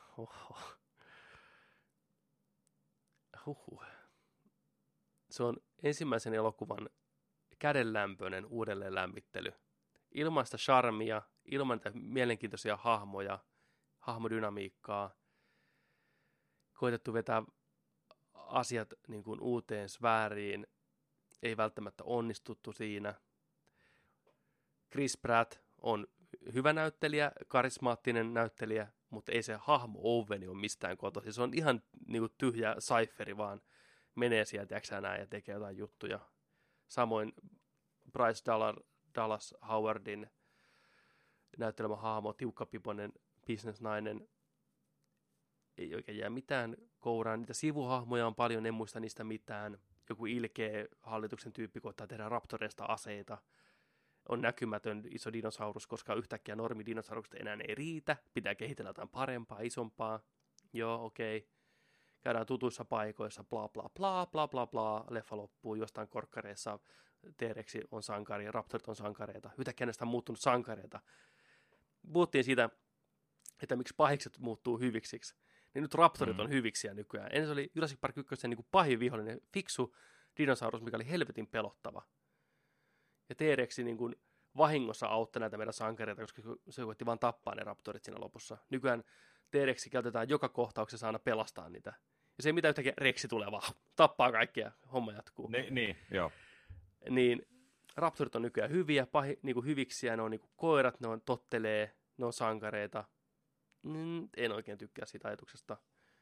Se on ensimmäisen elokuvan kädenlämpöinen uudelleen lämmittely. Ilman sitä charmia, ilman niitä mielenkiintoisia hahmoja, hahmodynamiikkaa. Koitettu vetää asiat niin kuin uuteen sfääriin. Ei välttämättä onnistuttu siinä. Chris Pratt on hyvä näyttelijä, karismaattinen näyttelijä, mutta ei se hahmo Oweni ole mistään kotoisin. Se on ihan niin kuin tyhjä cypheri, vaan menee sieltä ja tekee jotain juttuja. Samoin Bryce Dallas Howardin näyttelemä hahmo, tiukkapipoinen bisnesnainen, ei oikein jää mitään kouraan. Niitä sivuhahmoja on paljon, en muista niistä mitään. Joku ilkeä hallituksen tyyppi koittaa tehdä raptoreista aseita. On näkymätön iso dinosaurus, koska yhtäkkiä normidinosaurukset enää ei riitä. Pitää kehitellä jotain parempaa, isompaa. Joo, okei. Käydään tutuissa paikoissa, bla bla bla bla bla bla. Leffa loppuu jostain korkkareissa. T-Rexi on sankari, raptorit on sankareita. Yhtäkkiä näistä on muuttunut sankareita. Puhuttiin siitä, että miksi pahikset muuttuu hyviksiksi. Niin nyt raptorit on hyviksiä nykyään. Ennen se oli Jurassic Park 1 niin kuin pahin vihollinen, fiksu dinosaurus, mikä oli helvetin pelottava. Ja T-Rexi niin kuin vahingossa auttoi näitä meidän sankareita, koska se koitti vaan tappaa ne raptorit siinä lopussa. Nykyään T-Rexi käytetään joka kohtauksessa aina pelastaa niitä. Ja se ei mitään yhtäkkiä Rexi tulee vaan, tappaa kaikkia, homma jatkuu. Niin, joo. Niin raptorit on nykyään hyviä, niin kuin hyviksiä, ne on niin kuin koirat, ne on tottelee, ne on sankareita. En oikein tykkää siitä ajatuksesta.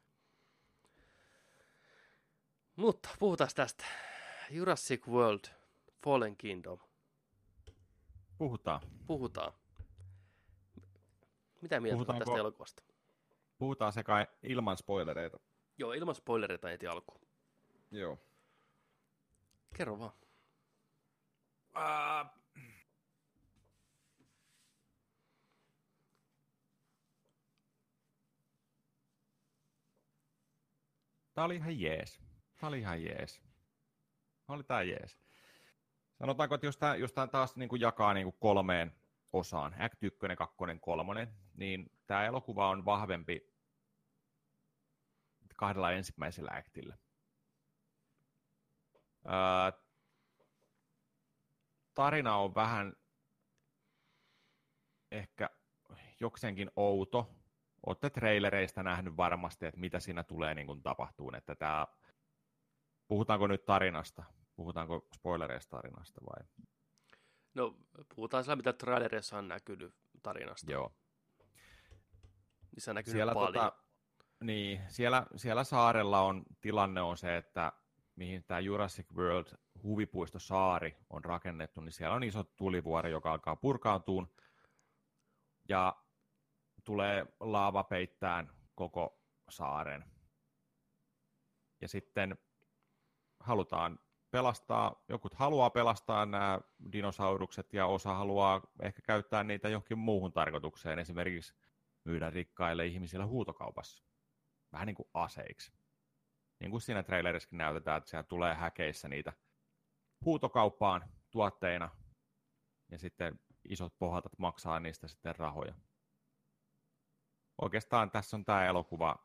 Mutta puhutaan tästä. Jurassic World, Fallen Kingdom. Puhutaan. Mitä mieltä on tästä elokuvasta? Puhutaan se kai ilman spoilereita. Joo, ilman spoilereita heti alkuun. Joo. Kerro vaan. Tää oli ihan jees. Oli tää jees. Sanotaanko, että jos tää taas niin kuin jakaa niin kuin 3 osaan, Act 1, 2, 3, niin tää elokuva on vahvempi 2 ensimmäisellä actillä. Tarina on vähän ehkä jokseenkin outo. Olette trailereista nähnyt varmasti, että mitä siinä tulee niin kuin tapahtuu. Että puhutaanko nyt tarinasta? Puhutaanko spoilereista tarinasta vai? No, puhutaan sillä, mitä trailerissa on näkynyt tarinasta. Joo. Niissä on näkynyt paljon. Siellä saarella tilanne on se, että mihin tämä Jurassic World huvipuistosaari on rakennettu, niin siellä on iso tulivuori, joka alkaa purkaantua. Ja tulee laava peittään koko saaren. Ja sitten jokut haluaa pelastaa nämä dinosaurukset ja osa haluaa ehkä käyttää niitä johonkin muuhun tarkoitukseen, esimerkiksi myydä rikkaille ihmisille huutokaupassa. Vähän niin kuin aseiksi. Niin kuin siinä trailerissakin näytetään, että siellä tulee häkeissä niitä huutokauppaan tuotteina ja sitten isot pohatat maksaa niistä sitten rahoja. Oikeastaan tässä on tämä elokuva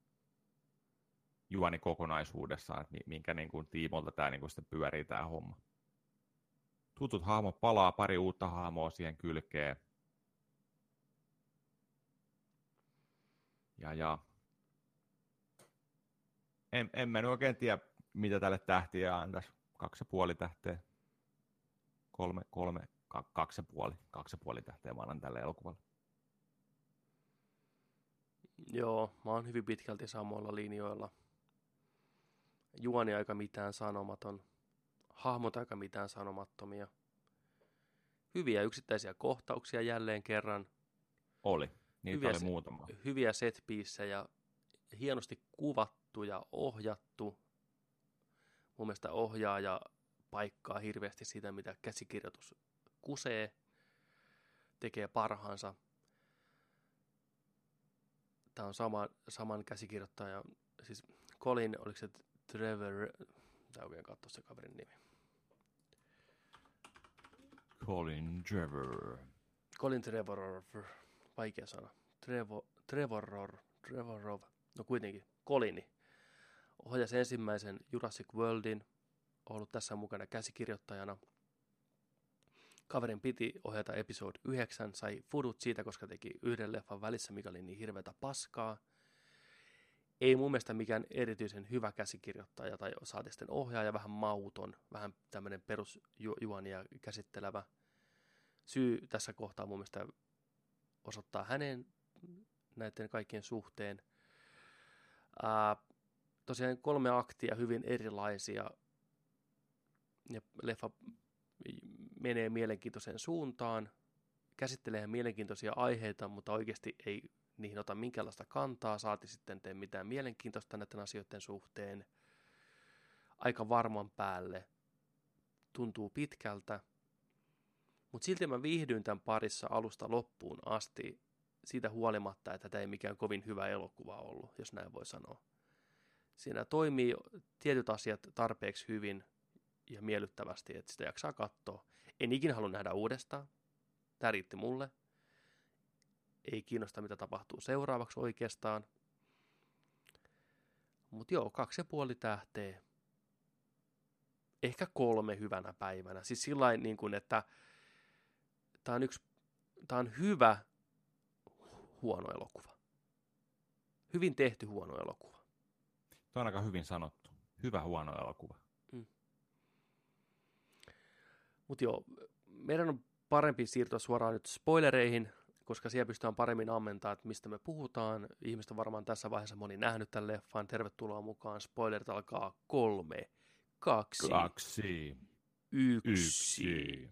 juoni kokonaisuudessaan, että minkä niin kuin tiimolta tämä niin kuin sitten pyörii tämä homma. Tutut hahmot palaa, pari uutta hahmoa siihen kylkeen. Ja en mä oikein tiedä, mitä tälle tähtiä antaisi. 2,5 tähteä. 2,5 tähteä mä annan tälle elokuvalle. Joo, mä oon hyvin pitkälti samoilla linjoilla. Juoni aika mitään sanomaton. Hahmot aika mitään sanomattomia. Hyviä yksittäisiä kohtauksia jälleen kerran. Oli. Niitä oli muutama. Hyviä set-piecejä. Hienosti kuvattu ja ohjattu. Mun mielestä ohjaaja paikkaa hirveästi sitä, mitä käsikirjoitus kusee. Tekee parhaansa. Tämä on saman käsikirjoittaja. Siis Colin, oliko se Trevor? Tää oikein katsoa se kaverin nimi. Colin Trevorrov. Vaikea sana. Trevorrov. No kuitenkin. Colini. Ohjasi ensimmäisen Jurassic Worldin. Ollut tässä mukana käsikirjoittajana. Kaverin piti ohjata episode 9, sai fudut siitä, koska teki yhden leffan välissä, mikä oli niin hirveätä paskaa. Ei mun mielestä mikään erityisen hyvä käsikirjoittaja tai saati sitten ohjaaja, vähän mauton, vähän tämmöinen perusjuonia käsittelevä. Syy tässä kohtaa mun mielestä osoittaa hänen näiden kaikkien suhteen. Tosiaan 3 aktia, hyvin erilaisia, ja leffa menee mielenkiintoiseen suuntaan, käsittelee mielenkiintoisia aiheita, mutta oikeasti ei niihin ota minkäänlaista kantaa, saati sitten tee mitään mielenkiintoista näiden asioiden suhteen. Aika varman päälle, tuntuu pitkältä, mutta silti mä viihdyin tämän parissa alusta loppuun asti, siitä huolimatta, että tämä ei mikään kovin hyvä elokuva ollut, jos näin voi sanoa. Siinä toimii tietyt asiat tarpeeksi hyvin ja miellyttävästi, että sitä jaksaa katsoa. En ikinä halua nähdä uudestaan. Tämä riitti mulle. Ei kiinnosta, mitä tapahtuu seuraavaksi oikeastaan. Mutta joo, 2,5 tähteä. Ehkä 3 hyvänä päivänä. Siis sillain niin kuin, että tämä on hyvä huono elokuva. Hyvin tehty huono elokuva. Tuo on aika hyvin sanottu. Hyvä huono elokuva. Mutta joo, meidän on parempi siirtyä suoraan nyt spoilereihin, koska siellä pystytään paremmin ammentamaan, että mistä me puhutaan. Ihmiset on varmaan tässä vaiheessa moni nähnyt tämän leffan. Tervetuloa mukaan. Spoilerit alkaa 3, 2, 1.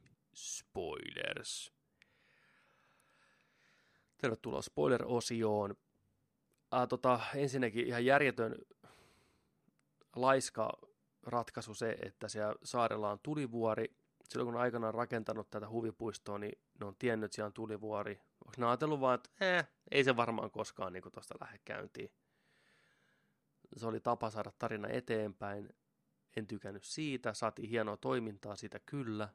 Spoilers. Tervetuloa spoiler-osioon. Ensinnäkin ihan järjetön laiska ratkaisu se, että siellä saarella on tulivuori. Silloin kun on aikanaan rakentanut tätä huvipuistoa, niin ne on tiennyt, että siellä on tulivuori. Onko ne ajatellut vaan, että ei se varmaan koskaan niin tuosta lähde käyntiin. Se oli tapa saada tarina eteenpäin. En tykännyt siitä. Saatiin hienoa toimintaa siitä kyllä.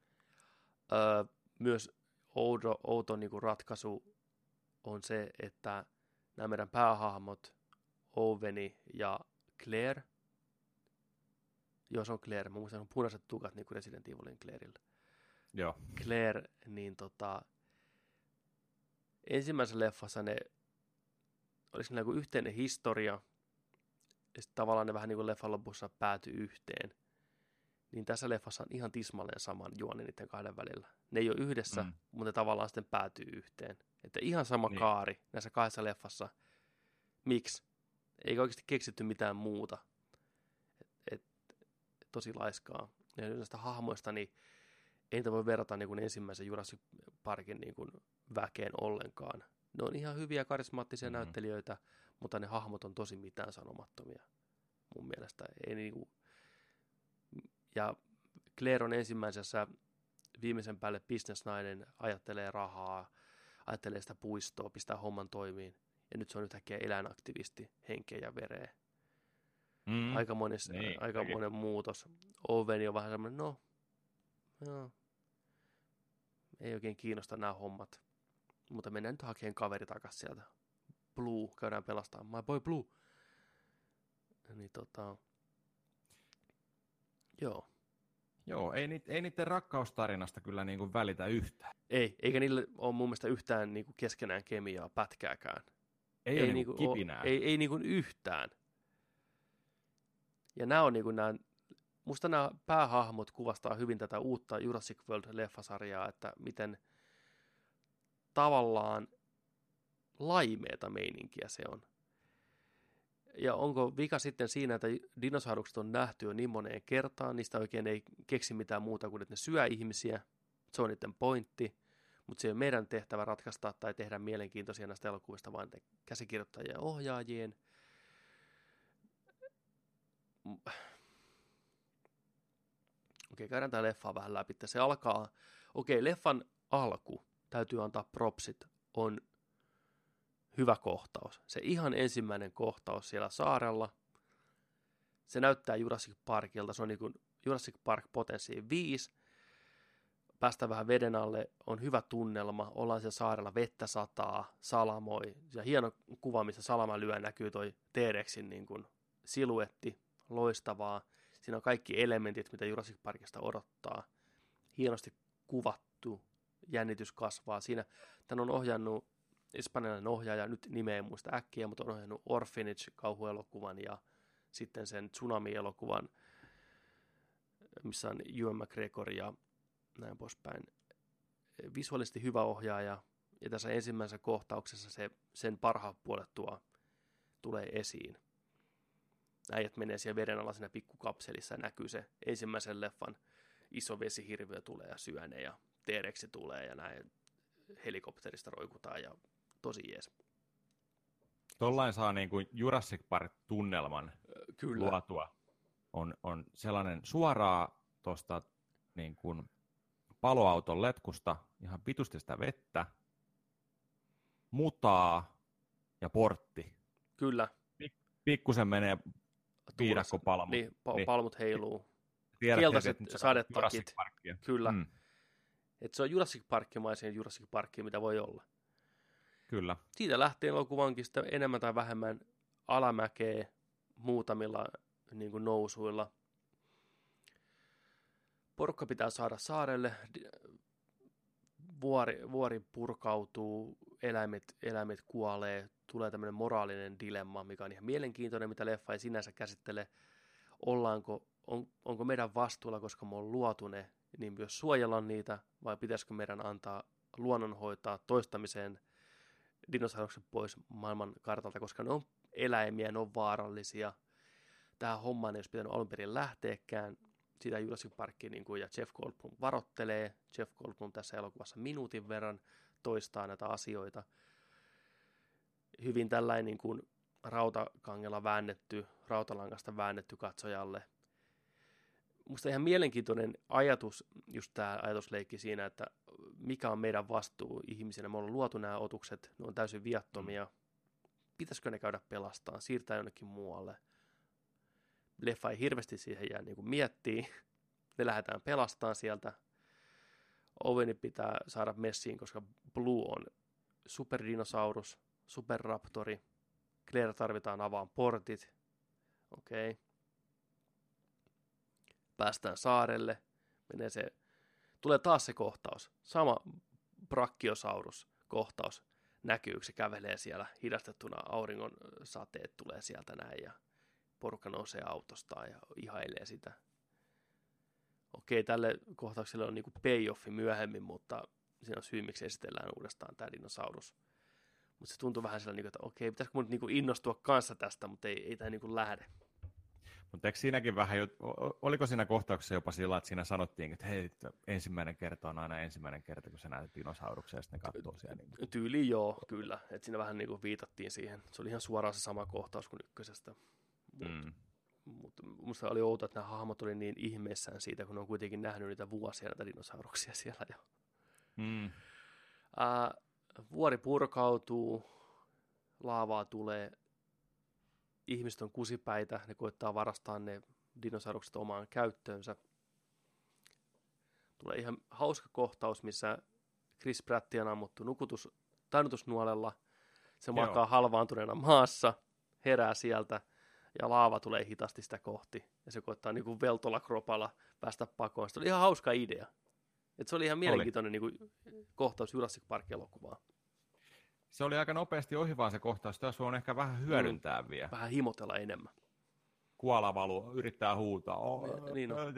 Myös outo niin kuin ratkaisu on se, että nämä meidän päähahmot, Oveni ja Claire, joo se on Claire, mä muistan, on punaiset tukat niin kuin Resident Evilin Clairella. Joo. Claire, niin ensimmäisessä leffassa oliko ne niin yhteinen historia, ja sitten tavallaan ne vähän niin kuin leffan lopussa päätyi yhteen. Niin tässä leffassa on ihan tismalleen saman juoni niiden kahden välillä. Ne ei ole yhdessä, mutta ne tavallaan sitten päätyy yhteen. Että ihan sama kaari näissä kahdessa leffassa. Miksi? Eikä oikeasti keksitty mitään muuta. Tosi laiskaa. Ja näistä hahmoista, niin ei niitä voi verrata niin kuin ensimmäisen Jurassic Parkin niin kuin väkeen ollenkaan. Ne on ihan hyviä karismaattisia näyttelijöitä, mutta ne hahmot on tosi mitään sanomattomia mun mielestä. Ei niinku. Ja Claire on ensimmäisessä viimeisen päälle bisnesnainen, ajattelee rahaa, ajattelee sitä puistoa, pistää homman toimiin. Ja nyt se on yhtäkkiä eläinaktivisti, henkeä ja vereä. Aikamoinen muutos. Oveni on vähän semmoinen, joo, ei oikein kiinnosta nämä hommat. Mutta mennään nyt hakemaan kaveri takaisin sieltä. Blue, käydään pelastamaan. My boy Blue. Niin joo. Joo, ei niiden rakkaustarinasta kyllä niin kuin välitä yhtään. Ei, eikä niille ole mun mielestä yhtään niin kuin keskenään kemiaa pätkääkään. Ei ole niin kuin kipinää. Ei niin kuin yhtään. Ja nämä on niin kuin musta nämä päähahmot kuvastaa hyvin tätä uutta Jurassic World-leffasarjaa, että miten tavallaan laimeeta meininkiä se on. Ja onko vika sitten siinä, että dinosaurukset on nähty jo niin moneen kertaan, niistä oikein ei keksi mitään muuta kuin, että ne syö ihmisiä, se on niiden pointti, mutta se ei ole meidän tehtävä ratkaista tai tehdä mielenkiintoisia näistä elokuvista, vaan käsikirjoittajien ja ohjaajien. Okei, käydään tämä leffa vähän läpi. Se alkaa, leffan alku, täytyy antaa propsit, on hyvä kohtaus. Se ihan ensimmäinen kohtaus siellä saarella, se näyttää Jurassic Parkilta, se on niin kuin Jurassic Park potenssiin 5, päästään vähän veden alle, on hyvä tunnelma, ollaan siellä saarella, vettä sataa, salamoi, ja hieno kuva, missä salama lyö, näkyy toi T-Rexin niin kuin siluetti, loistavaa, siinä on kaikki elementit, mitä Jurassic Parkista odottaa, hienosti kuvattu, jännitys kasvaa, siinä tän on ohjannut espanjalainen ohjaaja, nyt nimeä en muista äkkiä, mutta on ohjannut Orphanage-kauhuelokuvan ja sitten sen Tsunami-elokuvan, missä on Ewan McGregor ja näin poispäin. Visuaalisesti hyvä ohjaaja, ja tässä ensimmäisessä kohtauksessa sen parhaat puolet tulee esiin. Äijät menee siellä veden alla siinä pikkukapselissa ja näkyy se ensimmäisen leffan iso vesihirviö tulee ja syö ne ja T-Rexi tulee ja näin helikopterista roikutaan ja tosi jees. Tollain saa niin kuin Jurassic Park-tunnelman luotua. On sellainen suoraa tuosta niin kuin paloauton letkusta, ihan pitusti sitä vettä, mutaa ja portti. Kyllä. Pikkusen menee piirakkopalmut. Niin, palmut heiluu. Tiedät, kieltaiset sadetakit. Kyllä. Et se on Jurassic Parkkimaisen Jurassic Parkki, mitä voi olla. Kyllä. Siitä lähtien elokuvankin sitten enemmän tai vähemmän alamäkeä muutamilla niin kuin nousuilla. Porukka pitää saada saarelle. Vuori purkautuu, eläimet kuolee. Tulee tämmöinen moraalinen dilemma, mikä on ihan mielenkiintoinen, mitä leffa ei sinänsä käsittele. Onko meidän vastuulla, koska me on luotu ne, niin myös suojella niitä, vai pitäisikö meidän antaa luonnonhoitaa toistamiseen dinosaurukset pois maailman kartalta, koska ne on eläimiä, ne on vaarallisia. Tähän hommaan ei olisi pitänyt alun perin lähteäkään. Sitä Jurassic Park niin kuin, ja Jeff Goldblum varoittelee. Jeff Goldblum tässä elokuvassa minuutin verran toistaa näitä asioita. hyvin tällainen niin kuin rautakangella väännetty, rautalangasta väännetty katsojalle. Musta ihan mielenkiintoinen ajatus, just tämä ajatusleikki siinä, että mikä on meidän vastuu ihmisenä. Me ollaan luotu nämä otukset, ne on täysin viattomia. Pitäisikö ne käydä pelastamaan, siirtää jonnekin muualle? Leffa ei hirveästi siihen jää niin kuin miettii. Ne lähdetään pelastamaan sieltä. Oweni pitää saada messiin, koska Blue on superdinosaurus, superraptori. Claire tarvitaan avaan portit. Okei. Päästään saarelle. Tulee taas se kohtaus. Sama Brachiosaurus-kohtaus näkyy, kun se kävelee siellä hidastettuna, auringon sateet tulee sieltä näin ja porukka nousee autostaan ja ihailee sitä. Okei, tälle kohtaukselle on niinku payoffi myöhemmin, mutta siinä on syy, miksi esitellään uudestaan tämä dinosaurus. Mutta se tuntuu vähän sellainen, että okei, pitäisikö mun nyt niinku innostua kanssa tästä, mutta ei tämä niinku lähde. Mutta eikö siinäkin vähän, oliko siinä kohtauksessa jopa sillä, että siinä sanottiin, että hei, ensimmäinen kerta on aina ensimmäinen kerta, kun sä näet dinosauruksia ja sitten ne katsoo siellä. Niin. Tyyli joo, kyllä. Että siinä vähän niinku viitattiin siihen. Se oli ihan suoraan se sama kohtaus kuin ykkösestä. Mutta musta oli outoa, että nämä hahmot oli niin ihmeissään siitä, kun ne on kuitenkin nähnyt niitä vuosia, näitä dinosauruksia siellä jo. Vuori purkautuu, laavaa tulee, ihmiset on kusipäitä, ne koittaa varastaa ne dinosaurukset omaan käyttöönsä. Tulee ihan hauska kohtaus, missä Chris Prattia on ammuttu tainnutusnuolella. Se makaa halvaantuneena maassa, herää sieltä ja laava tulee hitaasti sitä kohti. Ja se koittaa niin kuin veltolla kropalla päästä pakoon. Se oli ihan hauska idea. Et se oli ihan mielenkiintoinen niin kuin kohtaus Jurassic Park-elokuvaa. Se oli aika nopeasti ohi vaan se kohtaus. Sitä on ehkä vähän hyödyntää vielä. Vähän himotella enemmän. Kuolavalu yrittää huutaa. Niin on.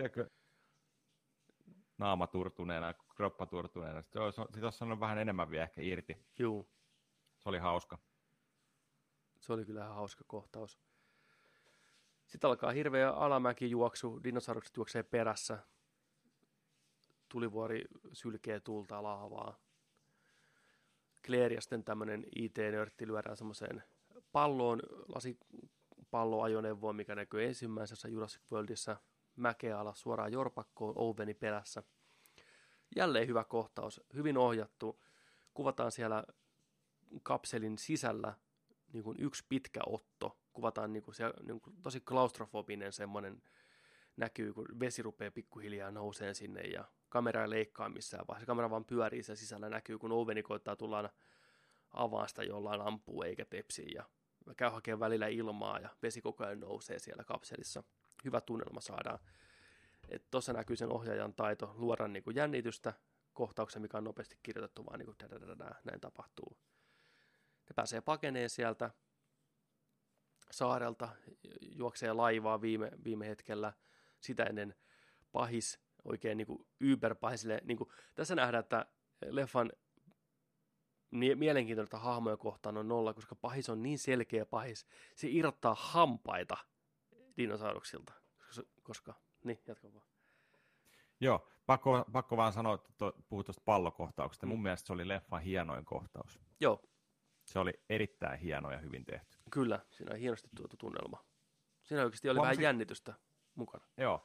Naama turtuneena, kroppa turtuneena. Sitten olisi sanonut vähän enemmän vielä ehkä irti. Juu. Se oli hauska. Se oli kyllä ihan hauska kohtaus. Sitten alkaa hirveä alamäkijuoksu. Dinosaurukset juoksee perässä. Tulivuori sylkee tulta laavaa. Claire ja sitten tämmöinen IT-nörtti lyödään semmoiseen palloon, lasipalloajoneuvoon, mikä näkyy ensimmäisessä Jurassic Worldissa, mäkeä alas suoraan jorpakkoon, Oweni perässä. Jälleen hyvä kohtaus, hyvin ohjattu. Kuvataan siellä kapselin sisällä niin kuin yksi pitkä otto. Kuvataan niin kuin siellä, niin kuin tosi klaustrofobinen semmoinen, näkyy, kun vesi rupeaa pikkuhiljaa nouseen sinne ja kamera ei leikkaa missään vaiheessa. Kamera vaan pyörii siellä sisällä, näkyy, kun Oweni koittaa tulla avaan sitä jollain ampuu eikä tepsi ja käy hakemaan välillä ilmaa ja vesi koko ajan nousee siellä kapselissa. Hyvä tunnelma saadaan. Tuossa näkyy sen ohjaajan taito luoda niin kuin jännitystä kohtauksen, mikä on nopeasti kirjoitettu, vaan niin kuin näin tapahtuu. Ne pääsee pakeneen sieltä saarelta, juoksee laivaa viime hetkellä, sitä ennen pahis, oikein niin kuin yberpahisille. Niin kuin, tässä nähdään, että leffan mielenkiintoista hahmoja kohtaan on nolla, koska pahis on niin selkeä pahis. Se irrottaa hampaita dinosauruksilta. Niin, jatka vaan. Joo, pakko vaan sanoa, että puhut tuosta pallokohtauksesta. Mun mielestä se oli leffan hienoin kohtaus. Joo. Se oli erittäin hieno ja hyvin tehty. Kyllä, siinä on hienosti tuotu tunnelma. Siinä oikeasti oli vähän jännitystä mukana. Joo,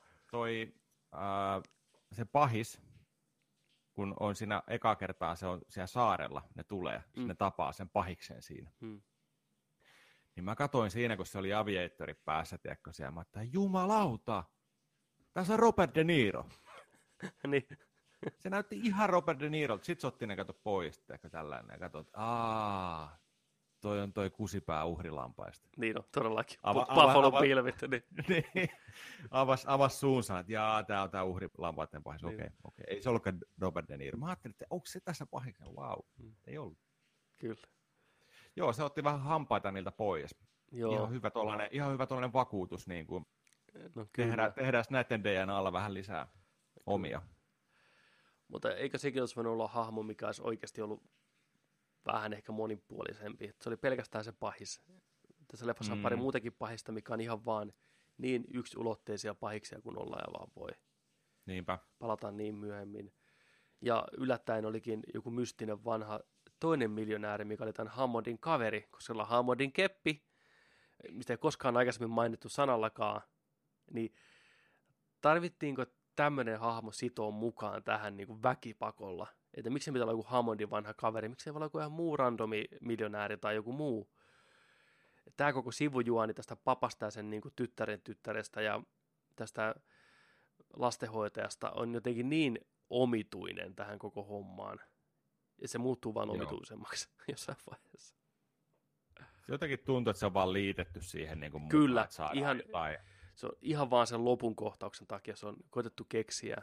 se pahis, kun on siinä eka kertaa, se on siellä saarella, ne tulee, ne tapaa sen pahiksen siinä. Niin mä katsoin siinä, kun se oli aviaattori päässä, tiedätkö siellä, mä ajattelin, jumalauta, tässä on Robert De Niro. Niin. Se näytti ihan Robert De Nirolta, sit se otti ne pois, tiedätkö tällainen, ja katsoin, että toi on toi kusipää uhrilampaista. Niin on, todellakin. Buffalon pilvit. Niin. Avas suunsa, että tää on tää uhrilampaiden pahis. Niin. Okei. Ei se ollutkaan Robert De Niro. Mä ajattelin, että onko se tässä pahiksen? Wow. Ei ollut. Kyllä. Joo, se otti vähän hampaita niiltä pois. Joo. Ihan hyvä tollainen vakuutus. Niin kuin tehdään näiden DNAlla vähän lisää omia. Mutta eikö sekin olisi voinut olla hahmo, mikä olisi oikeasti ollut vähän ehkä monipuolisempi. Se oli pelkästään se pahis. Tässä leffassa on pari muutakin pahista, mikä on ihan vaan niin yksiulotteisia pahiksia kuin olla ja vaan voi. Niinpä. Palataan niin myöhemmin. Ja yllättäen olikin joku mystinen vanha toinen miljonääri, mikä oli tämän Hammondin kaveri, koska sillä on Hammondin keppi, mistä ei koskaan aikaisemmin mainittu sanallakaan, niin tarvittiinko tämmöinen hahmo sitoon mukaan tähän niin kuin väkipakolla? Että miksi pitää olla joku Hammondin vanha kaveri, miksi ei voi olla joku ihan muu randomi miljonääri tai joku muu? Tämä koko sivujuoni tästä papasta ja sen niin kuin tyttärestä ja tästä lastenhoitajasta on jotenkin niin omituinen tähän koko hommaan. Ja se muuttuu vaan omituisemmaksi jossain vaiheessa. Se jotenkin tuntuu, että se on vaan liitetty siihen niin kuin kyllä, mukaan, että saadaan jotain. Se on ihan vaan sen lopun kohtauksen takia. Se on koetettu keksiä.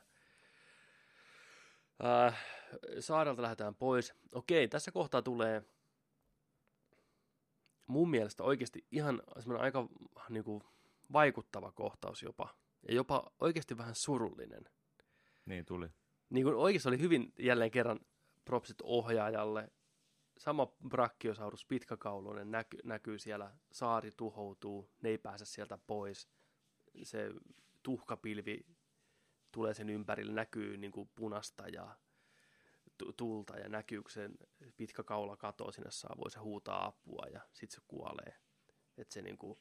Saarelta lähdetään pois. Okei, tässä kohtaa tulee mun mielestä oikeasti ihan semmoinen aika niin kuin, vaikuttava kohtaus jopa. Ja jopa oikeasti vähän surullinen. Niin tuli. Niin kuin oikeasti oli hyvin jälleen kerran propsit ohjaajalle. Sama Brachiosaurus, pitkäkauluinen, näkyy siellä. Saari tuhoutuu, ne ei pääse sieltä pois. Se tuhkapilvi tulee sen ympärille, näkyy niin kuin punasta ja tulta ja näkyy, kun sen pitkä kaula katoo sinne voi se huutaa apua ja sitten se kuolee. Et se niinku...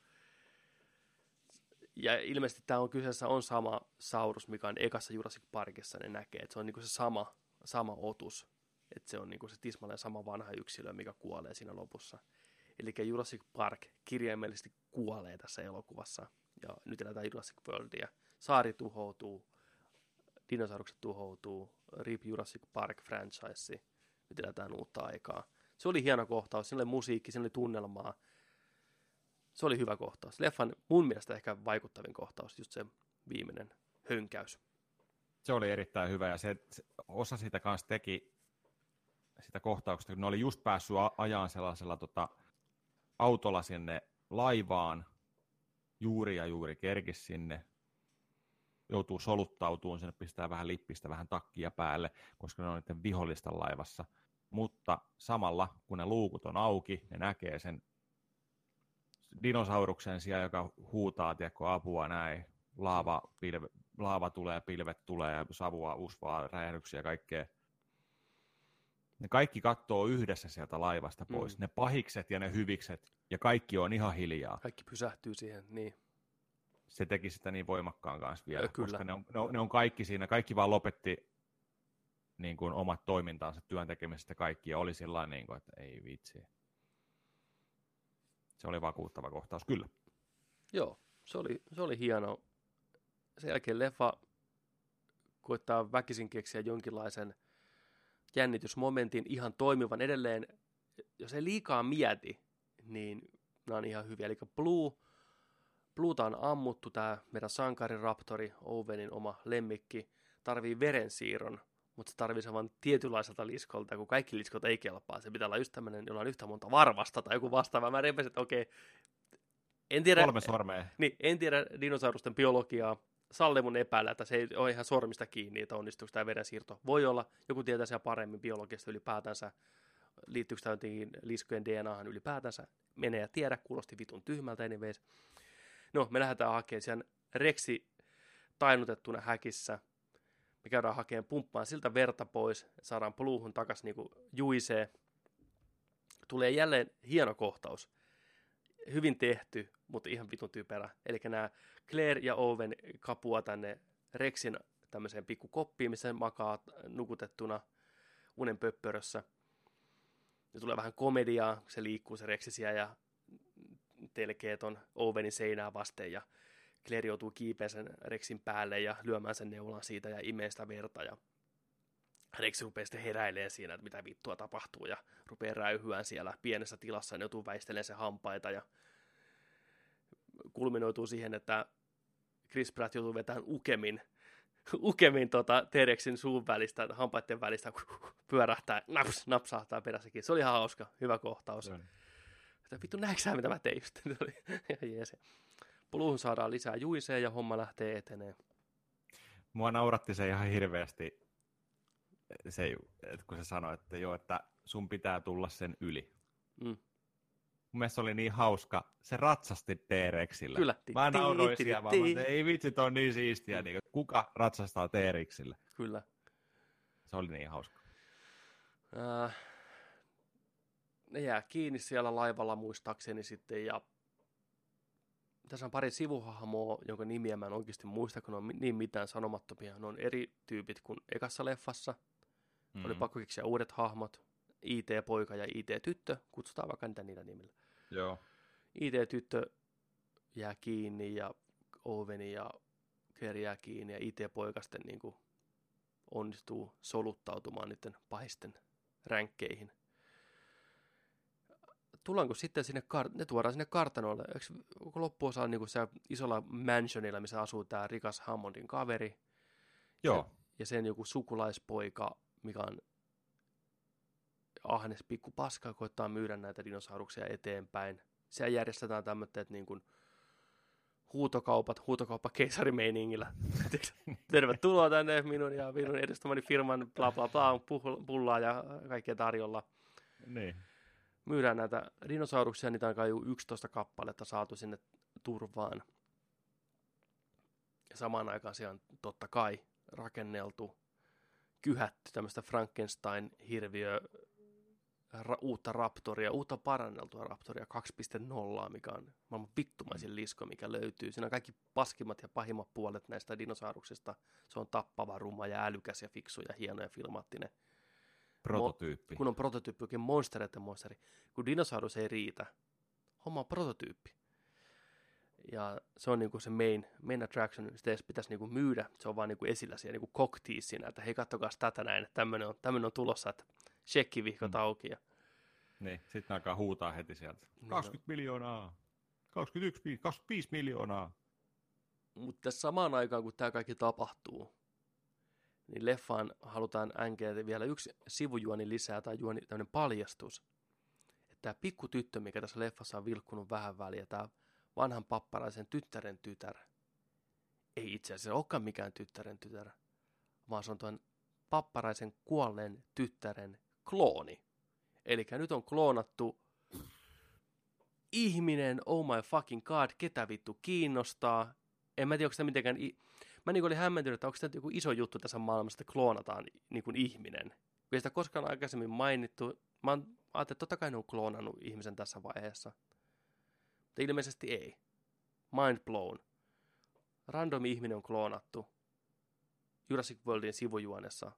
Ja ilmeisesti tämä on kyseessä on sama saurus, mikä on ekassa Jurassic Parkissa, ne näkee, että se on niinku se sama otus. Että se on niinku se tismalleen sama vanha yksilö, mikä kuolee siinä lopussa. Eli Jurassic Park kirjaimellisesti kuolee tässä elokuvassa. Ja nyt eletään Jurassic Worldia. Saari tuhoutuu, dinosaurukset tuhoutuu, RIP Jurassic Park franchise, nyt eletään uutta aikaa. Se oli hieno kohtaus, siinä oli musiikki, siinä oli tunnelmaa. Se oli hyvä kohtaus. Leffan mun mielestä ehkä vaikuttavin kohtaus, just se viimeinen hönkäys. Se oli erittäin hyvä ja se osa siitä kanssa teki sitä kohtauksesta, kun ne oli just päässyt ajaan sellaisella autolla sinne laivaan, juuri kerkis sinne, joutuu soluttautumaan, sinne pistää vähän lippistä, vähän takkia päälle, koska ne on niiden vihollisten laivassa. Mutta samalla, kun ne luukut on auki, ne näkee sen dinosauruksen siellä, joka huutaa, tiedätkö, apua näin, laava tulee, pilvet tulee, ja savua, usvaa, räjähdyksiä ja kaikkea. Ne kaikki katsoo yhdessä sieltä laivasta pois. Ne pahikset ja ne hyvikset, ja kaikki on ihan hiljaa. Kaikki pysähtyy siihen, niin. Se teki sitä niin voimakkaan kanssa vielä, kyllä. Koska ne on kaikki siinä, kaikki vaan lopetti niin kuin omat toimintaansa, työn tekemisestä kaikki, ja oli sillä niin kuin, että ei vitsi. Se oli vakuuttava kohtaus, kyllä. Joo, se oli hieno. Sen jälkeen leffa koittaa väkisin keksiä jonkinlaisen jännitysmomentin, ihan toimivan edelleen. Jos ei liikaa mieti, niin nämä on ihan hyviä. Eli Bluuta on ammuttu, tämä meidän sankariraptori, Owenin oma lemmikki, tarvii verensiirron, mutta se tarvii sen vain tietynlaiselta liskolta, kun kaikki liskot ei kelpaa. Se pitää olla just tämmöinen, jolla on yhtä monta varvasta tai joku vastaava. Mä repesin, että okei, en tiedä, 3 sormea. Niin, en tiedä dinosaurusten biologiaa. Salle mun epäillä, että se ei ole ihan sormista kiinni, että onnistuuko tämä verensiirto. Voi olla, joku tietää siellä paremmin biologista ylipäätänsä, liittyykö tämä jotenkin liskojen DNAhan ylipäätänsä. Mene ja tiedä, kuulosti vitun tyhmältä anyways. No, me lähdetään hakemaan siellä Rexi tainutettuna häkissä. Me käydään hakemaan pumppaan siltä verta pois, saadaan Bluuhun takaisin niin kuin juisee. Tulee jälleen hieno kohtaus. Hyvin tehty, mutta ihan vitun typerä. Eli nämä Claire ja Owen kapua tänne Rexin tämmöiseen pikkukoppiin, missä makaa nukutettuna unen pöppörössä. Ja tulee vähän komediaa, se liikkuu se Rexi siellä ja telkee ton Owenin seinää vasten ja Claire joutuu kiipeä sen Rexin päälle ja lyömään sen neulan siitä ja imee sitä verta ja Rex rupeaa sitten heräilee siinä, että mitä vittua tapahtuu ja rupeaa räyhyään siellä pienessä tilassa ja ne joutuu väistelemään sen hampaita ja kulminoituu siihen, että Chris Pratt joutuu vetämään ukemin T-Rexin suun välistä, hampaiden välistä, pyörähtää, napsahtaa perässäkin. Se oli ihan hauska, hyvä kohtaus. Että vittu näetkö sä, mitä mä tein just? Se oli ihan jees. Bluuhun saadaan lisää juisee ja homma lähtee eteneen. Mua nauratti se ihan hirveästi, kun se sanoi, että joo, että sun pitää tulla sen yli. Mun mielestä oli niin hauska. Se ratsasti T-Rexillä. Kyllä. Mä nauroin siellä vaan, että ei vitsi, on niin siistiä. Niin, kuka ratsastaa T-Rexillä? Kyllä. Se oli niin hauska. ne jää kiinni siellä laivalla muistaakseni sitten, ja tässä on pari sivuhahmoa, jonka nimiä mä en oikeasti muista, kun ne on niin mitään sanomattomia. Ne on eri tyypit kuin ekassa leffassa. Oli pakko keksiä uudet hahmot. IT-poika ja IT-tyttö, kutsutaan vaikka niitä nimillä. Joo. IT-tyttö jää kiinni ja Oweni ja Claire jää kiinni ja IT-poika sitten niin kuin onnistuu soluttautumaan niiden pahisten ränkkeihin. Tullaanko sitten sinne, ne tuodaan sinne kartanoille, eikö loppuosa on niin kuin se isolla mansionilla, missä asuu tämä rikas Hammondin kaveri. Joo. Ja sen joku sukulaispoika, mikä on ahnes pikku paska, koittaa myydä näitä dinosauruksia eteenpäin. Siellä järjestetään tämmöiset niin kuin huutokauppa-keisarimeiningillä. Tervetuloa tänne minun edustamani firman bla bla bla, pullaa ja kaikkea tarjolla. Niin. Myydään näitä dinosauruksia, niitä on kai 11 kappaletta saatu sinne turvaan. Ja samaan aikaan siellä on totta kai rakenneltu, kyhätty tämmöistä Frankenstein-hirviöä, uutta raptoria, uutta paranneltua raptoria 2.0, mikä on maailman vittumaisin lisko, mikä löytyy. Siinä on kaikki paskimmat ja pahimmat puolet näistä dinosauruksista. Se on tappava, ruma ja älykäs ja fiksu ja hieno ja filmaattinen. Prototyyppi. Kun on prototyyppi, oikein monstereiden monsteri. Kun dinosaurus ei riitä, homma on prototyyppi. Ja se on niinku se main attraction, sitä edes pitäisi niinku myydä. Se on vaan niinku esillä siellä niinku cockteasina, että hei kattokaas tätä näin, että tämmöinen on tulossa, että shekkivihkot auki. Ja niin, sitten alkaa huutaa heti sieltä. 20 miljoonaa, 25 miljoonaa. Mutta tässä samaan aikaan, kun tämä kaikki tapahtuu, niin leffaan halutaan änkeä vielä yksi sivujuoni lisää tai tämmöinen paljastus. Että tämä pikkutyttö, mikä tässä leffassa on vilkkunut vähän väliä, tämä vanhan papparaisen tyttären tytär, ei itse asiassa olekaan mikään tyttären tytär, vaan se on tuon papparaisen kuolleen tyttären klooni. Eli nyt on kloonattu ihminen, oh my fucking god, ketä vittu kiinnostaa. En mä tiedä, onko sitä mitenkään. Mä olin hämmentynyt, että onko tämä joku iso juttu tässä maailmassa, että kloonataan niin kuin ihminen. Kun ei sitä koskaan aikaisemmin mainittu. Mä ajattelin, että totta kai ne on kloonannut ihmisen tässä vaiheessa. Mutta ilmeisesti ei. Mind blown. Randomi ihminen on kloonattu. Jurassic Worldin sivujuonessa.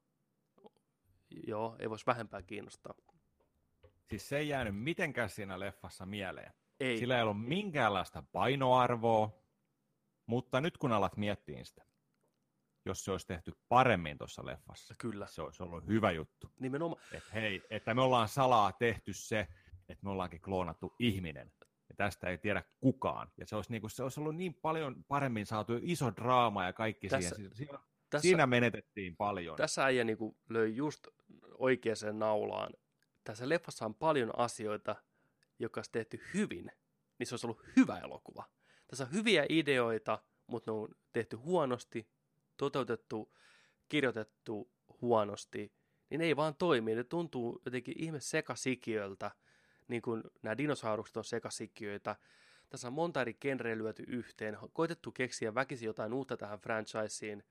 Joo, ei voisi vähempää kiinnostaa. Siis se ei jäänyt mitenkään siinä leffassa mieleen. Ei. Sillä ei ollut minkäänlaista painoarvoa, mutta nyt kun alat miettiä sitä, jos se olisi tehty paremmin tuossa leffassa, kyllä. Se olisi ollut hyvä juttu. Nimenomaan. Että hei, että me ollaan salaa tehty se, että me ollaankin kloonattu ihminen. Ja tästä ei tiedä kukaan. Ja se olisi ollut niin paljon paremmin saatu iso draama ja kaikki siihen. Siinä menetettiin paljon. Tässä äijä niin löi just oikeaan naulaan. Tässä leffassa on paljon asioita, joka on tehty hyvin, niin se olisi ollut hyvä elokuva. Tässä on hyviä ideoita, mutta ne on tehty huonosti, toteutettu, kirjoitettu huonosti, niin ne ei vaan toimi. Ne tuntuu jotenkin ihme sekasikiöltä, niin kuin nämä dinosaurukset on sekasikiöitä. Tässä on monta eri genreä lyöty yhteen, koitettu keksiä väkisin jotain uutta tähän franchiseen.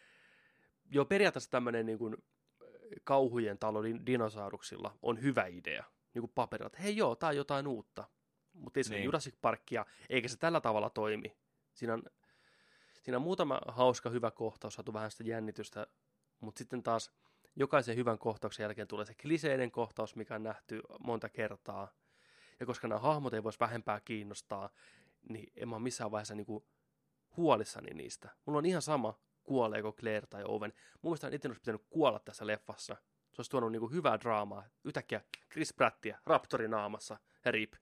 Jo periaatteessa tämmöinen niin kuin kauhujen talo dinosauruksilla on hyvä idea, niin kuin paperilla, että hei joo, tää on jotain uutta. Mutta ei se ole Jurassic Parkia, eikä se tällä tavalla toimi. Siinä on muutama hauska hyvä kohtaus, saatu vähän sitä jännitystä, mutta sitten taas jokaisen hyvän kohtauksen jälkeen tulee se kliseinen kohtaus, mikä on nähty monta kertaa. Ja koska nämä hahmot ei voisi vähempää kiinnostaa, niin en mä ole missään vaiheessa niinku huolissani niistä. Mulla on ihan sama, kuoleeko Claire tai Owen. Mun mielestä itse olisi pitänyt kuolla tässä leffassa. Se olisi tuonut niinku hyvää draamaa. Yhtäkkiä Chris Prattia raptori naamassa ja rip.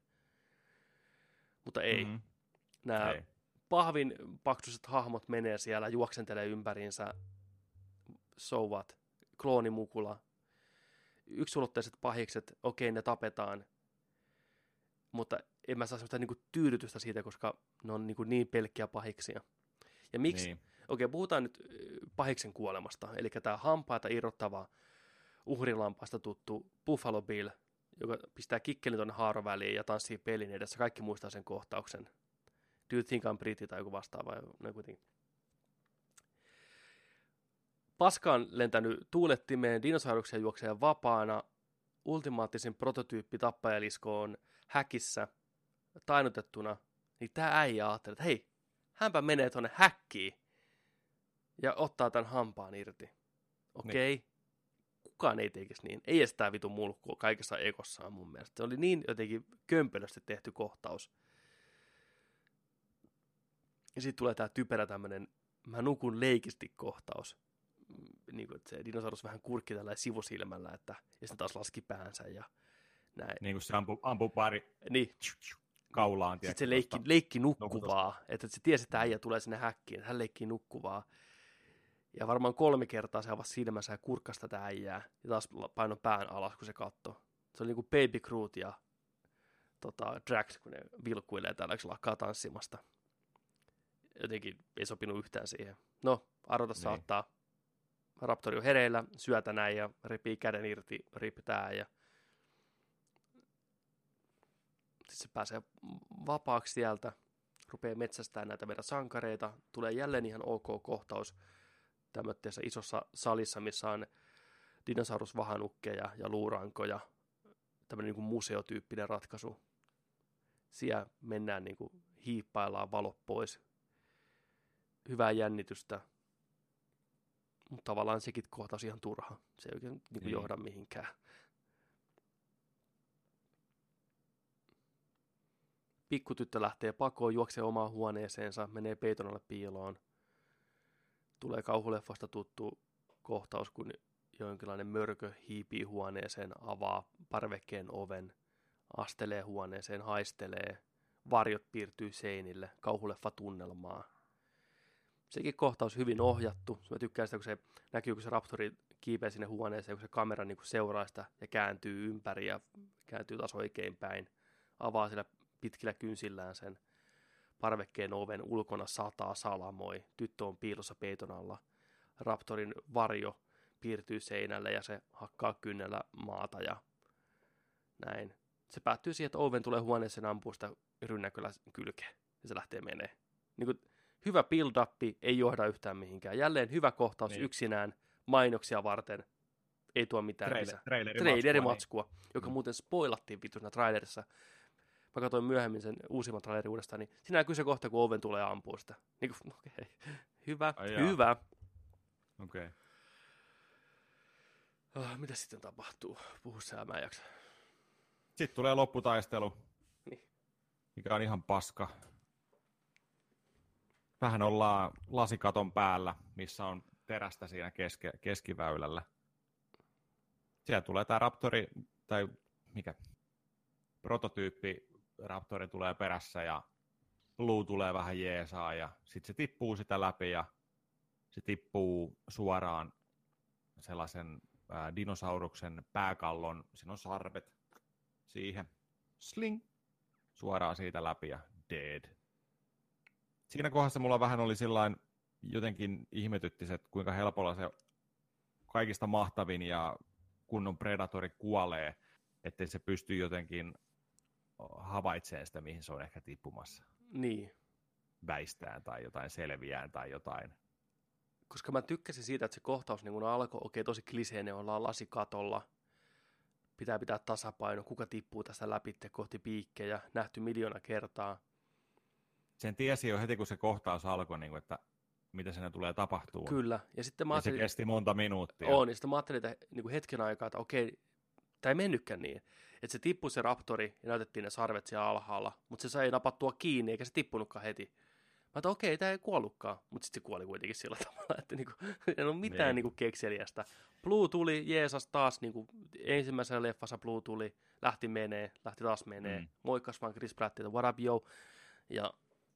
Mutta ei. Nämä pahvin paksuiset hahmot menee siellä, juoksentelee ympäriinsä. So what? Kloonimukula. Yksiulotteiset pahikset, okei, ne tapetaan. Mutta en mä saa sellaista niinku tyydytystä siitä, koska ne on niin pelkkiä pahiksia. Ja miksi? Niin. Okei, puhutaan nyt pahiksen kuolemasta. Eli tämä hampaita irrottava uhrilampaasta tuttu Buffalo Bill, joka pistää kikkelin tuonne haaroväliin ja tanssii pelin edessä. Kaikki muistaa sen kohtauksen. Do you think I'm pretty tai joku vastaava. No, kuitenkin. Paska on lentänyt tuulettimeen, dinosauruksia juoksee vapaana. ultimaattisin prototyyppi tappajalisko on häkissä tainnutettuna, niin tää äijä ajattelee, että hei, hänpä menee tonne häkkiin ja ottaa tämän hampaan irti. Okei. Niin. Kukaan ei tekisi niin. Ei edes tää vitu mulkkua kaikessa ekossaan mun mielestä. Se oli niin jotenkin kömpelösti tehty kohtaus. Ja sitten tulee tää typerä tämmönen mä nukun leikisti kohtaus. Niin kuin, että se dinosaurus vähän kurkki tällä sivusilmällä, että, ja sitten taas laski päänsä ja näin. Niin kuin se ampuu pari Niin. kaulaan. Sitten se leikki nukkuvaa, että se tiesi, että äijä tulee sinne häkkiin, hän leikkii nukkuvaa. Ja varmaan 3 kertaa se avasi silmänsä ja kurkkasi tätä äijää, ja taas painoi pään alas, kun se katsoi. Se oli niin kuin Baby Groot ja Drax, kun ne vilkkuilee täällä, kun se lakkaa tanssimasta. Jotenkin ei sopinut yhtään siihen. No, arvota saattaa. Raptori on hereillä, syötä näin ja repii käden irti, riptää ja sitten se pääsee vapaaksi sieltä, rupeaa metsästämään näitä meidän sankareita, tulee jälleen ihan ok kohtaus tämmöisessä isossa salissa, missä on dinosaurusvahanukkeja ja luurankoja, tämmöinen niin kuin museotyyppinen ratkaisu. Siellä mennään niin kuin hiippaillaan valot pois, hyvää jännitystä. Mutta tavallaan sekin kohtaus ihan turha. Se ei oikein niin kuin johda mihinkään. Pikkutyttö lähtee pakoon, juoksee omaan huoneeseensa, menee peiton alle piiloon. Tulee kauhuleffasta tuttu kohtaus, kun jonkinlainen mörkö hiipii huoneeseen, avaa parvekkeen oven, astelee huoneeseen, haistelee. Varjot piirtyy seinille, kauhuleffa-tunnelmaa. Sekin kohtaus hyvin ohjattu. Mä tykkään sitä, kun se näkyy, kun se raptori kiipeää sinne huoneeseen, kun se kamera niin kuin seuraa sitä ja kääntyy ympäri ja kääntyy taas oikein päin. Avaa sillä pitkillä kynsillään sen parvekkeen oven, ulkona sataa, salamoi. Tyttö on piilossa peiton alla. Raptorin varjo piirtyy seinälle ja se hakkaa kynnellä maata ja näin. Se päättyy siihen, että Owen tulee huoneeseen ja ampuu sitä rynnäköllä kylkeen ja se lähtee menee. Niin kuin hyvä build-up, ei johda yhtään mihinkään. Jälleen hyvä kohtaus yksinään mainoksia varten. Ei tuo mitään lisää. Trailerimatskua, joka muuten spoilattiin vittu siinä trailerissa. Mä katsoin myöhemmin sen uusimman trailerin uudestaan, niin siinä näkyy se kohta, kun Owen tulee ampua sitä. Niin kuin, okei. Hyvä. Okei. Mitä sitten tapahtuu? Puhu sä, mä en jaksa. Sitten tulee lopputaistelu, mikä on ihan paska. Vähän ollaan lasikaton päällä, missä on terästä siinä keskiväylällä. Siellä tulee tämä raptori, tai mikä, prototyyppi raptori tulee perässä ja Blue tulee vähän jeesaa ja sitten se tippuu sitä läpi ja se tippuu suoraan sellaisen dinosauruksen pääkallon, siinä on sarvet siihen, sling, suoraan siitä läpi ja dead. Siinä kohdassa mulla vähän oli sillain, jotenkin ihmetytti se, että kuinka helpolla se kaikista mahtavin ja kunnon predatori kuolee, ettei se pysty jotenkin havaitsemaan sitä, mihin se on ehkä tippumassa. Niin. Väistään tai jotain selviään tai jotain. Koska mä tykkäsin siitä, että se kohtaus niin kun alkoi, okei, tosi kliseinen, ollaan lasikatolla, pitää tasapaino, kuka tippuu tästä läpi kohti piikkejä, nähty 1,000,000 kertaa. Sen tiesi jo heti, kun se kohtaus alkoi, niin kuin, että mitä siinä tulee tapahtumaan. Kyllä. Ja sitten mä se kesti monta minuuttia. Ja sitten mä ajattelin, että niin kuin hetken aikaa, että okei, tämä ei mennytkään niin. Että se tippui se raptori ja näytettiin ne sarvet siellä alhaalla, mutta se sai napattua kiinni eikä se tippunutkaan heti. Mä ajattelin, okei, tämä ei kuollutkaan, mutta sitten se kuoli kuitenkin sillä tavalla, että niinku, ei ole mitään niinku kekseliästä. Blue tuli, jeesas taas, niinku, ensimmäisessä leffassa Blue tuli, lähti taas menee, moikkas vaan Chris Pratt, että what up yo, ja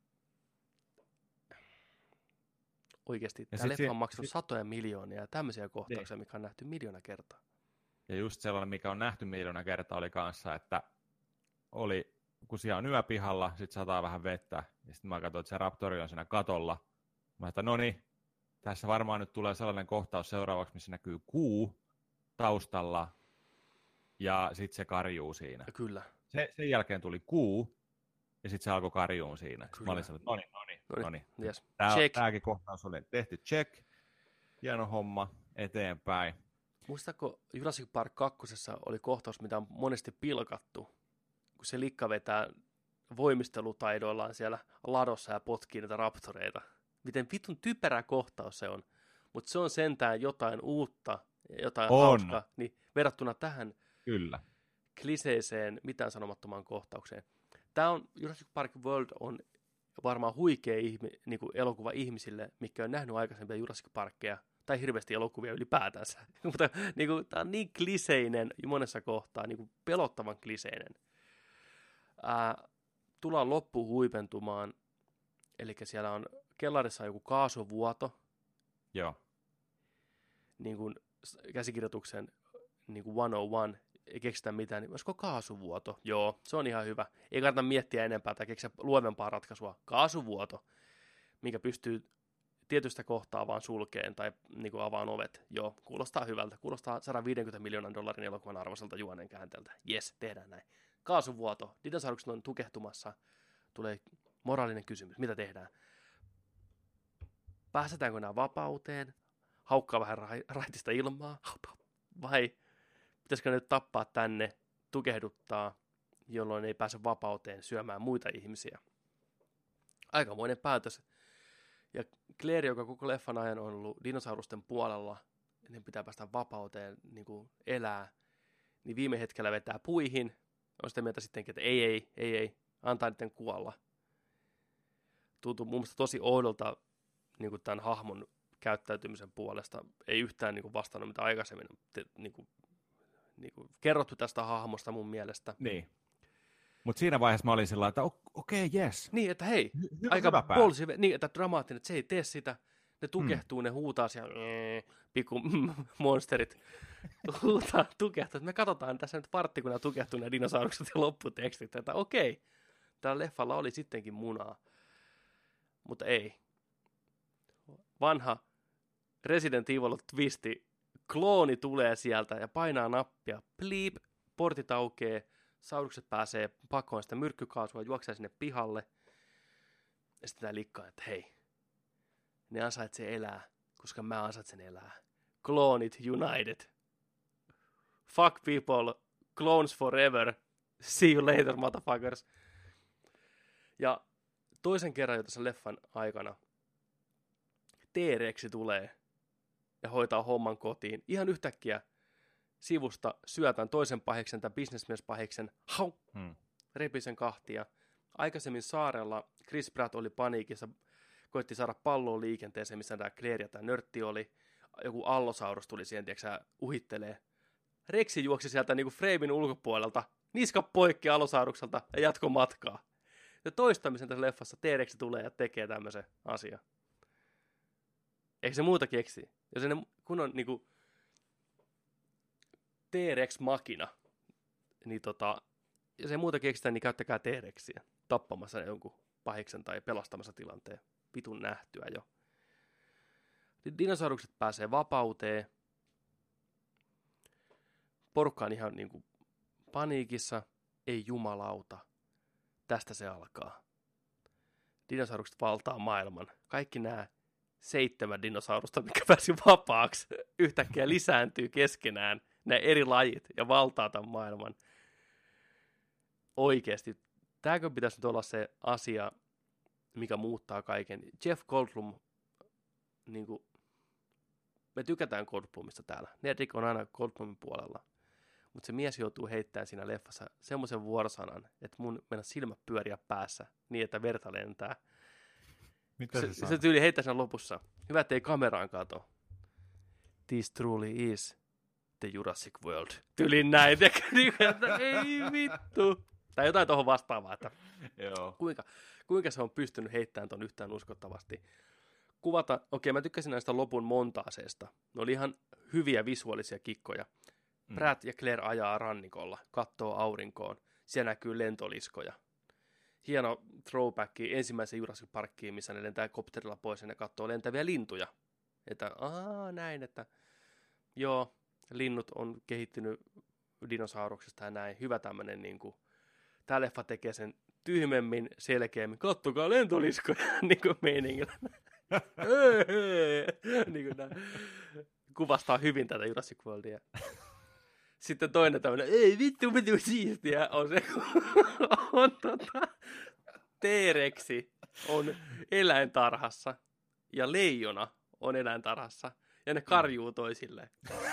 oikeasti tämä leffa on maksanut satoja miljoonia ja tämmöisiä kohtauksia, mikä on nähty 1,000,000 kertaa. Ja just sellainen, mikä on nähty 1,000,000 kertaa, oli kanssa, että kun siellä on yöpihalla, sitten sataa vähän vettä, ja sitten mä katsoin, että se raptori on siinä katolla. Mä että no niin, tässä varmaan nyt tulee sellainen kohtaus seuraavaksi, missä näkyy kuu taustalla, ja sitten se karjuu siinä. Kyllä. Sen jälkeen tuli kuu, ja sitten se alkoi karjuun siinä. Mä olin sellainen, no niin. Yes. Tämäkin kohtaus oli tehty check, hieno homma, eteenpäin. Muistatko Jurassic Park 2. oli kohtaus, mitä on monesti pilkattu, kun se likka vetää voimistelutaidoillaan siellä ladossa ja potkii niitä raptoreita. Miten vitun typerä kohtaus se on. Mutta se on sentään jotain uutta, jotain hauskaa, niin verrattuna tähän Kyllä. kliseiseen, mitään sanomattomaan kohtaukseen. Tämä on, Jurassic Park World on varmaan huikea niinku elokuva ihmisille, mikä on nähnyt aikaisempia Jurassic Parkkeja, tai hirveästi elokuvia ylipäätänsä. Mutta niinku, tämä on niin kliseinen monessa kohtaa, niinku pelottavan kliseinen. Tullaan loppuun huipentumaan, eli siellä on kellarissa joku kaasuvuoto, Joo. niin kuin käsikirjoituksen niin kuin 101, ei keksitä mitään, niin olisiko kaasuvuoto? Joo, se on ihan hyvä. Ei kannata miettiä enempää tai keksiä luovempaa ratkaisua. Kaasuvuoto, mikä pystyy tietystä kohtaa vaan sulkeen tai niin kuin avaan ovet. Joo, kuulostaa hyvältä. Kuulostaa $150 miljoonan elokuvan arvoiselta juonen käänteeltä. Jes, tehdään näin. Kaasuvuoto. Dinosaurukset on tukehtumassa. Tulee moraalinen kysymys. Mitä tehdään? Päästetäänkö nämä vapauteen? Haukkaa vähän raitista ilmaa? Vai pitäisikö ne nyt tappaa tänne, tukehduttaa, jolloin ei pääse vapauteen syömään muita ihmisiä? Aikamoinen päätös. Ja Claire, joka koko leffan ajan on ollut dinosaurusten puolella, ne pitää päästä vapauteen, niin kuin elää, niin viime hetkellä vetää puihin. On sitä mieltä sittenkin, että ei, antaa niiden kuolla. Tuntuu mun mielestä tosi oudolta niin kuin tämän hahmon käyttäytymisen puolesta. Ei yhtään niin kuin vastannut, mitä aikaisemmin niin kuin kerrottu tästä hahmosta mun mielestä. Niin. Mutta siinä vaiheessa mä olin sillä että okei, jes. Niin, että hei, aika bolsi, niin, että dramaattinen, että se ei tee sitä. Ne tukehtuu, ne huutaa siellä, pikku monsterit huutaa, tukehtuu. Me katsotaan tässä nyt vartti, kun ne tukehtuu ne dinosaurukset ja lopputekstit, että okei, tällä leffalla oli sittenkin munaa. Mutta ei. Vanha Resident Evil twisti, klooni tulee sieltä ja painaa nappia, bleep, portit aukee, saurukset pääsee pakoon sitä myrkkykaasua, juoksee sinne pihalle. Ja sitten tämä likkaa, että hei, ne ansaitsee elää, koska mä ansaitsen elää. Kloonit united. Fuck people, clones forever. See you later, motherfuckers. Ja toisen kerran jo tässä leffan aikana T-Rexi tulee ja hoitaa homman kotiin. Ihan yhtäkkiä sivusta syötän toisen pahiksen, tämän businessmies-pahiksen, repi sen kahtia. Aikaisemmin saarella Chris Pratt oli paniikissa, koitti saada palloa liikenteeseen, missä tämä Claire ja tämä nörtti oli. Joku allosaurus tuli siihen, tiiäksä, uhittelee. Rexi juoksi sieltä niinku freimin ulkopuolelta, niska poikki allosaurukselta ja jatko matkaa. Ja toistamisen tässä leffassa T-Rexi tulee ja tekee tämmöisen asian. Eikö se muuta keksi? Jos kun on niinku T-Rex-makina, niin jos ei muuta keksitä, niin käyttäkää T-Rexiä tappamassa jonkun pahiksen tai pelastamassa tilanteen. Vitun nähtyä jo. Dinosaurukset pääsee vapauteen. Porukka on ihan niinku paniikissa. Ei jumalauta. Tästä se alkaa. Dinosaurukset valtaa maailman. Kaikki nämä 7 dinosaurusta, mikä pääsi vapaaksi, yhtäkkiä lisääntyy keskenään. Nämä eri lajit ja valtaa tämän maailman. Oikeasti. Tämäkö pitäisi nyt olla se asia, mikä muuttaa kaiken. Jeff Goldblum, niin kuin, me tykätään Goldblumista täällä. Nedrick on aina Goldblumin puolella. Mutta se mies joutuu heittämään siinä leffassa semmoisen vuorosanan, että mun mennä silmät pyöriä päässä niin, että verta lentää. Mitä se tyyli heittää siinä lopussa. Hyvä, ettei kameraan kato. This truly is the Jurassic World. Tyyliin näin. Ei vittu. Tai jotain tuohon vastaavaa, että joo. Kuinka se on pystynyt heittämään ton yhtään uskottavasti. Kuvata, mä tykkäsin näistä lopun montaaseista. Ne oli ihan hyviä visuaalisia kikkoja. Pratt ja Claire ajaa rannikolla, kattoo aurinkoon. Siellä näkyy lentoliskoja. Hieno throwback ensimmäiseen Jurassic Parkkiin, missä ne lentää kopterilla pois ja ne kattoo lentäviä lintuja. Että näin, että joo, linnut on kehittynyt dinosauruksesta ja näin. Hyvä tämmönen niinku, tää leffa tekee sen tyhmemmin, selkeämmin. Kattokaa lentoliskoja, niinku meiningillä. Niinku kuvastaa hyvin tätä Jurassic Worldia. Sitten toinen tämmöinen, ei vittu, mitä siistiä, on se, kun on T-rexi on eläintarhassa ja leijona on eläintarhassa ja ne karjuu toisilleen.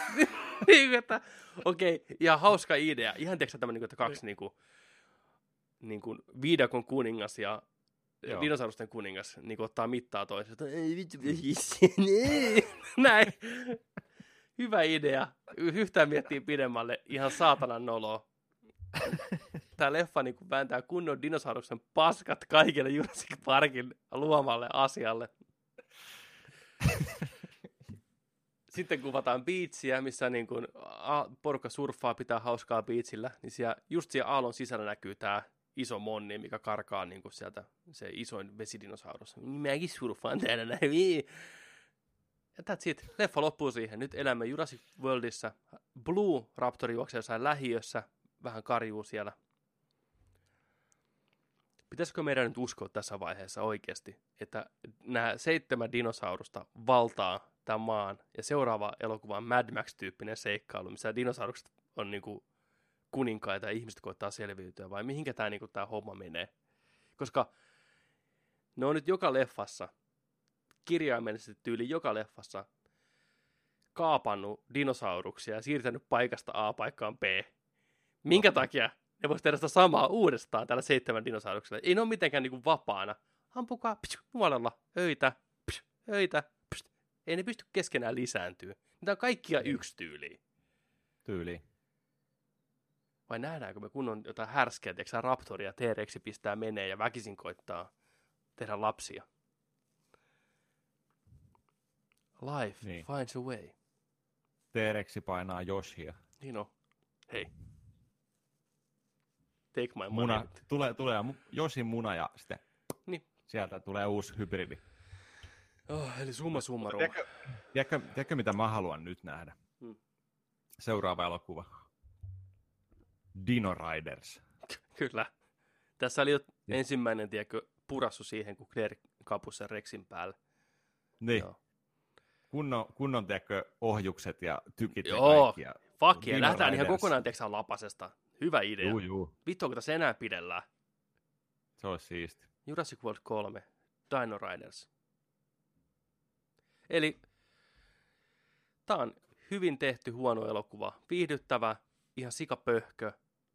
Okei, ihan hauska idea. Ihan tiedätkö tämmöinen, että kaksi niin kuin viidakon kuningas ja dinosaurusten kuningas niin ottaa mittaa toisesta. Ei vittu, näin. Hyvä idea. Yhtään miettii pidemmälle. Ihan saatanan noloa. Tää leffa niin vääntää kunnon dinosauruksen paskat kaikille Jurassic Parkin luomalle asialle. Sitten kuvataan biitsiä, missä niin kun porukka surffaa, pitää hauskaa biitsillä. Niin just siellä aallon sisällä näkyy tää iso monni, mikä karkaa niin kuin sieltä se isoin vesidinosaurus. Mäkin surffaan täällä näin. Ja that's it. Leffa loppuu siihen. Nyt elämme Jurassic Worldissa. Blue Raptor juoksee jossain lähiössä. Vähän karjuu siellä. Pitäisikö meidän nyt uskoa tässä vaiheessa oikeasti, että nämä 7 dinosaurusta valtaa tämän maan ja seuraava elokuva on Mad Max-tyyppinen seikkailu, missä dinosaurukset on niinku kuninkaita ja ihmiset koittaa selviytyä, vai mihinkä tämä niinku, homma menee? Koska ne on nyt joka leffassa, kirjaimellisesti tyyli joka leffassa, kaapannut dinosauruksia ja siirtänyt paikasta A paikkaan B. Minkä takia ne voisi tehdä sitä samaa uudestaan tällä 7 dinosauruksella? Ei ne ole mitenkään niinku vapaana. Ampukaa, nuolella, öitä, öitä, ei ne pysty keskenään lisääntyä. Niitä on kaikkia yksi tyyliä. Vai nähdäänkö me kunnon jotain härskeä, tiedätkö raptoria, T-rexi pistää menee ja väkisin koittaa tehdä lapsia. Life finds a way. T-rexi painaa Yoshia. Niin on. Hei. Take my money. Tulee Yoshin muna ja sitten sieltä tulee uusi hybridi. Eli summa summarum. Tiedätkö, mitä mä haluan nyt nähdä? Seuraava elokuva. Dino Riders. Kyllä. Tässä oli jo ensimmäinen, tiedätkö, purassu siihen, kun Claire kapui sen Rexin päälle. Niin. Joo. Kunnon tiedätkö, ohjukset ja tykit ja kaikki. Ja fuck yeah, lähdetään ihan kokonaan, tiedätkö, lapasesta. Hyvä idea. Juu. Vittu, onko tässä enää pidellään? Se olisi siisti. Jurassic World 3. Dino Riders. Eli tämä on hyvin tehty huono elokuva. Viihdyttävä, ihan sikapöhkö.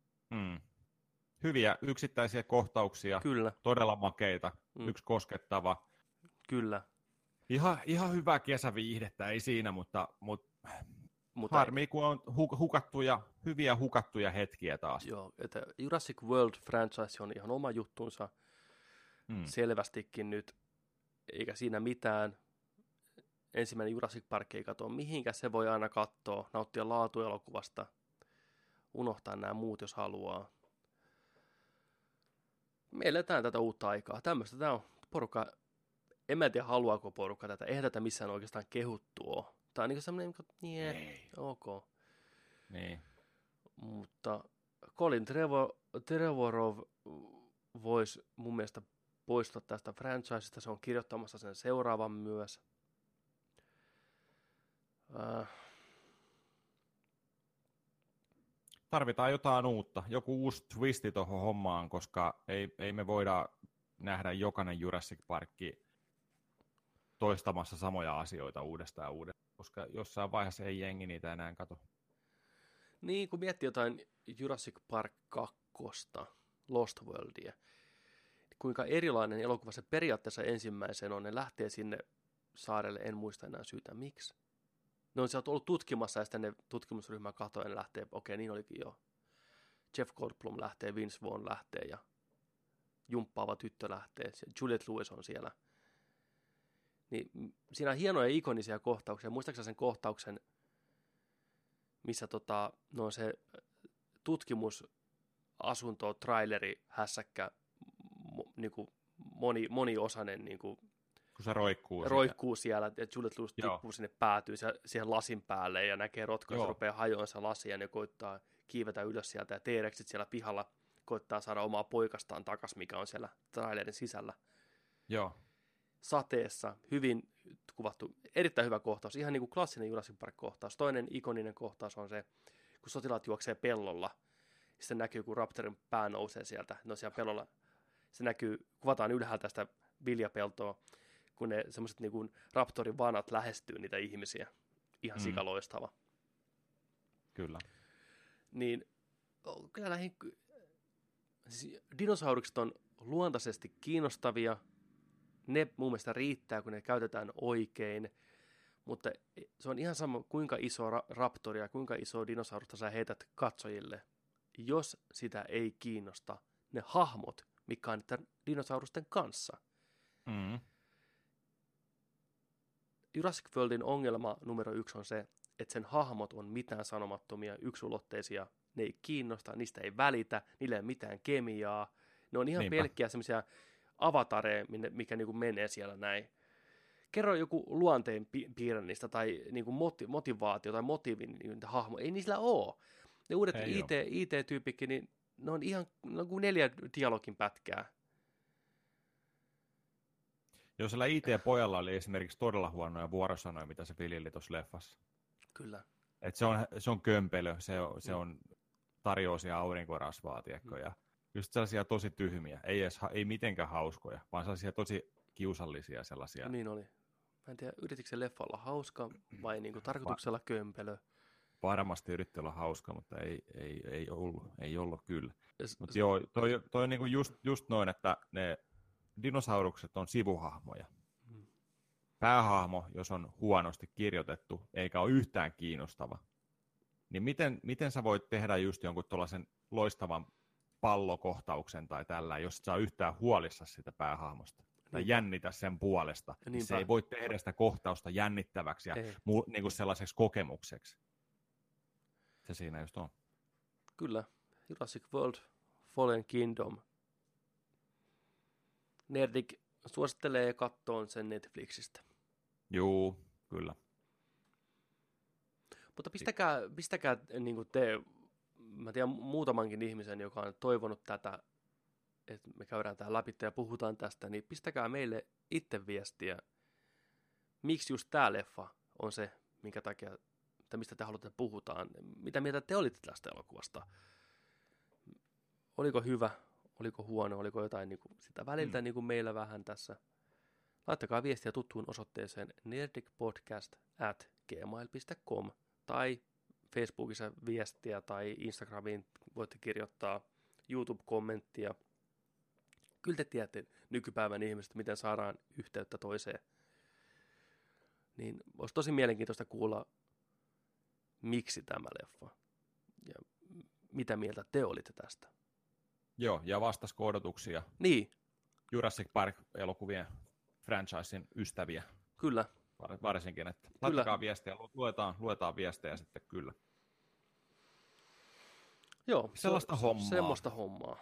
Hyviä yksittäisiä kohtauksia. Kyllä. Todella makeita. Yksi koskettava. Kyllä. Ihan hyvää kesäviihdettä, ei siinä, mutta harmi, kun on hyviä hukattuja hetkiä taas. Joo, että Jurassic World franchise on ihan oma juttunsa selvästikin nyt, eikä siinä mitään. Ensimmäinen Jurassic Park ei katoa mihinkä, se voi aina katsoa, nauttia laatuelokuvasta, unohtaa nämä muut, jos haluaa. Me eletään tätä uutta aikaa. Tämmöistä tämä on porukka. En mä tiedä, haluaako porukka tätä. Eihän tätä missään oikeastaan kehuttua. Tämä on niin semmoinen, ok. Niin. Mutta Colin Trevorrow voisi mun mielestä poistua tästä franchisesta. Se on kirjoittamassa sen seuraavan myös. Tarvitaan jotain uutta. Joku uusi twisti tuohon hommaan, koska ei me voida nähdä jokainen Jurassic Parkki toistamassa samoja asioita uudestaan, koska jossain vaiheessa ei jengi niitä enää kato. Niin, kun miettii jotain Jurassic Park 2, Lost Worldia, kuinka erilainen elokuva se periaatteessa ensimmäisen on, ne lähtee sinne saarelle, en muista enää syytä, miksi. Ne on sieltä ollut tutkimassa ja sitten ne tutkimusryhmä katsoo ja ne lähtee, okei, niin olikin jo. Jeff Goldblum lähtee, Vince Vaughn lähtee ja jumppaava tyttö lähtee, Juliette Lewis on siellä. Niin siinä on hienoja ikonisia kohtauksia. Muistaakseni sen kohtauksen, missä no se tutkimusasunto, traileri, hässäkkä, niinku moniosainen, niinku, kun se roikkuu siellä, ja Juliette Lewis tippuu sinne, päätyy siihen lasin päälle ja näkee rotkoa, se rupeaa hajoamaan se lasi ja ne koittaa kiivetä ylös sieltä ja T-rexit siellä pihalla koittaa saada omaa poikastaan takas, mikä on siellä trailerin sisällä. Joo. Sateessa, hyvin kuvattu. Erittäin hyvä kohtaus, ihan niin kuin klassinen Jurassic Park-kohtaus. Toinen ikoninen kohtaus on se, kun sotilaat juoksee pellolla. Sitten näkyy, kun Raptorin pää nousee sieltä. No siellä pellolla. Se näkyy, kuvataan ylhäältä sitä viljapeltoa, kun ne semmoiset niin kuin Raptorin vanat lähestyy niitä ihmisiä. Ihan sikaloistava. Kyllä. Niin kyllä näihin... Siis dinosaurukset on luontaisesti kiinnostavia. Ne mun mielestä riittää, kun ne käytetään oikein. Mutta se on ihan sama, kuinka iso raptori ja kuinka iso dinosaurusta sä heität katsojille, jos sitä ei kiinnosta ne hahmot, mikä on niiden dinosaurusten kanssa. Jurassic Worldin ongelma numero 1 on se, että sen hahmot on mitään sanomattomia, yksulotteisia, ne ei kiinnosta, niistä ei välitä, niillä ei ole mitään kemiaa. Ne on ihan pelkkiä semmoisia avatareja, mikä niinku menee siellä näin. Kerro joku luonteen piirre niistä tai niinku motivaatio tai motiivin niitä hahmoja. Ei niillä ole. Ne uudet IT-tyyppikin, niin ne on ihan kuin 4 dialogin pätkää. Jos sillä IT-pojalla oli esimerkiksi todella huonoja vuorosanoja, mitä se viljeli tuossa leffassa. Kyllä. Et se on kömpelö, se on tarjoaa siihen aurinkorasvaa, tiedätkö, ja just sellaisia tosi tyhmiä, ei mitenkään hauskoja, vaan sellaisia tosi kiusallisia sellaisia. Niin oli. Mä en tiedä, yritikö se leffa olla hauska vai niinku tarkoituksella kömpelö? Varmasti yritti olla hauska, mutta ei ollut kyllä. Mutta joo, toi on niinku just noin, että ne dinosaurukset on sivuhahmoja. Päähahmo, jos on huonosti kirjoitettu, eikä ole yhtään kiinnostava, niin miten sä voit tehdä just jonkun tuollaisen loistavan pallokohtauksen tai tällä, jos et saa yhtään huolissa sitä päähahmosta tai jännitä sen puolesta, niin se ei voi tehdä sitä kohtausta jännittäväksi ja niin kuin sellaiseksi kokemukseksi. Se siinä just on. Kyllä. Jurassic World Fallen Kingdom. Nerdik suosittelee kattoon sen Netflixistä. Juu, kyllä. Mutta pistäkää niin kuin mä tiedän muutamankin ihmisen, joka on toivonut tätä, että me käydään tähän läpi ja puhutaan tästä, niin pistäkää meille itse viestiä, miksi just tämä leffa on se, minkä takia, että mistä te haluatte puhutaan. Mitä mieltä te olitte tästä elokuvasta? Oliko hyvä? Oliko huono? Oliko jotain niin kuin sitä väliltä niin kuin meillä vähän tässä? Laittakaa viestiä tuttuun osoitteeseen nerdicpodcast@gmail.com tai Facebookissa viestiä tai Instagramiin voitte kirjoittaa YouTube-kommenttia. Kyllä te tiedätte nykypäivän ihmiset, miten saadaan yhteyttä toiseen. Niin olisi tosi mielenkiintoista kuulla, miksi tämä leffa ja mitä mieltä te olitte tästä. Joo, ja vastasko odotuksia. Niin. Jurassic Park-elokuvien franchisein ystäviä. Kyllä. Varsinkin, että laittakaa viestejä, luetaan viestejä sitten kyllä. Joo, hommaa. Semmoista hommaa.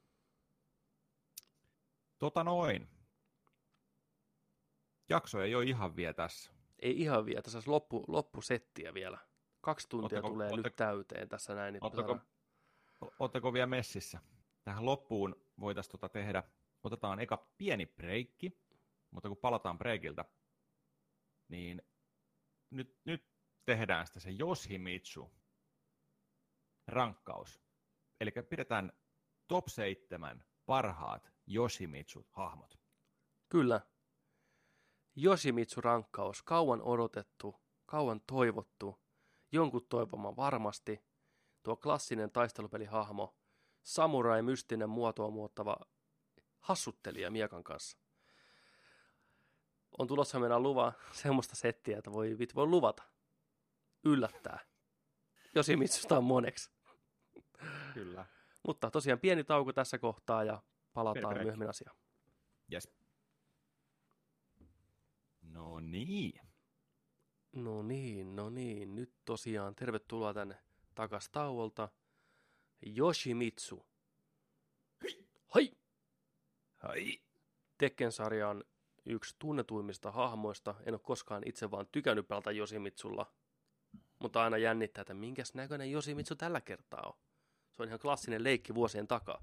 Jakso ei ole ihan vielä tässä. Ei ihan vielä, tässä olisi loppusettiä vielä. 2 tuntia tulee nyt täyteen tässä näin. Niin Oletteko vielä messissä? Tähän loppuun voitaisiin tehdä, otetaan eka pieni breikki, mutta kun palataan breikiltä, niin nyt tehdään sitä se Yoshimitsu rankkaus. Eli pidetään top 7 parhaat Yoshimitsu-hahmot. Kyllä. Yoshimitsu-rankkaus, kauan odotettu, kauan toivottu, jonkun toivoma varmasti, tuo klassinen taistelupelihahmo, samurai mystinen muotoa muuttava hassuttelija miekan kanssa. On tulossa meidän semmoista settiä, että voi luvata, yllättää. Yoshimitsusta on moneksi. Kyllä. Mutta tosiaan pieni tauko tässä kohtaa ja palataan myöhemmin asiaan. Yes. No niin. No niin. Nyt tosiaan tervetuloa tänne takas tauolta. Yoshimitsu. Hai! Tekken-sarja on yksi tunnetuimmista hahmoista. En ole koskaan itse vaan tykännyt pelata Yoshimitsulla. Mutta aina jännittää, että minkäs näköinen Yoshimitsu tällä kertaa on. Se on ihan klassinen leikki vuosien takaa.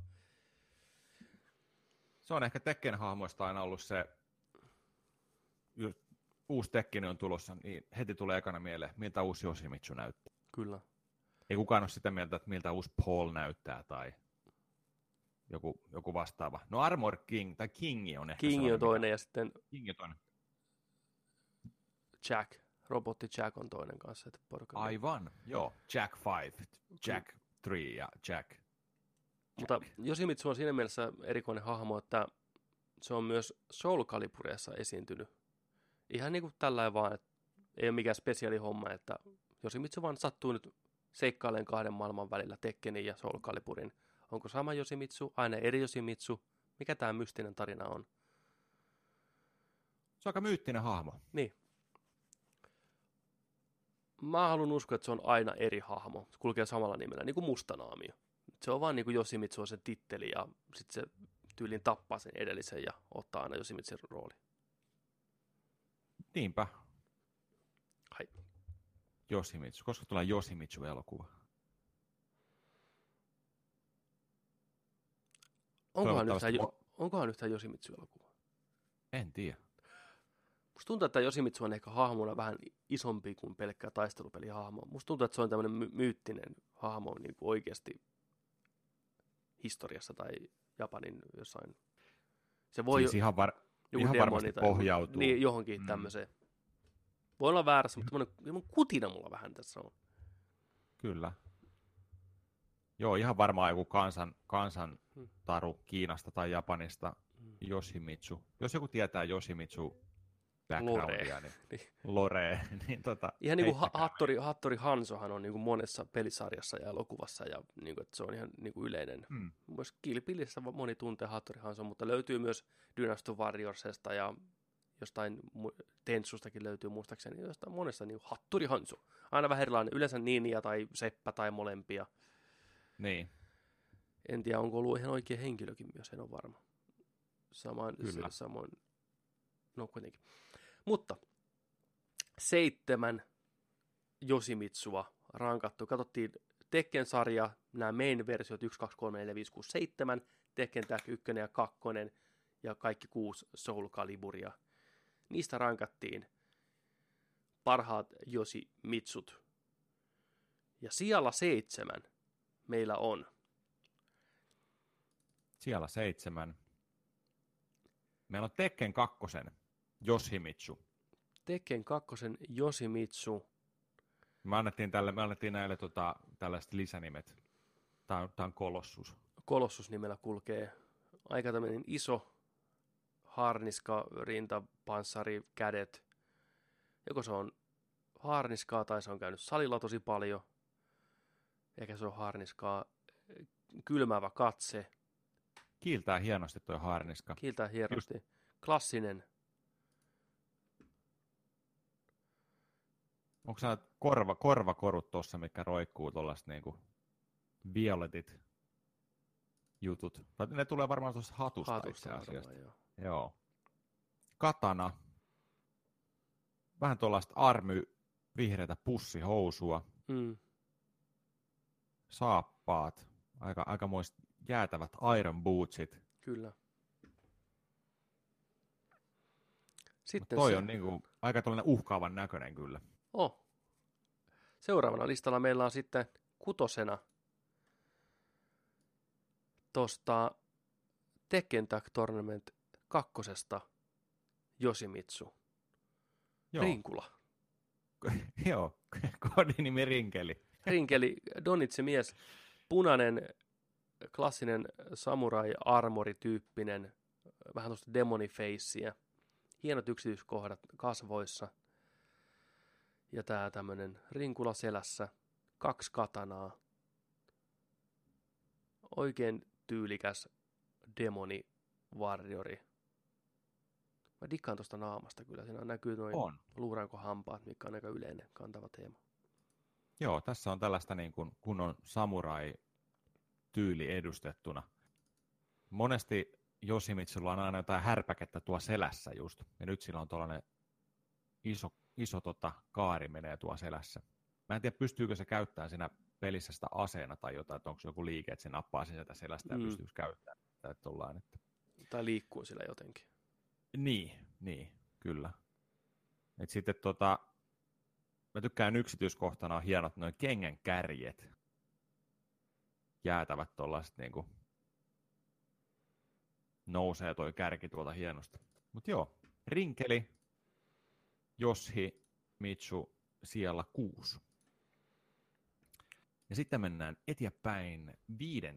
Se on ehkä Tekken-hahmoista aina ollut se uusi Tekkinen on tulossa, niin heti tulee ekana mieleen, miltä uusi Yoshimitsu näyttää. Kyllä. Ei kukaan ole sitä mieltä, että miltä uusi Paul näyttää tai joku vastaava. No Armor King, tai Kingi on ehkä Kingi on toinen ja sitten Kingi on toinen. Jack, robotti Jack on toinen kanssa. Että Aivan, joo. Jack 5, Jack 3 ja Jack. Mutta Yoshimitsu on siinä mielessä erikoinen hahmo, että se on myös Soul Caliburissa esiintynyt. Ihan niin kuin tällainen vaan, että ei ole mikään spesiaali homma, että Yoshimitsu vaan sattuu nyt seikkailemaan kahden maailman välillä, Tekkenin ja Soul Caliburin. Onko sama Yoshimitsu, aina eri Yoshimitsu? Mikä tämä mystinen tarina on? Se on aika myyttinen hahmo. Niin. Mä haluan uskoa, että se on aina eri hahmo. Se kulkee samalla nimellä, niin kuin Mustanaamio. Se on vaan niin kuin Yoshimitsu on sen titteli ja sitten se tyylin tappaa sen edellisen ja ottaa aina Yoshimitsun rooli. Niinpä. Hai. Yoshimitsu. Koska tulee Yoshimitsu-elokuva? Onkohan yhtään Yoshimitsu-elokuva? En tiedä. Musta tuntuu, että Yoshimitsu on ehkä hahmona vähän isompi kuin pelkkä taistelupelihahmo. Musta tuntuu, että se on tämmöinen myyttinen hahmo niin kuin oikeasti historiassa tai Japanin jossain. Se voi siis ihan varmasti pohjautuu. Niin, johonkin tämmöiseen. Voi olla väärässä, mutta tämmöinen kutina mulla vähän tässä on. Kyllä. Joo, ihan varmaan joku kansan taru Kiinasta tai Japanista, Yoshimitsu. Jos joku tietää Yoshimitsu backgroundia, niin Lore. Niin ihan niin kuin Hattori Hansohan on niin kuin monessa pelisarjassa ja elokuvassa, ja niin kuin, että se on ihan niin kuin yleinen. Myös Kill Billissä moni tuntee Hattori Hanson, mutta löytyy myös Dynasty Warriorsesta ja jostain Tenssustakin löytyy muistaakseni jostain monessa niin Hattori Hanso. Aina vähän erilainen, yleensä Ninja tai Seppä tai molempia. Niin. En tiedä, onko ollut ihan oikea henkilökin myös, en ole varma. Samoin, no kuitenkin. Mutta 7 Yoshimitsua rankattu. Katsottiin Tekken-sarja, nämä main-versiot 1, 2, 3, 4, 5, 6, 7, Tekken Tag 1 ja 2 ja kaikki 6 Soul Caliburia. Niistä rankattiin parhaat Yoshimitsut. Ja sijalla 7 meillä on. Siellä 7. Meillä on Tekken 2 Yoshimitsu. Tekken 2 Yoshimitsu. Me annettiin näille tällaiset lisänimet. Tämä on Kolossus. Kolossus nimellä kulkee. Aika tämmöinen iso harniska, rinta, panssari, kädet. Joko se on harniskaa tai se on käynyt salilla tosi paljon. Eikä se ole harniskaa. Kylmäävä katse. Kiiltää hienosti tuo harniska. Kiiltää hienosti. Just. Klassinen. Onko sä korvakorut tuossa, mikä roikkuu tuollaiset niinku violetit jutut? Tai ne tulee varmaan tuossa hatusta itse asiassa. Joo. Katana. Vähän tuollaista vihreätä pussihousua. Saappaat. Aikamoiset jäätävät iron bootsit. Kyllä. Sitten toi on niinku aika tällainen uhkaavan näköinen kyllä. Seuraavana listalla meillä on sitten 6. tuosta Tekken Tag Tournament 2. Yoshimitsu. Joo. Rinkula. Joo, kodinimi Rinkeli. Rinkeli, Donitse mies, punainen, klassinen samurai-armorityyppinen, vähän tuosta demonifacea. Hienot yksityiskohdat kasvoissa. Ja tää tämmönen rinkula selässä. 2 katanaa. Oikein tyylikäs demoni-warriori. Mä dikkaan tosta naamasta kyllä. Siinä näkyy noin luurankohampaat, mikä on aika yleinen kantava teema. Joo, tässä on tällaista niin kuin kunnon samurai-tyyli edustettuna. Monesti Yoshimitsulla on aina jotain härpäkettä tuo selässä just. Ja nyt sillä on tuollainen iso kaari menee tuo selässä. Mä en tiedä, pystyykö se käyttämään siinä pelissä sitä aseena tai jotain, että onko se joku liike, että se nappaa sieltä selästä ja pystyykö käyttämään. Tai liikkuu sillä jotenkin. Niin, kyllä. Et sitten mä tykkään yksityiskohtana on hienot noin kengän kärjet. Jäätävät tollaiset niinku nousee toi kärki tuolta hienosti. Mut joo, rinkeli, Yoshimitsu siellä 6. Ja sitten mennään eteenpäin. 5.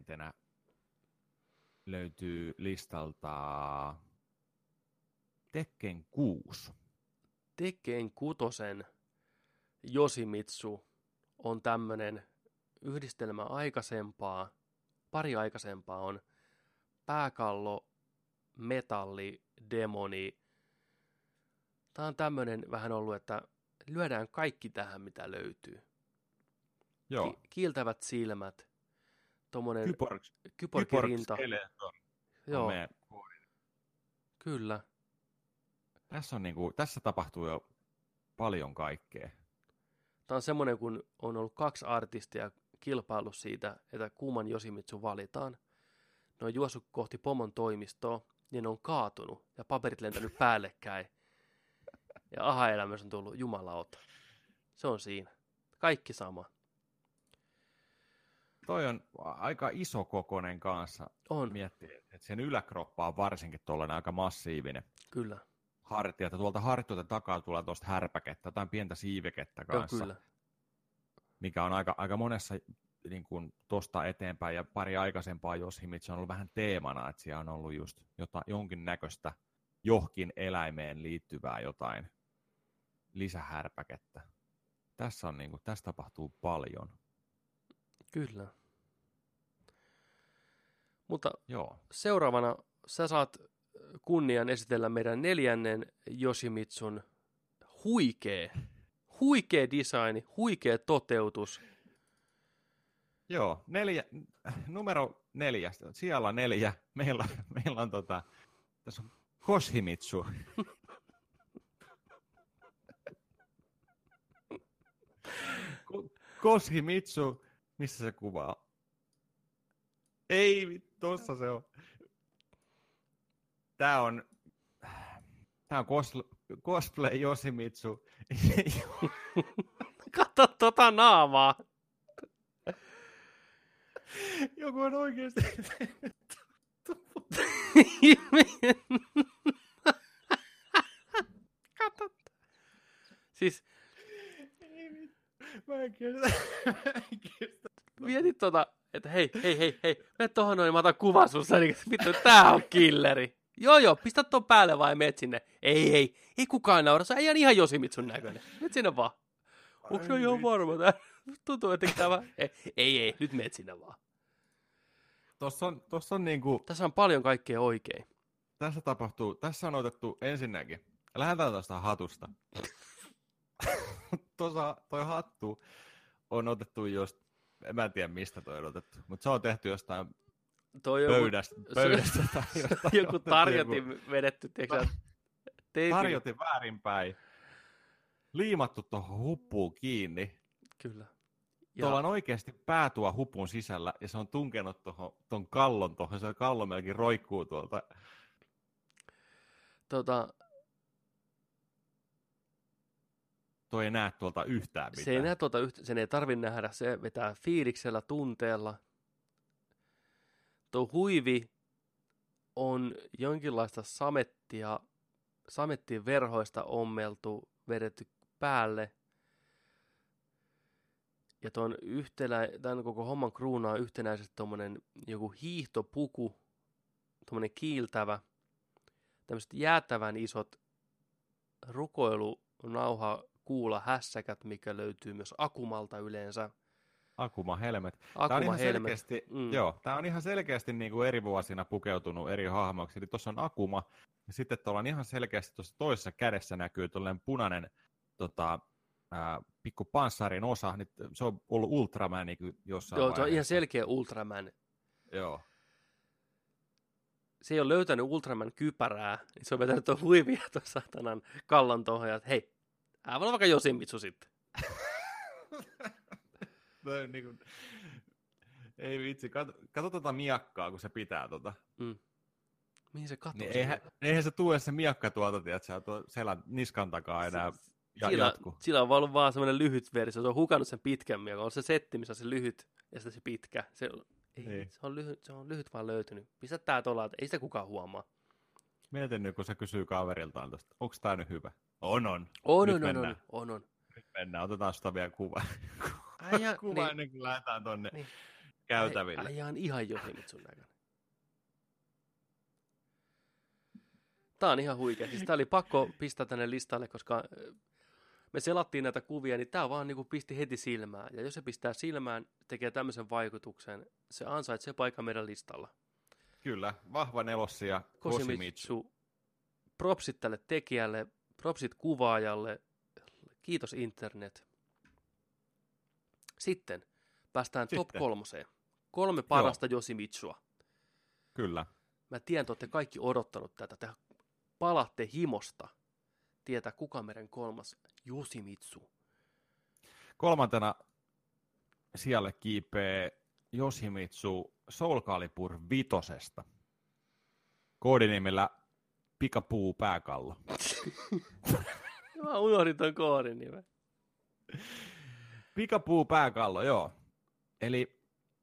löytyy listalta Tekken 6. Tekken 6 Yoshimitsu on tämmönen yhdistelmä aikaisempaa. Pari aikaisempaa on pääkallo, metalli, demoni. Tää on tämmönen vähän ollut, että lyödään kaikki tähän, mitä löytyy. Joo. Kiiltävät silmät, tommonen kyborgirinta. Joo, kyllä. Tässä tapahtuu jo paljon kaikkea. Tämä on semmoinen, kun on ollut 2 artistia kilpailu siitä, että kumman Yoshimitsu valitaan. Ne on juossut kohti pomon toimistoa, niin ne on kaatunut ja paperit lentänyt päällekkäin. Ja aha-elämässä on tullut jumalauta. Se on siinä. Kaikki sama. Toi on aika iso kokoinen kanssa. On. Miettii, että sen yläkroppa on varsinkin tuollainen aika massiivinen. Kyllä. Hartiat, tuolta hartioiden takaa tulee tuosta härpäkettä, tai pientä siivekettä kanssa. Joo, kyllä. Mikä on aika monessa niin kuin tosta eteenpäin, ja pari aikaisempaa Yoshimitsu on ollut vähän teemana, että siellä on ollut just jonkinnäköistä johonkin eläimeen liittyvää jotain lisähärpäkettä. Tässä tapahtuu paljon. Kyllä. Mutta joo. Seuraavana sä saat kunnian esitellä meidän 4. Yoshimitsun huikea design, huikea toteutus. Joo, numero 4, siellä 4, meillä on tässä on Koshimitsu. Koshimitsu, missä se kuvaa? Ei, tossa se on. Tää on cosplay Yoshimitsu. Katso tota naamaa. Joku on oikeesti. Katso. Siis. Mä en kestä. Mietit että hei, mene tohon noin, mä otan kuvan sussa, niin vittu, tää on killeri. Joo, pistä ton päälle vai meet sinne. Ei kukaan naura, se ei ihan Yoshimitsun näköinen. Meet sinne vaan. Onko se ihan varma tää? Tuntuu, että tämä. Ei, nyt meet sinne vaan. Tossa on niinku. Tässä on paljon kaikkea oikein. Tässä on otettu ensinnäkin. Lähdetään tuosta hatusta. Toi hattu on otettu mä en tiedä mistä toi on otettu, mutta se on tehty jostain pöydästä tai jostain. Joku tarjotin vedetty, tiedätkö? Tarjotin väärinpäin. Liimattu tuohon huppuun kiinni. Kyllä. Tuolla on oikeasti pää tuo hupun sisällä ja se on tunkenut tuon kallon tuohon. Se kallo melkein roikkuu tuolta. Toi ei näe tuolta yhtään mitään. Se ei näe tuolta yhtään, sen ei tarvitse nähdä, se vetää fiiliksellä, tunteella. Tuo huivi on jonkinlaista samettiin verhoista ommeltu, vedetty päälle. Ja tämän koko homman kruunaa yhtenäisesti tommonen joku hiihtopuku, tommonen kiiltävä, tämmöiset jäätävän isot rukoilunauha kuula hässäkät, mikä löytyy myös Akumalta yleensä. Akuma Helmet. Tämä on ihan selkeästi niin kuin eri vuosina pukeutunut eri hahmoiksi. Eli tuossa on Akuma, ja sitten tuolla on ihan selkeästi tuossa toisessa kädessä näkyy tuollainen punainen pikku panssarin osa. Nyt se on ollut Ultraman niin jossain vaiheessa. Se on ihan selkeä Ultraman. Joo. Se ei ole löytänyt Ultraman kypärää, niin se on vetänyt tuon huivia tuon satanan kallon tuohon, ja hei, aivan vaikka Yoshimitsu sitten. Ei vitsi, kato tota miakkaa, kun se pitää tota. Mihin se katoo? Niin eihän se tule se miakka tuolta, tiedätkö, tuo selän niskan takaa enää jatku. Sillä on ollut vaan semmoinen lyhyt versio. Se on hukannut sen pitkän miakon. On se setti, missä on se lyhyt ja sitten se pitkä. Niin. Se on lyhyt vaan löytynyt. Pistä tää tuolla, ei sitä kukaan huomaa. Mietin nyt, kun se kysyy kaveriltaan tuosta, onko tää nyt hyvä? On. On. Nyt mennään, otetaan sitä vielä kuva. Kuva niin, ennen kuin lähdetään tonne niin, käytäville. Äijä on ihan Yoshimitsun näköinen. Tää on ihan huikea. Siis tää oli pakko pistää tänne listalle, koska me selattiin näitä kuvia, niin tää vaan niinku pisti heti silmään. Ja jos se pistää silmään, tekee tämmöisen vaikutuksen, se ansaitsee paikan meidän listalla. Kyllä, vahva nelossia Yoshimitsu. Propsit tälle tekijälle, propsit kuvaajalle, kiitos internet. Sitten päästään top 3. 3 parasta Yoshimitsua. Kyllä. Mä tiedän, että olette kaikki odottanut tätä. Te palatte himosta tietää, kuka meidän 3. Yoshimitsu. 3. sijalle kiipee Yoshimitsu Soul Calibur 5. Koodinimellä Pikapuu Pääkallo. Mä unohdin ton koodinimen. Pikapuu Pääkallo, joo. Eli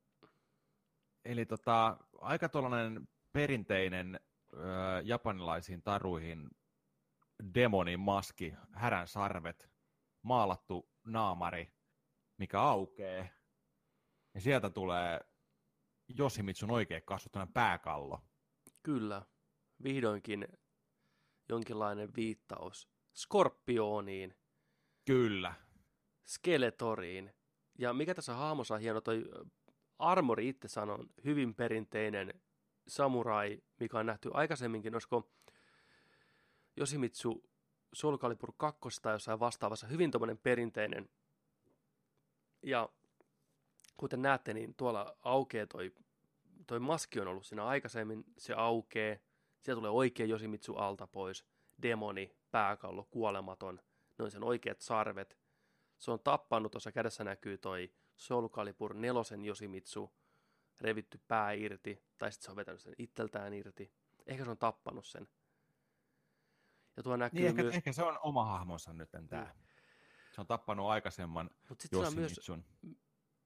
aika tuollainen perinteinen japanilaisiin taruihin demonin maski, härän sarvet, maalattu naamari, mikä aukeaa. Ja sieltä tulee Yoshimitsun oikein kasvuttainen pääkallo. Kyllä. Vihdoinkin jonkinlainen viittaus Skorpioniin. Kyllä. Skeletoriin. Ja mikä tässä hahmossa on hieno, toi armori itse sanon, hyvin perinteinen samurai, mikä on nähty aikaisemminkin, olisiko Yoshimitsu Soul Calibur 2 tai jossain vastaavassa, hyvin tommoinen perinteinen. Ja kuten näette, niin tuolla aukeaa toi maski on ollut siinä aikaisemmin, se aukeaa, siellä tulee oikea Yoshimitsu alta pois, demoni, pääkallo, kuolematon, noin sen oikeat sarvet. Se on tappanut, tuossa kädessä näkyy toi Soul Calibur 4 Yoshimitsu, revitty pää irti, tai sitten se on vetänyt sen itseltään irti. Ehkä se on tappanut sen. Ja tuo näkyy niin, myös... ehkä se on oma hahmonsa nyt tää. Se on tappanut aikaisemman Yoshimitsun. Myös...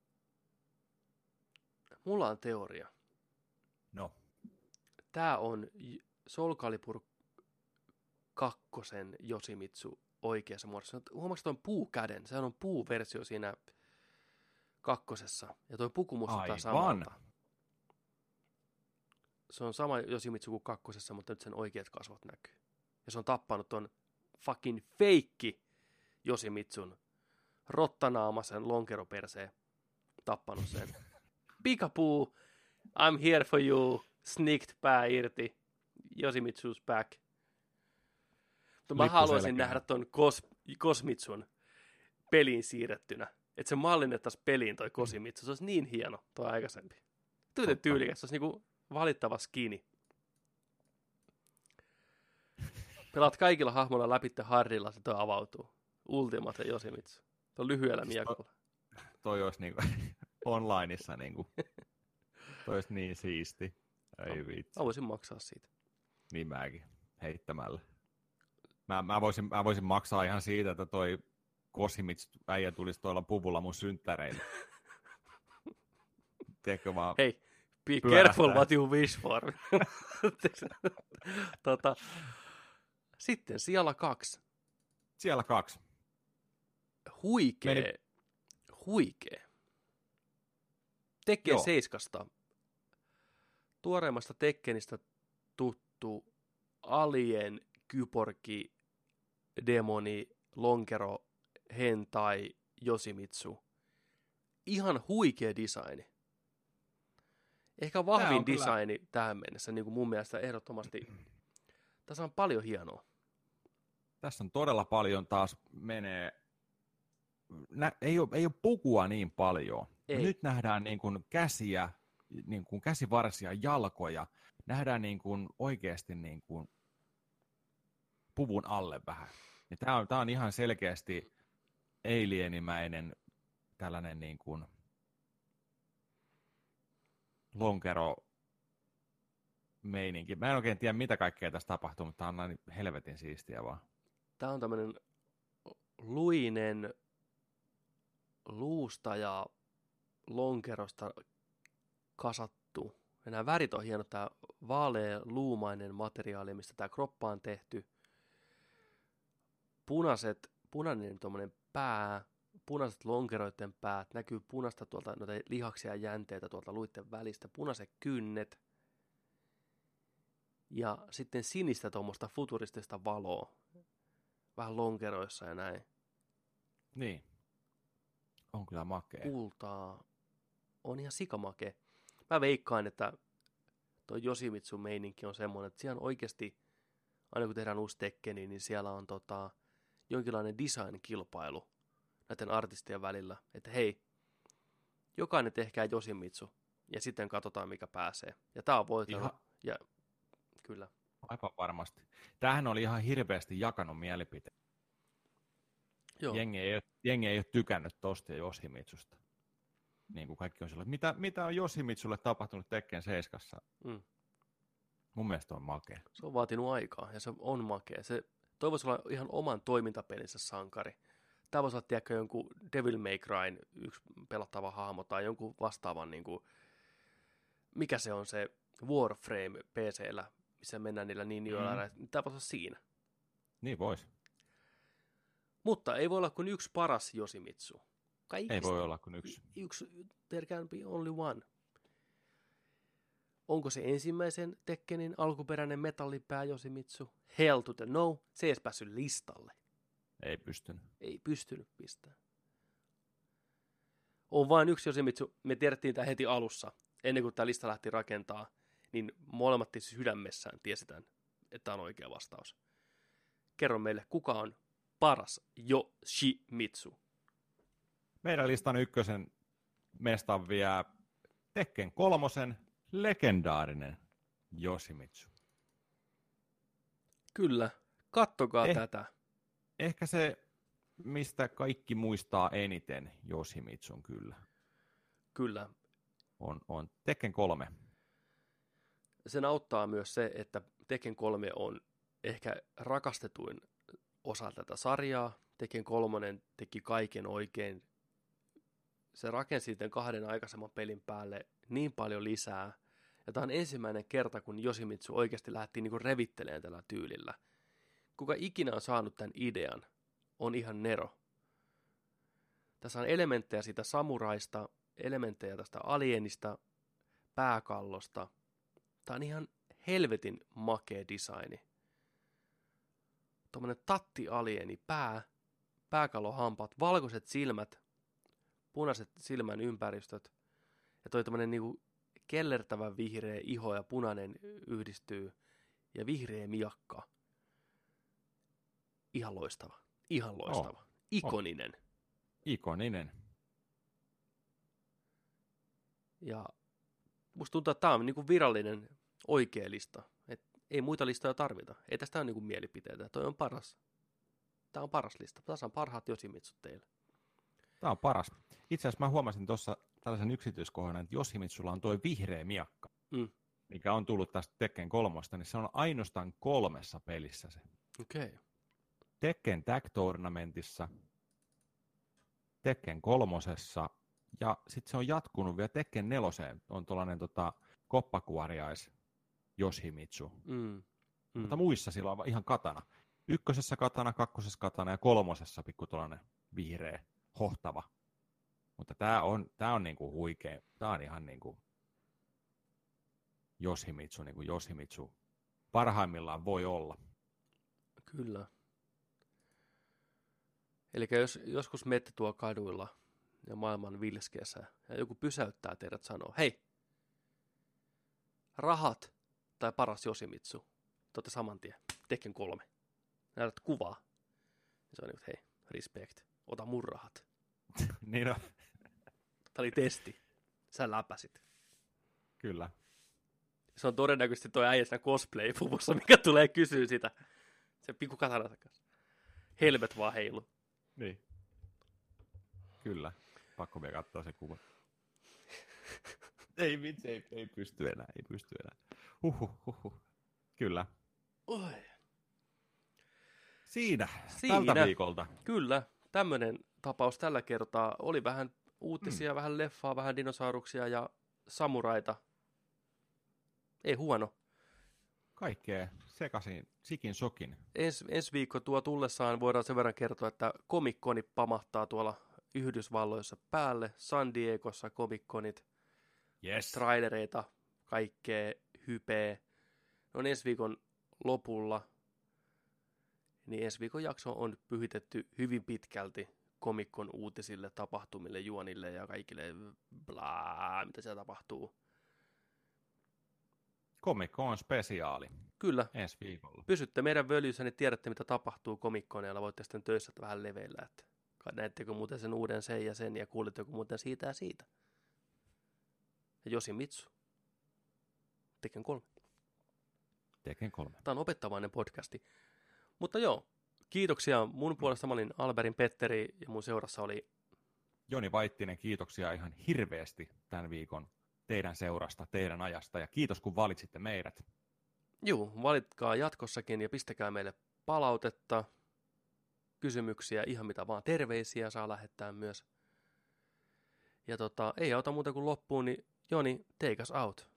Mulla on teoria. No. Tää on Soul Calibur 2 Yoshimitsu oikeassa muodossa. Huomaatko tuon puukäden? Sehän on puuversio siinä 2. Ja tuo puku muistuttaa samalta. Se on sama Yoshimitsu kuin 2, mutta nyt sen oikeat kasvot näkyy. Ja se on tappanut ton fucking feikki Yoshimitsun rottanaamasen lonkeroperseen. Tappanut sen. Pikapuu, I'm here for you. Sneaked pää irti. Yoshimitsu's back. Mutta mä haluaisin nähdä ton Kosmitsun peliin siirrettynä. Että se mallinnettaisiin peliin toi Kosmitsu. Se olisi niin hieno toi aikaisempi. Tyylikäs. Se olisi niinku valittava skini. Pelaat kaikilla hahmoilla läpi Harrilla, se toi avautuu. Ultimate Yoshimitsu. Tuo lyhyellä miakolla. Toi olisi niinku onlineissa niinku. Toi olisi niin siisti. Ei vitsi. Mä voisin maksaa siitä. Niin mäkin. Heittämällä. Mä voisin maksaa ihan siitä, että toi Koshimitsu-äijä tulisi toilla puvulla mun synttäreille. Tiedätkö vaan... Hei, be careful what you wish for. Sitten siellä 2. Siellä 2. Huikee. Tekken 7. Tuoreimmasta Tekkenistä tuttu alien, kyborgi, demoni, lonkero, hentai, Yoshimitsu. Ihan huikea designi. Ehkä vahvin designi kyllä tähän mennessä, niin kuin mun mielestä ehdottomasti. Tässä on paljon hienoa. Tässä on todella paljon taas menee. Ei ole pukua niin paljon. Nyt nähdään niin kuin käsiä, niin kuin käsivarsia, jalkoja. Nähdään niin kuin oikeasti niin kuin puvun alle vähän. Tämä on ihan selkeästi alienimäinen tällainen niin kuin lonkero meininki. Mä en oikein tiedä, mitä kaikkea tässä tapahtuu, mutta on niin helvetin siistiä vaan. Tää on tämmönen luinen luusta ja lonkerosta kasattu. Ja nämä värit on hieno, tää vaalea luumainen materiaali, mistä tää kroppa on tehty. Punainen tommonen pää, punaiset lonkeroiden päät, näkyy punaista tuolta noita lihaksia ja jänteitä tuolta luitten välistä, punaiset kynnet ja sitten sinistä tuommoista futuristista valoa, vähän lonkeroissa ja näin. Niin. On kyllä makea. Kultaa. On ihan sikamakea. Mä veikkaan, että toi Yoshimitsun meininki on semmoinen, että siellä on oikeasti, aina kun tehdään uusi Tekkeni, niin siellä on jonkinlainen design-kilpailu näiden artistien välillä, että hei, jokainen tehkää Yoshimitsu, ja sitten katsotaan, mikä pääsee. Ja tää on voittanut, ja kyllä. Aivan varmasti. Tämähän oli ihan hirveästi jakanut mielipiteen. Joo. Jengi ei ole tykännyt tosta Yoshimitsusta. Niin kuin kaikki on silloin, että mitä on Yoshimitsulle tapahtunut Tekken 7? Mun mielestä on makea. Se on vaatinut aikaa, ja se on makea. Toi voisi olla ihan oman toimintapelinsä sankari. Tämä voisi olla, tiedäkö, jonkun Devil May Cryn yksi pelattava hahmo, tai jonkun vastaavan, niin kuin, mikä se on se Warframe PC:llä, missä mennään niillä ninjoilla. Tämä voisi olla siinä. Niin vois. Mutta ei voi olla kuin yksi paras Yoshimitsu. Ei voi olla kuin yksi. There can be only one. Onko se ensimmäisen Tekkenin alkuperäinen metallipää Yoshimitsu? Hell to the no. Se ei edes päässyt listalle. Ei pystynyt pistämään. On vain yksi Yoshimitsu. Me tiedettiin tämä heti alussa. Ennen kuin tämä lista lähti rakentaa, niin molemmat sydämessään tiesitään, että tämä on oikea vastaus. Kerro meille, kuka on paras Yoshimitsu? Meidän listan ykkösen mestan vie Tekken 3 legendaarinen Yoshimitsu. Kyllä, kattokaa tätä. Ehkä se, mistä kaikki muistaa eniten Yoshimitsun kyllä. Kyllä. On Tekken 3. Sen auttaa myös se, että Tekken 3 on ehkä rakastetuin osa tätä sarjaa. Tekken 3 teki kaiken oikein. Se rakensi sitten 2 aikaisemman pelin päälle niin paljon lisää. Ja tämä on ensimmäinen kerta, kun Yoshimitsu oikeasti lähti niinku revittelemään tällä tyylillä. Kuka ikinä on saanut tämän idean, on ihan nero. Tässä on elementtejä siitä samuraista, elementtejä tästä alienista, pääkallosta. Tämä on ihan helvetin makea designi. Tuommoinen tatti-alieni, pääkallohampaat, valkoiset silmät, punaiset silmän ympäristöt ja toi tämmöinen niinku kellertävä vihreä iho ja punainen yhdistyy ja vihreä miakka. Ihan loistava. Ikoninen. Ikoninen. Ja musta tuntuu, että tämä on niinku virallinen oikea lista. Et ei muita listoja tarvita. Ei tästä ole niinku mielipiteitä. Toi on paras. Tämä on paras lista. Tässä on parhaat Yoshimitsut teille. Tämä on paras. Itse asiassa mä huomasin tuossa tällaisen yksityiskohdan, että Yoshimitsulla on tuo vihreä miakka, mikä on tullut tästä Tekken 3, niin se on ainoastaan 3 pelissä se. Okei. Okay. Tekken Tag Tournamentissa, Tekken 3 ja sitten se on jatkunut vielä Tekken 4 on tuollainen koppakuoriais Yoshimitsu. Mutta muissa sillä on ihan katana. 1 katana, 2 katana ja 3 pikku tuollainen vihreä, hohtava. Mutta tää on niinku huikea. Tää on ihan niinku Yoshimitsu, niin kuin Yoshimitsu parhaimmillaan voi olla. Kyllä. Eli jos joskus menette tuo kaduilla ja maailman vilskeessä ja joku pysäyttää teidät sanoo, hei, rahat tai paras Yoshimitsu, totta saman tien, Tekken 3. Näytät kuvaa. Ja se on niin, hei, respect, ota mun rahat. Niin on. Tämä oli testi. Sä läpäsit. Kyllä. Se on todennäköisesti toi äijä siinä cosplay-puvussa, mikä tulee kysyä sitä. Se pikku katana takas. Helmet vaan heilu. Niin. Kyllä. Pakko vielä katsoa se kuva. Ei vitsi, ei pysty enää. Kyllä. Oi. Siinä, tältä viikolta. Kyllä, tämmöinen tapaus tällä kertaa. Oli vähän uutisia, vähän leffaa, vähän dinosauruksia ja samuraita. Ei huono. Kaikkea sekaisin, sikin sokin. Ensi viikko tuo tullessaan voidaan sen verran kertoa, että Comic-Coni pamahtaa tuolla Yhdysvalloissa päälle. San Diegossa Comic-Conit, Yes. trailereita, kaikkea hypeä. No ensi viikon lopulla, niin ensi viikon jakso on pyhitetty hyvin pitkälti Comic-Con uutisille, tapahtumille, juonille ja kaikille blaa, mitä siellä tapahtuu. Comic-Con spesiaali. Kyllä. Ensi viikolla. Pysytte meidän völjyssä, niin tiedätte, mitä tapahtuu Comic-Coneilla. Voitte sitten töissä vähän leveillä, että näettekö muuten sen uuden sen ja sen, ja kuuletteko muuten siitä ja siitä. Ja Yoshimitsu. Tekken 3. Tekken 3. Tämä on opettavainen podcasti. Mutta joo, kiitoksia. Mun puolesta mä olin Alberin Petteri, ja mun seurassa oli Joni Vaittinen, kiitoksia ihan hirveästi tämän viikon teidän seurasta, teidän ajasta, ja kiitos kun valitsitte meidät. Valitkaa jatkossakin ja pistäkää meille palautetta, kysymyksiä, ihan mitä vaan, terveisiä saa lähettää myös. Ja ei auta muuta kuin loppuun, niin Joni, take us out.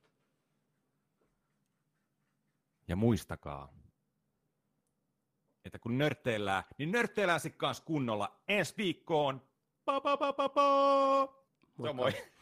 Ja muistakaa, että kun nörtteillään, niin nörtteillään sitten kanssa kunnolla ensi viikkoon. Pa, pa, pa, pa, pa. Moikka. Moi.